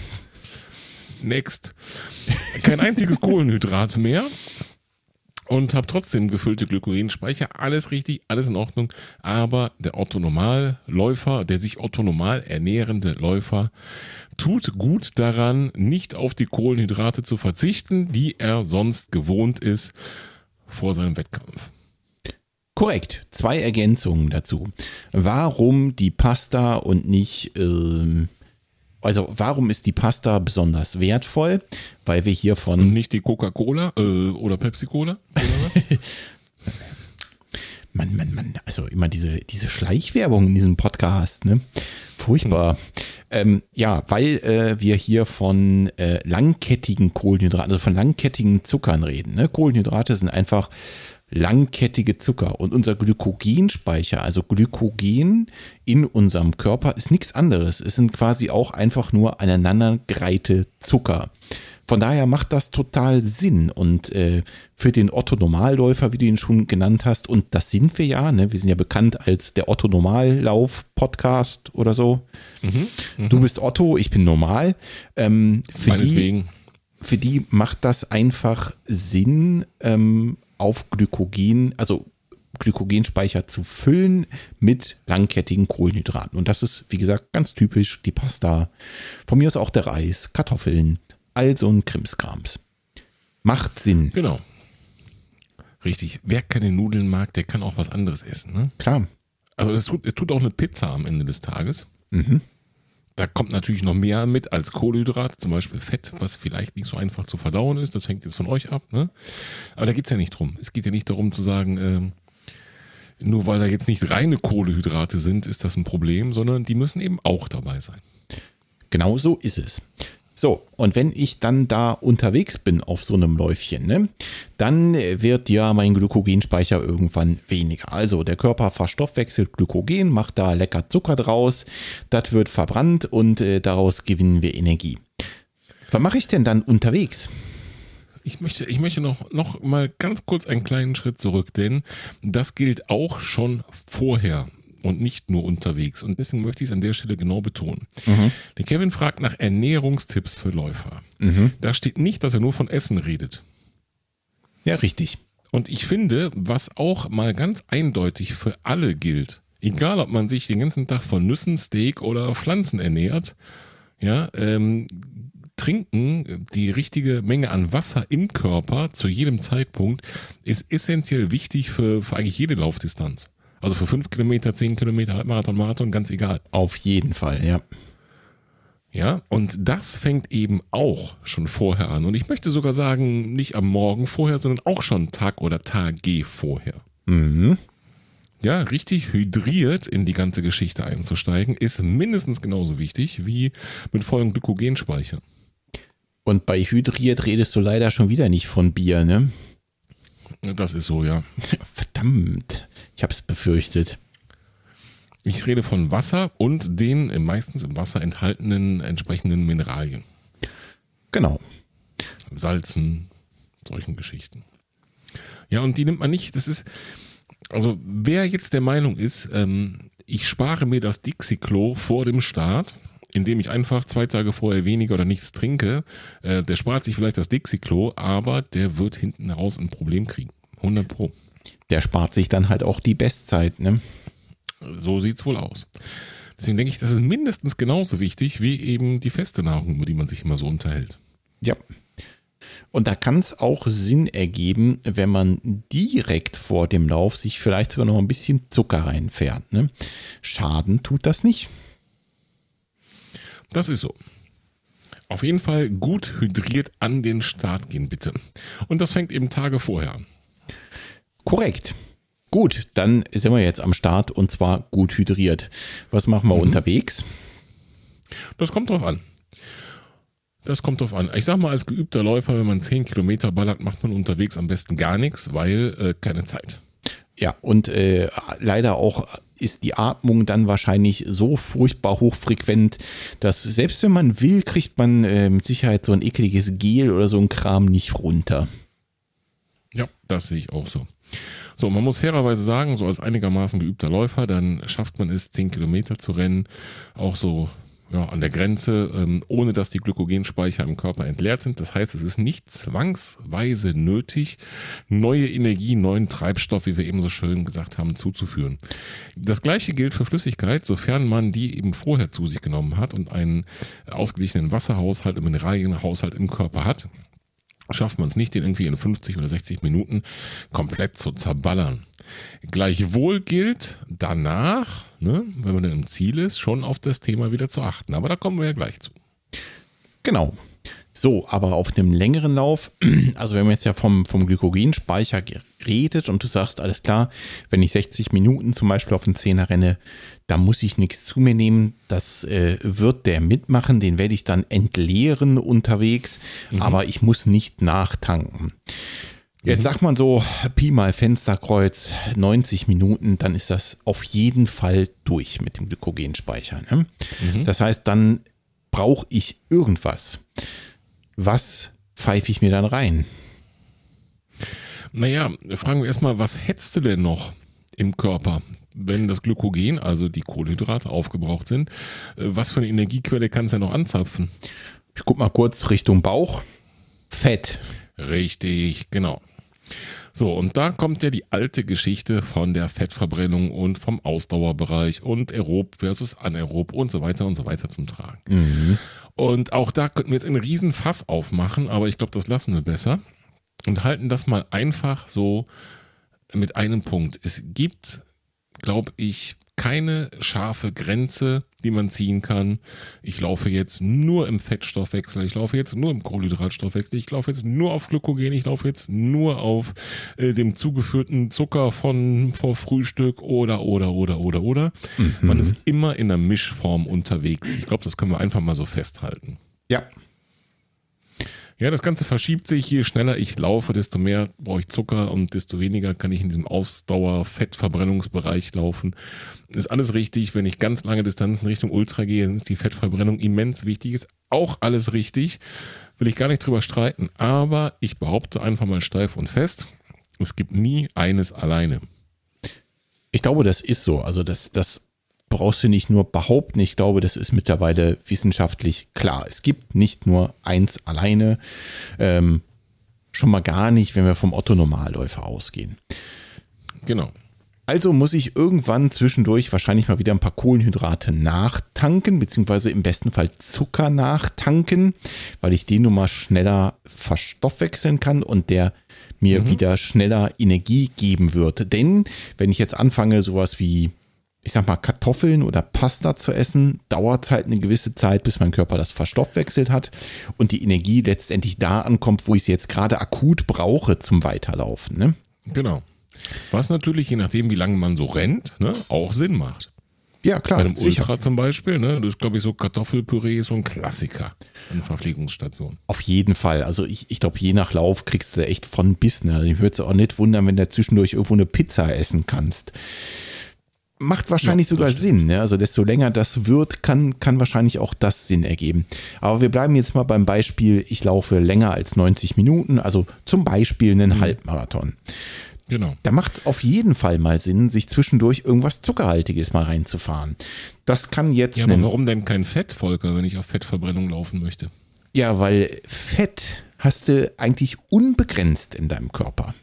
Next. Kein einziges Kohlenhydrat mehr. Und habe trotzdem gefüllte Glykogenspeicher. Alles richtig, alles in Ordnung. Aber der Otto-Normal-Läufer, der sich Otto-Normal ernährende Läufer, tut gut daran, nicht auf die Kohlenhydrate zu verzichten, die er sonst gewohnt ist vor seinem Wettkampf. Korrekt. Zwei Ergänzungen dazu. Warum die Pasta und nicht... Ähm Also warum ist die Pasta besonders wertvoll? Weil wir hier von... Und nicht die Coca-Cola äh, oder Pepsi-Cola oder was? Mann, Mann, Mann. Also immer diese, diese Schleichwerbung in diesem Podcast, ne? Furchtbar. Hm. Ähm, ja, weil äh, wir hier von äh, langkettigen Kohlenhydraten, also von langkettigen Zuckern reden. Ne? Kohlenhydrate sind einfach langkettige Zucker und unser Glykogenspeicher, also Glykogen in unserem Körper, ist nichts anderes. Es sind quasi auch einfach nur aneinandergereihte Zucker. Von daher macht das total Sinn und äh, für den Otto-Normalläufer, wie du ihn schon genannt hast, und das sind wir ja, ne? Wir sind ja bekannt als der Otto-Normallauf-Podcast oder so. Mhm, mh. Du bist Otto, ich bin normal. Ähm, für, die, für die macht das einfach Sinn, ähm, auf Glykogen, also Glykogenspeicher zu füllen mit langkettigen Kohlenhydraten. Und das ist, wie gesagt, ganz typisch die Pasta. Von mir ist auch der Reis, Kartoffeln, all so ein Krimskrams. Macht Sinn. Genau. Richtig. Wer keine Nudeln mag, der kann auch was anderes essen. Ne? Klar. Also es tut, es tut auch eine Pizza am Ende des Tages. Mhm. Da kommt natürlich noch mehr mit als Kohlenhydrate, zum Beispiel Fett, was vielleicht nicht so einfach zu verdauen ist. Das hängt jetzt von euch ab. Ne? Aber da geht es ja nicht drum. Es geht ja nicht darum zu sagen, ähm, nur weil da jetzt nicht reine Kohlenhydrate sind, ist das ein Problem, sondern die müssen eben auch dabei sein. Genau so ist es. So, und wenn ich dann da unterwegs bin auf so einem Läufchen, ne, dann wird ja mein Glykogenspeicher irgendwann weniger. Also der Körper verstoffwechselt Glykogen, macht da lecker Zucker draus, das wird verbrannt und äh, daraus gewinnen wir Energie. Was mache ich denn dann unterwegs? Ich möchte, ich möchte noch, noch mal ganz kurz einen kleinen Schritt zurück, denn das gilt auch schon vorher und nicht nur unterwegs. Und deswegen möchte ich es an der Stelle genau betonen. Mhm. Der Kevin fragt nach Ernährungstipps für Läufer. Mhm. Da steht nicht, dass er nur von Essen redet. Ja, richtig. Und ich finde, was auch mal ganz eindeutig für alle gilt, egal ob man sich den ganzen Tag von Nüssen, Steak oder Pflanzen ernährt, ja, ähm, Trinken, die richtige Menge an Wasser im Körper zu jedem Zeitpunkt ist essentiell wichtig für, für eigentlich jede Laufdistanz. Also für fünf Kilometer, zehn Kilometer, Halbmarathon, Marathon, ganz egal. Auf jeden Fall, ja. Ja, und das fängt eben auch schon vorher an. Und ich möchte sogar sagen, nicht am Morgen vorher, sondern auch schon Tag oder Tage vorher. Mhm. Ja, richtig hydriert in die ganze Geschichte einzusteigen, ist mindestens genauso wichtig wie mit vollem Glykogenspeicher. Und bei hydriert redest du leider schon wieder nicht von Bier, ne? Das ist so, ja. Verdammt, ich habe es befürchtet. Ich rede von Wasser und den meistens im Wasser enthaltenen entsprechenden Mineralien. Genau. Salzen, solchen Geschichten. Ja, und die nimmt man nicht, das ist, also wer jetzt der Meinung ist, ähm, ich spare mir das Dixie-Klo vor dem Start, indem ich einfach zwei Tage vorher weniger oder nichts trinke, äh, der spart sich vielleicht das Dixie-Klo, aber der wird hinten raus ein Problem kriegen. hundert Pro. Der spart sich dann halt auch die Bestzeit, ne? So sieht's wohl aus. Deswegen denke ich, das ist mindestens genauso wichtig wie eben die feste Nahrung, über die man sich immer so unterhält. Ja. Und da kann es auch Sinn ergeben, wenn man direkt vor dem Lauf sich vielleicht sogar noch ein bisschen Zucker reinfährt, ne? Schaden tut das nicht. Das ist so. Auf jeden Fall gut hydriert an den Start gehen, bitte. Und das fängt eben Tage vorher an. Korrekt. Gut, dann sind wir jetzt am Start und zwar gut hydriert. Was machen wir mhm. unterwegs? Das kommt drauf an. Das kommt drauf an. Ich sag mal, als geübter Läufer, wenn man zehn Kilometer ballert, macht man unterwegs am besten gar nichts, weil äh, keine Zeit. Ja, und äh, leider auch ist die Atmung dann wahrscheinlich so furchtbar hochfrequent, dass selbst wenn man will, kriegt man äh, mit Sicherheit so ein ekliges Gel oder so ein Kram nicht runter. Ja, das sehe ich auch so. So, man muss fairerweise sagen, so als einigermaßen geübter Läufer, dann schafft man es, zehn Kilometer zu rennen, auch so ja, an der Grenze, ähm, ohne dass die Glykogenspeicher im Körper entleert sind. Das heißt, es ist nicht zwangsweise nötig, neue Energie, neuen Treibstoff, wie wir eben so schön gesagt haben, zuzuführen. Das gleiche gilt für Flüssigkeit, sofern man die eben vorher zu sich genommen hat und einen ausgeglichenen Wasserhaushalt und Mineralienhaushalt im Körper hat. Schafft man es nicht, den irgendwie in fünfzig oder sechzig Minuten komplett zu zerballern. Gleichwohl gilt danach, ne, wenn man dann im Ziel ist, schon auf das Thema wieder zu achten. Aber da kommen wir ja gleich zu. Genau. So, aber auf einem längeren Lauf, also wenn man jetzt ja vom, vom Glykogenspeicher redet und du sagst, alles klar, wenn ich sechzig Minuten zum Beispiel auf den Zehner renne, da muss ich nichts zu mir nehmen, das äh, wird der mitmachen, den werde ich dann entleeren unterwegs, mhm. aber ich muss nicht nachtanken. Jetzt mhm. sagt man so, Pi mal Fensterkreuz, neunzig Minuten, dann ist das auf jeden Fall durch mit dem Glykogenspeicher. Ne? Mhm. Das heißt, dann brauche ich irgendwas. Was pfeife ich mir dann rein? Naja, fragen wir erstmal, was hättest du denn noch im Körper, wenn das Glykogen, also die Kohlenhydrate, aufgebraucht sind? Was für eine Energiequelle kannst du ja noch anzapfen? Ich guck mal kurz Richtung Bauch. Fett. Richtig, genau. So, und da kommt ja die alte Geschichte von der Fettverbrennung und vom Ausdauerbereich und aerob versus anaerob und so weiter und so weiter zum Tragen. Mhm. Und auch da könnten wir jetzt einen riesen Fass aufmachen, aber ich glaube, das lassen wir besser. und halten das mal einfach so mit einem Punkt. Es gibt, glaube ich, keine scharfe Grenze, die man ziehen kann. Ich laufe jetzt nur im Fettstoffwechsel, ich laufe jetzt nur im Kohlenhydratstoffwechsel, ich laufe jetzt nur auf Glykogen, ich laufe jetzt nur auf äh, dem zugeführten Zucker von vor Frühstück oder, oder, oder, oder, oder. Mhm. Man ist immer in einer Mischform unterwegs. Ich glaube, das können wir einfach mal so festhalten. Ja. Ja, das Ganze verschiebt sich. Je schneller ich laufe, desto mehr brauche ich Zucker und desto weniger kann ich in diesem Ausdauer-Fettverbrennungsbereich laufen. Ist alles richtig. Wenn ich ganz lange Distanzen Richtung Ultra gehe, dann ist die Fettverbrennung immens wichtig. Ist auch alles richtig. Will ich gar nicht drüber streiten. Aber ich behaupte einfach mal steif und fest, es gibt nie eines alleine. Ich glaube, das ist so. Also das, das brauchst du nicht nur behaupten. Ich glaube, das ist mittlerweile wissenschaftlich klar. Es gibt nicht nur eins alleine. Ähm, schon mal gar nicht, wenn wir vom Otto-Normalläufer ausgehen. Genau. Also muss ich irgendwann zwischendurch wahrscheinlich mal wieder ein paar Kohlenhydrate nachtanken, beziehungsweise im besten Fall Zucker nachtanken, weil ich den nun mal schneller verstoffwechseln kann und der mir mhm. wieder schneller Energie geben wird. Denn wenn ich jetzt anfange, sowas wie ich sag mal, Kartoffeln oder Pasta zu essen, dauert es halt eine gewisse Zeit, bis mein Körper das verstoffwechselt hat und die Energie letztendlich da ankommt, wo ich sie jetzt gerade akut brauche zum Weiterlaufen. Ne? Genau. Was natürlich, je nachdem, wie lange man so rennt, ne, auch Sinn macht. Ja, klar. Bei einem sicher. Ultra zum Beispiel, ne, das ist, glaube ich, so Kartoffelpüree ist so ein Klassiker an Verpflegungsstationen. Auf jeden Fall. Also ich, ich glaube, je nach Lauf kriegst du echt von bis. Ne? Ich würde es auch nicht wundern, wenn du zwischendurch irgendwo eine Pizza essen kannst. Macht wahrscheinlich ja, sogar Sinn. Ne? Also desto länger das wird, kann, kann wahrscheinlich auch das Sinn ergeben. Aber wir bleiben jetzt mal beim Beispiel, ich laufe länger als neunzig Minuten, also zum Beispiel einen mhm. Halbmarathon. Genau. Da macht es auf jeden Fall mal Sinn, sich zwischendurch irgendwas Zuckerhaltiges mal reinzufahren. Das kann jetzt... Ja, aber warum denn kein Fett, Volker, wenn ich auf Fettverbrennung laufen möchte? Ja, weil Fett hast du eigentlich unbegrenzt in deinem Körper.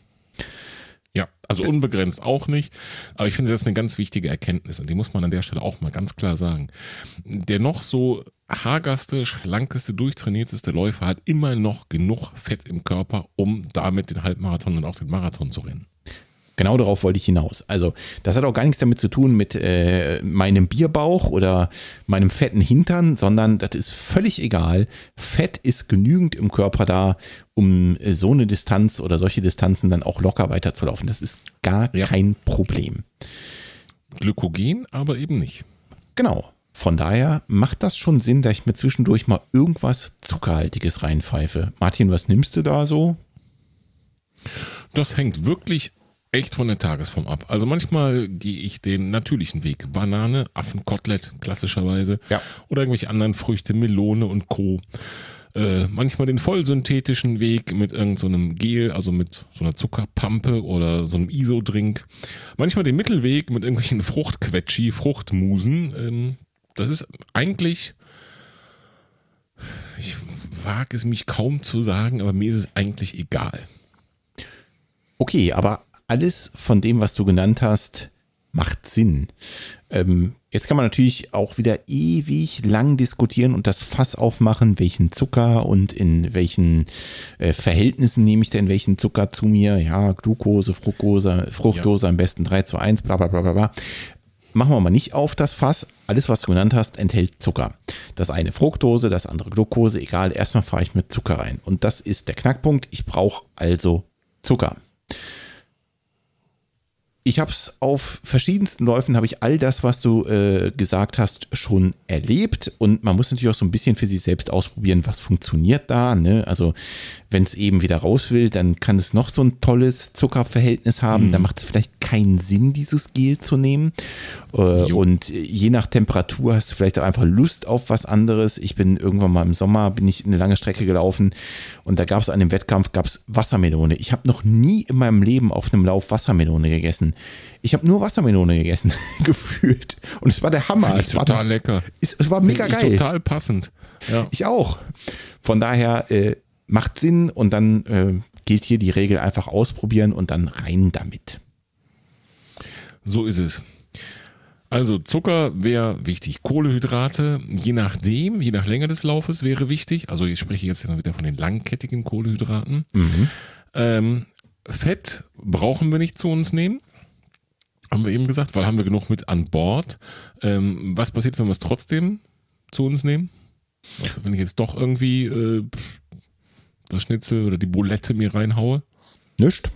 Ja, also unbegrenzt auch nicht, aber ich finde, das ist eine ganz wichtige Erkenntnis und die muss man an der Stelle auch mal ganz klar sagen. Der noch so hagerste, schlankeste, durchtrainierteste Läufer hat immer noch genug Fett im Körper, um damit den Halbmarathon und auch den Marathon zu rennen. Genau darauf wollte ich hinaus. Also das hat auch gar nichts damit zu tun mit äh, meinem Bierbauch oder meinem fetten Hintern, sondern das ist völlig egal. Fett ist genügend im Körper da, um so eine Distanz oder solche Distanzen dann auch locker weiterzulaufen. Das ist gar ja. kein Problem. Glykogen aber eben nicht. Genau. Von daher macht das schon Sinn, dass ich mir zwischendurch mal irgendwas Zuckerhaltiges reinpfeife. Martin, was nimmst du da so? Das hängt wirklich echt von der Tagesform ab. Also manchmal gehe ich den natürlichen Weg. Banane, Affenkotelett klassischerweise. Ja. Oder irgendwelche anderen Früchte, Melone und Co. Äh, manchmal den vollsynthetischen Weg mit irgendeinem so Gel, also mit so einer Zuckerpampe oder so einem Isodrink. Manchmal den Mittelweg mit irgendwelchen Fruchtquetschi, Fruchtmusen. Ähm, das ist eigentlich, ich wage es mich kaum zu sagen, aber mir ist es eigentlich egal. Okay, aber alles von dem, was du genannt hast, macht Sinn. Ähm, jetzt kann man natürlich auch wieder ewig lang diskutieren und das Fass aufmachen, welchen Zucker und in welchen äh, Verhältnissen nehme ich denn welchen Zucker zu mir. Ja, Glucose, Fructose, Fructose ja. Am besten drei zu eins, bla bla bla bla. Machen wir mal nicht auf das Fass. Alles, was du genannt hast, enthält Zucker. Das eine Fructose, das andere Glucose, egal. Erstmal fahre ich mit Zucker rein. Und das ist der Knackpunkt. Ich brauche also Zucker. Ich habe es auf verschiedensten Läufen, habe ich all das, was du äh, gesagt hast, schon erlebt. Und man muss natürlich auch so ein bisschen für sich selbst ausprobieren, was funktioniert da. Ne? Also wenn es eben wieder raus will, dann kann es noch so ein tolles Zuckerverhältnis haben. Mhm. Da macht es vielleicht keinen Sinn, dieses Gel zu nehmen. Äh, und je nach Temperatur hast du vielleicht auch einfach Lust auf was anderes. Ich bin irgendwann mal im Sommer, bin ich eine lange Strecke gelaufen und da gab es an dem Wettkampf gab's Wassermelone. Ich habe noch nie in meinem Leben auf einem Lauf Wassermelone gegessen. Ich habe nur Wassermelone gegessen, gefühlt. Und es war der Hammer. Finde ich es war total lecker. Es, es war mega geil. Total passend. Ja. Ich auch. Von daher äh, macht Sinn und dann äh, gilt hier die Regel einfach ausprobieren und dann rein damit. So ist es. Also Zucker wäre wichtig. Kohlenhydrate, je nachdem, je nach Länge des Laufes wäre wichtig. Also ich spreche jetzt wieder von den langkettigen Kohlenhydraten. Mhm. Ähm, Fett brauchen wir nicht zu uns nehmen. Haben wir eben gesagt, weil haben wir genug mit an Bord. Ähm, was passiert, wenn wir es trotzdem zu uns nehmen? Was, wenn ich jetzt doch irgendwie äh, das Schnitzel oder die Bulette mir reinhaue? Nicht.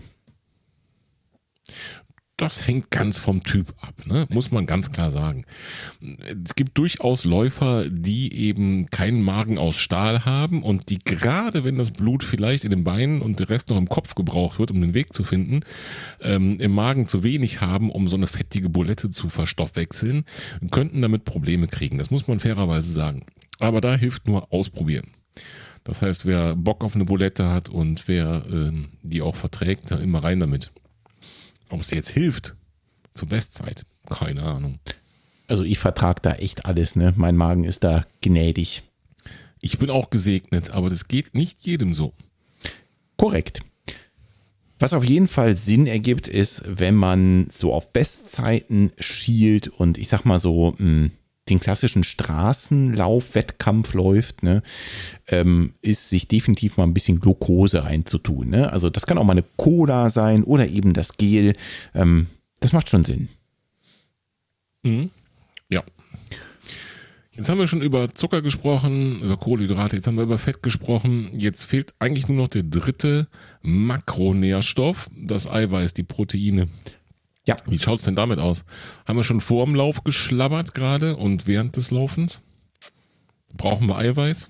Das hängt ganz vom Typ ab, ne? Muss man ganz klar sagen. Es gibt durchaus Läufer, die eben keinen Magen aus Stahl haben und die gerade, wenn das Blut vielleicht in den Beinen und der Rest noch im Kopf gebraucht wird, um den Weg zu finden, ähm, im Magen zu wenig haben, um so eine fettige Bulette zu verstoffwechseln, könnten damit Probleme kriegen. Das muss man fairerweise sagen. Aber da hilft nur ausprobieren. Das heißt, wer Bock auf eine Bulette hat und wer äh, die auch verträgt, dann immer rein damit. Ob es jetzt hilft zur Bestzeit, keine Ahnung. Also ich vertrage da echt alles, ne? Mein Magen ist da gnädig. Ich bin auch gesegnet, aber das geht nicht jedem so. Korrekt. Was auf jeden Fall Sinn ergibt, ist, wenn man so auf Bestzeiten schielt und ich sag mal so mh, den klassischen Straßenlauf-Wettkampf läuft, ne, ähm, ist sich definitiv mal ein bisschen Glucose reinzutun. Ne? Also das kann auch mal eine Cola sein oder eben das Gel. Ähm, das macht schon Sinn. Mhm. Ja. Jetzt haben wir schon über Zucker gesprochen, über Kohlenhydrate, jetzt haben wir über Fett gesprochen. Jetzt fehlt eigentlich nur noch der dritte Makronährstoff, das Eiweiß, die Proteine. Ja. Wie schaut es denn damit aus? Haben wir schon vor dem Lauf geschlabbert gerade und während des Laufens? Brauchen wir Eiweiß?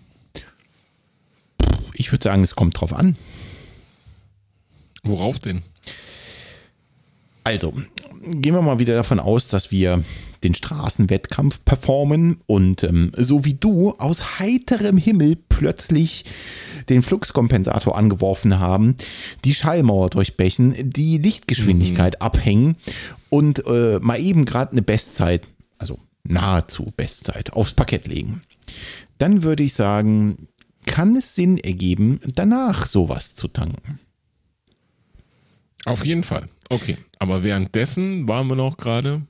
Ich würde sagen, es kommt drauf an. Worauf denn? Also, gehen wir mal wieder davon aus, dass wir den Straßenwettkampf performen und ähm, so wie du aus heiterem Himmel plötzlich den Fluxkompensator angeworfen haben, die Schallmauer durchbrechen, die Lichtgeschwindigkeit mhm. abhängen und äh, mal eben gerade eine Bestzeit, also nahezu Bestzeit, aufs Parkett legen. Dann würde ich sagen, kann es Sinn ergeben, danach sowas zu tanken. Auf jeden Fall. Okay, aber währenddessen waren wir noch gerade...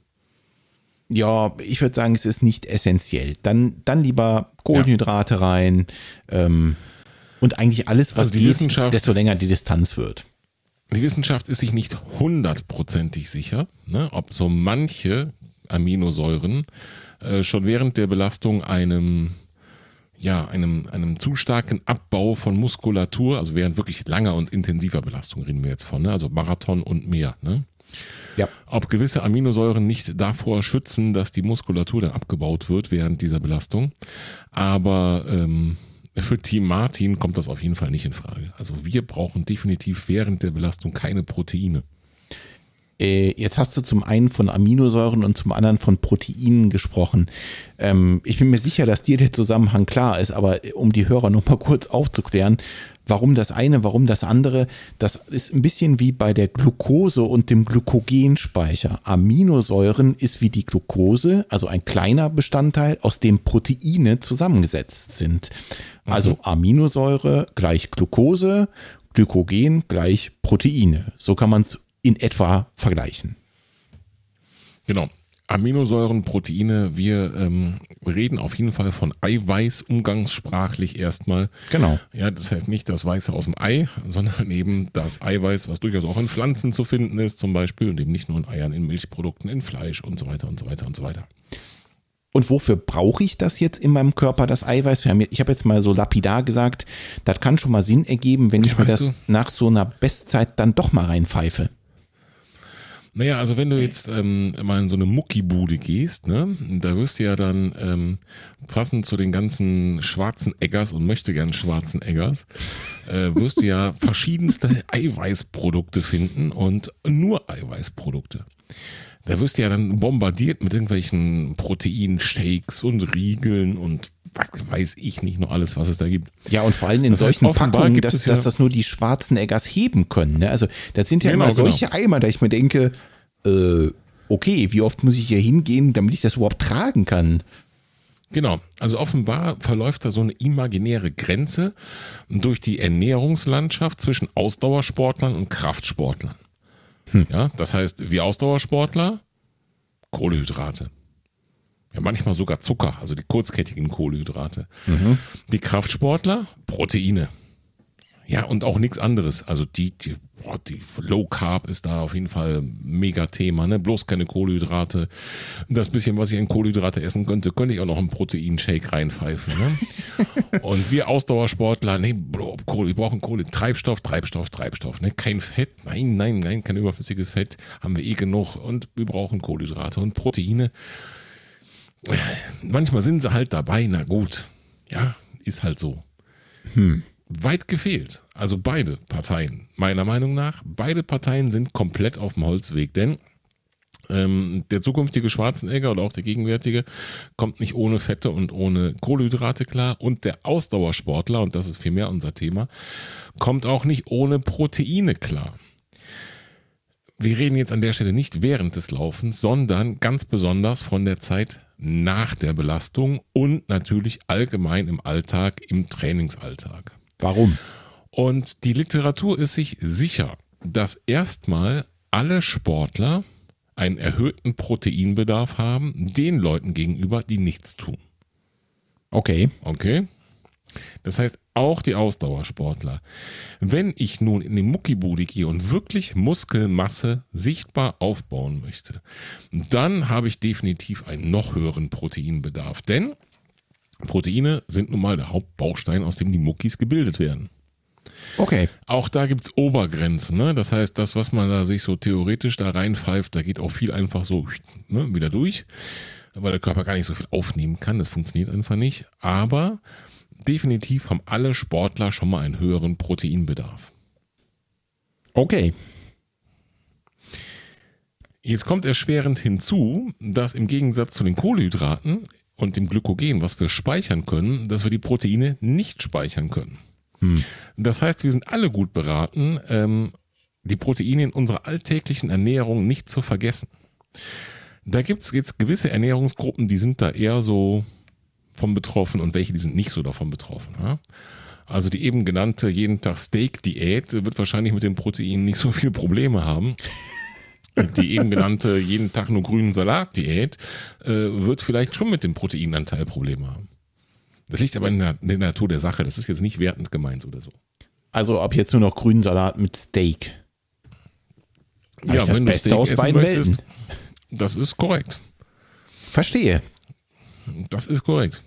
Ja, ich würde sagen, es ist nicht essentiell. Dann, dann lieber Kohlenhydrate ja. rein ähm, und eigentlich alles, was also geht, desto länger die Distanz wird. Die Wissenschaft ist sich nicht hundertprozentig sicher, ne, ob so manche Aminosäuren äh, schon während der Belastung einem, ja, einem, einem zu starken Abbau von Muskulatur, also während wirklich langer und intensiver Belastung reden wir jetzt von, ne, also Marathon und mehr, ne? Ja. Ob gewisse Aminosäuren nicht davor schützen, dass die Muskulatur dann abgebaut wird während dieser Belastung. Aber ähm, für Team Martin kommt das auf jeden Fall nicht in Frage. Also wir brauchen definitiv während der Belastung keine Proteine. Äh, jetzt hast du zum einen von Aminosäuren und zum anderen von Proteinen gesprochen. Ähm, ich bin mir sicher, dass dir der Zusammenhang klar ist, aber um die Hörer noch mal kurz aufzuklären, warum das eine, warum das andere, das ist ein bisschen wie bei der Glucose und dem Glykogenspeicher. Aminosäuren ist wie die Glucose, also ein kleiner Bestandteil, aus dem Proteine zusammengesetzt sind. Also Aminosäure gleich Glucose, Glykogen gleich Proteine. So kann man es in etwa vergleichen. Genau. Aminosäuren, Proteine, wir ähm, reden auf jeden Fall von Eiweiß umgangssprachlich erstmal. Genau. Ja, das heißt nicht das Weiße aus dem Ei, sondern eben das Eiweiß, was durchaus auch in Pflanzen zu finden ist zum Beispiel und eben nicht nur in Eiern, in Milchprodukten, in Fleisch und so weiter und so weiter und so weiter. Und wofür brauche ich das jetzt in meinem Körper, das Eiweiß? Ich habe jetzt mal so lapidar gesagt, das kann schon mal Sinn ergeben, wenn ich ja, mir das du? nach so einer Bestzeit dann doch mal reinpfeife. Naja, also wenn du jetzt ähm, mal in so eine Muckibude gehst, ne, da wirst du ja dann ähm, passend zu den ganzen schwarzen Eggers und möchte gern schwarzen Eggers, äh, wirst du ja verschiedenste Eiweißprodukte finden und nur Eiweißprodukte. Da wirst du ja dann bombardiert mit irgendwelchen Proteinshakes und Riegeln und was weiß ich nicht noch alles, was es da gibt. Ja, und vor allem in das solchen heißt, Packungen, dass, ja dass das nur die schwarzen Eggers heben können. Ne? Also das sind ja genau, immer solche genau. Eimer, da ich mir denke, äh, okay, wie oft muss ich hier hingehen, damit ich das überhaupt tragen kann? Genau, also offenbar verläuft da so eine imaginäre Grenze durch die Ernährungslandschaft zwischen Ausdauersportlern und Kraftsportlern. Hm. Ja, das heißt, wir Ausdauersportler, Kohlenhydrate. Ja, manchmal sogar Zucker, also die kurzkettigen Kohlenhydrate. Mhm. Die Kraftsportler, Proteine. Ja, und auch nichts anderes. Also die, die, boah, die Low Carb ist da auf jeden Fall ein mega Thema, ne? Bloß keine Kohlenhydrate. Das bisschen, was ich an Kohlenhydrate essen könnte, könnte ich auch noch einen Proteinshake reinpfeifen, ne? Und wir Ausdauersportler, nee, Kohle, wir brauchen Kohle, Treibstoff, Treibstoff, Treibstoff, ne? Kein Fett, nein, nein, nein, kein überflüssiges Fett, haben wir eh genug und wir brauchen Kohlenhydrate und Proteine. Manchmal sind sie halt dabei, na gut, ja, ist halt so. Hm. Weit gefehlt. Also beide Parteien, meiner Meinung nach, beide Parteien sind komplett auf dem Holzweg, denn ähm, der zukünftige Schwarzenegger oder auch der gegenwärtige kommt nicht ohne Fette und ohne Kohlenhydrate klar und der Ausdauersportler, und das ist vielmehr unser Thema, kommt auch nicht ohne Proteine klar. Wir reden jetzt an der Stelle nicht während des Laufens, sondern ganz besonders von der Zeit nach der Belastung und natürlich allgemein im Alltag, im Trainingsalltag. Warum? Und die Literatur ist sich sicher, dass erstmal alle Sportler einen erhöhten Proteinbedarf haben, den Leuten gegenüber, die nichts tun. Okay. Okay. Das heißt, auch die Ausdauersportler. Wenn ich nun in die Muckibude gehe und wirklich Muskelmasse sichtbar aufbauen möchte, dann habe ich definitiv einen noch höheren Proteinbedarf. Denn Proteine sind nun mal der Hauptbaustein, aus dem die Muckis gebildet werden. Okay. Auch da gibt es Obergrenzen. Ne? Das heißt, das, was man da sich so theoretisch da reinpfeift, da geht auch viel einfach so ne, wieder durch, weil der Körper gar nicht so viel aufnehmen kann. Das funktioniert einfach nicht. Aber definitiv haben alle Sportler schon mal einen höheren Proteinbedarf. Okay. Jetzt kommt erschwerend hinzu, dass im Gegensatz zu den Kohlenhydraten und dem Glykogen, was wir speichern können, dass wir die Proteine nicht speichern können. Hm. Das heißt, wir sind alle gut beraten, ähm, die Proteine in unserer alltäglichen Ernährung nicht zu vergessen. Da gibt es jetzt gewisse Ernährungsgruppen, die sind da eher so von betroffen und welche, die sind nicht so davon betroffen. Ja? Also die eben genannte jeden Tag Steak-Diät wird wahrscheinlich mit den Proteinen nicht so viele Probleme haben. Die eben genannte jeden Tag nur grünen Salat-Diät äh, wird vielleicht schon mit dem Proteinanteil Probleme haben. Das liegt aber in der, in der Natur der Sache. Das ist jetzt nicht wertend gemeint oder so. Also ab jetzt nur noch grünen Salat mit Steak. Ja, das wenn Beste du Steak aus beiden möchtest, Welten. Das ist korrekt. Verstehe. Das ist korrekt.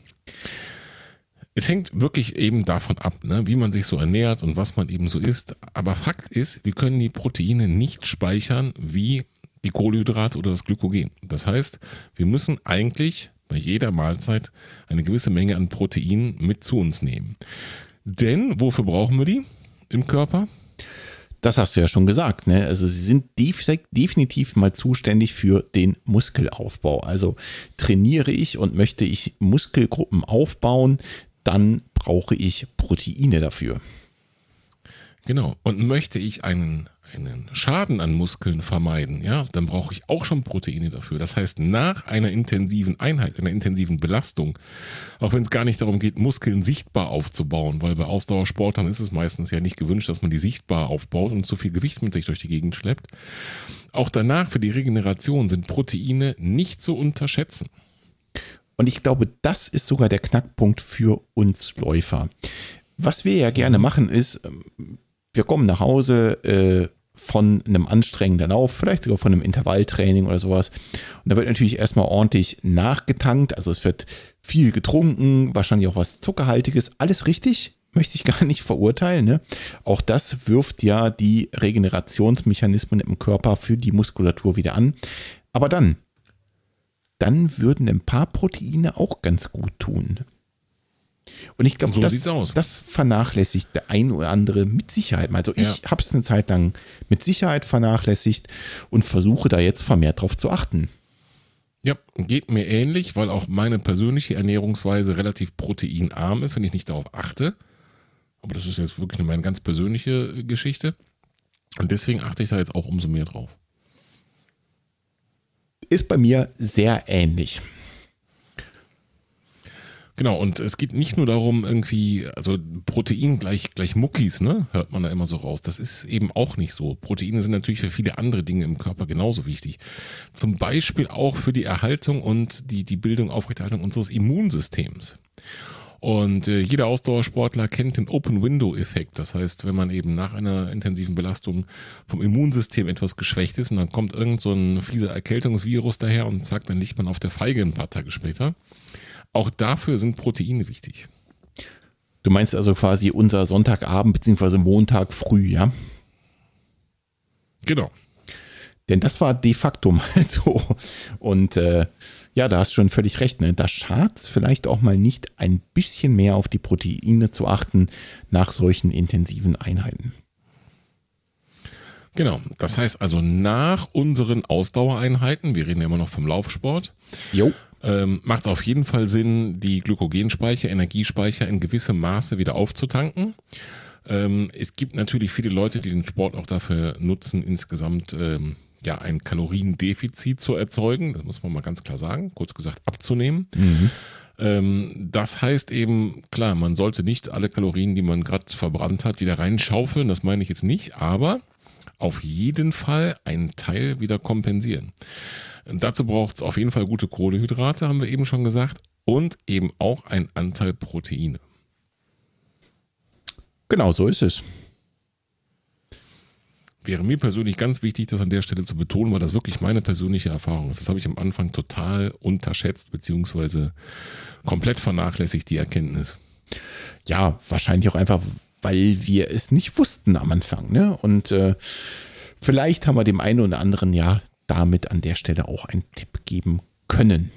Es hängt wirklich eben davon ab, ne, wie man sich so ernährt und was man eben so isst. Aber Fakt ist, wir können die Proteine nicht speichern wie die Kohlenhydrate oder das Glykogen. Das heißt, wir müssen eigentlich bei jeder Mahlzeit eine gewisse Menge an Proteinen mit zu uns nehmen. Denn wofür brauchen wir die im Körper? Das hast du ja schon gesagt, ne? Also sie sind definitiv mal zuständig für den Muskelaufbau. Also trainiere ich und möchte ich Muskelgruppen aufbauen, dann brauche ich Proteine dafür. Genau. Und möchte ich einen, einen Schaden an Muskeln vermeiden, ja, dann brauche ich auch schon Proteine dafür. Das heißt, nach einer intensiven Einheit, einer intensiven Belastung, auch wenn es gar nicht darum geht, Muskeln sichtbar aufzubauen, weil bei Ausdauersportlern ist es meistens ja nicht gewünscht, dass man die sichtbar aufbaut und zu viel Gewicht mit sich durch die Gegend schleppt. Auch danach für die Regeneration sind Proteine nicht zu unterschätzen. Und ich glaube, das ist sogar der Knackpunkt für uns Läufer. Was wir ja gerne machen ist, wir kommen nach Hause äh, von einem anstrengenden Lauf, vielleicht sogar von einem Intervalltraining oder sowas. Und da wird natürlich erstmal ordentlich nachgetankt. Also es wird viel getrunken, wahrscheinlich auch was Zuckerhaltiges. Alles richtig, möchte ich gar nicht verurteilen. Ne? Auch das wirft ja die Regenerationsmechanismen im Körper für die Muskulatur wieder an. Aber dann, dann würden ein paar Proteine auch ganz gut tun. Und ich glaube, so das, das vernachlässigt der ein oder andere mit Sicherheit. Also ich ja. habe es eine Zeit lang mit Sicherheit vernachlässigt und versuche da jetzt vermehrt drauf zu achten. Ja, geht mir ähnlich, weil auch meine persönliche Ernährungsweise relativ proteinarm ist, wenn ich nicht darauf achte. Aber das ist jetzt wirklich meine ganz persönliche Geschichte. Und deswegen achte ich da jetzt auch umso mehr drauf. Ist bei mir sehr ähnlich. Genau, und es geht nicht nur darum, irgendwie, also Protein gleich, gleich Muckis, ne, hört man da immer so raus. Das ist eben auch nicht so. Proteine sind natürlich für viele andere Dinge im Körper genauso wichtig. Zum Beispiel auch für die Erhaltung und die, die Bildung, Aufrechterhaltung unseres Immunsystems. Und äh, jeder Ausdauersportler kennt den Open-Window-Effekt. Das heißt, wenn man eben nach einer intensiven Belastung vom Immunsystem etwas geschwächt ist und dann kommt irgend so ein fieser Erkältungsvirus daher und zack, dann liegt man auf der Feige ein paar Tage später. Auch dafür sind Proteine wichtig. Du meinst also quasi unser Sonntagabend bzw. Montag früh, ja? Genau. Denn das war de facto mal so. Und äh, ja, da hast du schon völlig recht. Ne? Da schadet es vielleicht auch mal nicht, ein bisschen mehr auf die Proteine zu achten nach solchen intensiven Einheiten. Genau. Das heißt also nach unseren Ausdauereinheiten, wir reden ja immer noch vom Laufsport, jo. ähm, macht es auf jeden Fall Sinn, die Glykogenspeicher, Energiespeicher in gewissem Maße wieder aufzutanken. Ähm, es gibt natürlich viele Leute, die den Sport auch dafür nutzen, insgesamt ähm, ja, ein Kaloriendefizit zu erzeugen. Das muss man mal ganz klar sagen, kurz gesagt abzunehmen. Mhm. Ähm, das heißt eben, klar, man sollte nicht alle Kalorien, die man gerade verbrannt hat, wieder reinschaufeln. Das meine ich jetzt nicht, aber auf jeden Fall einen Teil wieder kompensieren. Und dazu braucht es auf jeden Fall gute Kohlenhydrate, haben wir eben schon gesagt, und eben auch einen Anteil Proteine. Genau, so ist es. Wäre mir persönlich ganz wichtig, das an der Stelle zu betonen, weil das wirklich meine persönliche Erfahrung ist. Das habe ich am Anfang total unterschätzt, beziehungsweise komplett vernachlässigt, die Erkenntnis. Ja, wahrscheinlich auch einfach, weil wir es nicht wussten am Anfang. Ne? Und äh, vielleicht haben wir dem einen oder anderen ja damit an der Stelle auch einen Tipp geben können.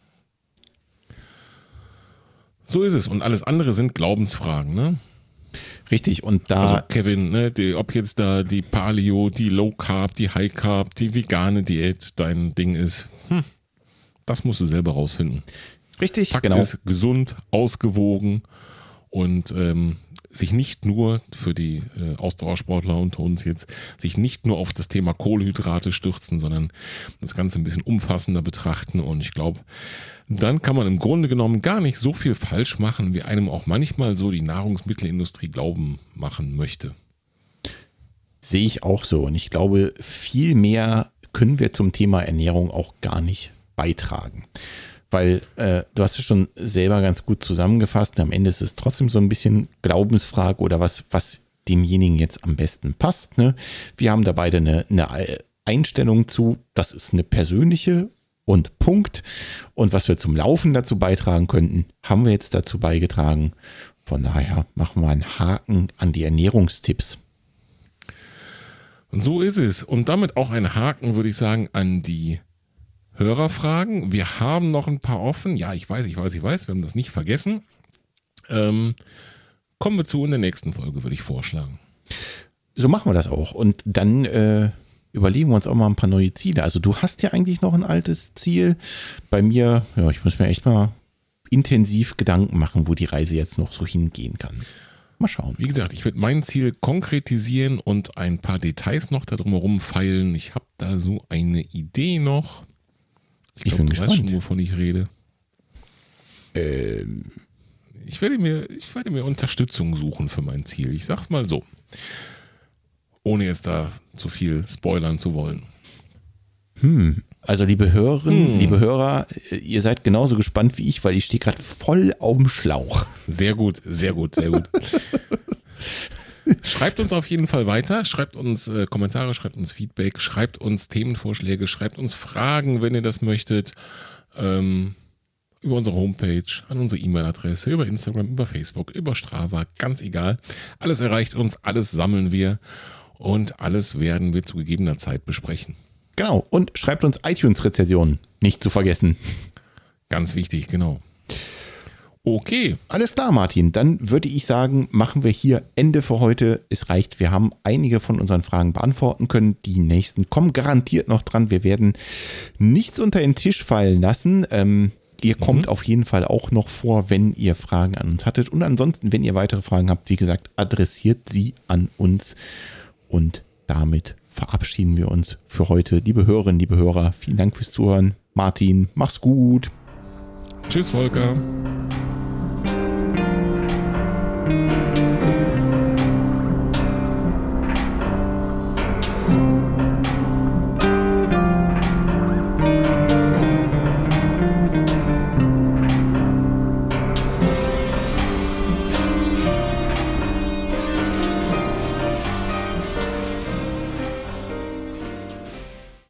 So ist es. Und alles andere sind Glaubensfragen, ne? Richtig, und da... Also Kevin, ne, die, ob jetzt da die Paleo, die Low Carb, die High Carb, die vegane Diät dein Ding ist, hm, das musst du selber rausfinden. Richtig, Fakt genau. ist gesund, ausgewogen und ähm, sich nicht nur für die äh, Ausdauersportler unter uns jetzt, sich nicht nur auf das Thema Kohlenhydrate stürzen, sondern das Ganze ein bisschen umfassender betrachten. Und ich glaube, dann kann man im Grunde genommen gar nicht so viel falsch machen, wie einem auch manchmal so die Nahrungsmittelindustrie glauben machen möchte. Sehe ich auch so. Und ich glaube, viel mehr können wir zum Thema Ernährung auch gar nicht beitragen. Weil äh, du hast es schon selber ganz gut zusammengefasst. Am Ende ist es trotzdem so ein bisschen Glaubensfrage oder was, was demjenigen jetzt am besten passt. Ne? Wir haben da beide eine, eine Einstellung zu. Das ist eine persönliche und Punkt. Und was wir zum Laufen dazu beitragen könnten, haben wir jetzt dazu beigetragen. Von daher machen wir einen Haken an die Ernährungstipps. So ist es. Und damit auch ein Haken, würde ich sagen, an die Hörerfragen. Wir haben noch ein paar offen. Ja, ich weiß, ich weiß, ich weiß. Wir haben das nicht vergessen. Ähm, kommen wir zu in der nächsten Folge, würde ich vorschlagen. So machen wir das auch. Und dann äh, überlegen wir uns auch mal ein paar neue Ziele. Also du hast ja eigentlich noch ein altes Ziel. Bei mir, ja, ich muss mir echt mal intensiv Gedanken machen, wo die Reise jetzt noch so hingehen kann. Mal schauen. Wie gesagt, ich werde mein Ziel konkretisieren und ein paar Details noch da drumherum feilen. Ich habe da so eine Idee noch. Ich, ich glaub, bin du gespannt. Weißt schon, wovon ich rede. Ähm. Ich werde mir, ich werde mir Unterstützung suchen für mein Ziel. Ich sag's mal so. Ohne jetzt da zu viel spoilern zu wollen. Hm. Also liebe Hörerinnen, hm. liebe Hörer, ihr seid genauso gespannt wie ich, weil ich stehe gerade voll auf dem Schlauch. Sehr gut, sehr gut, sehr gut. Schreibt uns auf jeden Fall weiter, schreibt uns äh, Kommentare, schreibt uns Feedback, schreibt uns Themenvorschläge, schreibt uns Fragen, wenn ihr das möchtet, ähm, über unsere Homepage, an unsere E-Mail-Adresse, über Instagram, über Facebook, über Strava, ganz egal. Alles erreicht uns, alles sammeln wir und alles werden wir zu gegebener Zeit besprechen. Genau, und schreibt uns iTunes-Rezensionen, nicht zu vergessen. Ganz wichtig, genau. Okay. Alles klar, Martin. Dann würde ich sagen, machen wir hier Ende für heute. Es reicht. Wir haben einige von unseren Fragen beantworten können. Die nächsten kommen garantiert noch dran. Wir werden nichts unter den Tisch fallen lassen. Ähm, ihr mhm. kommt auf jeden Fall auch noch vor, wenn ihr Fragen an uns hattet. Und ansonsten, wenn ihr weitere Fragen habt, wie gesagt, adressiert sie an uns. Und damit verabschieden wir uns für heute. Liebe Hörerinnen, liebe Hörer, vielen Dank fürs Zuhören. Martin, mach's gut. Tschüss, Volker.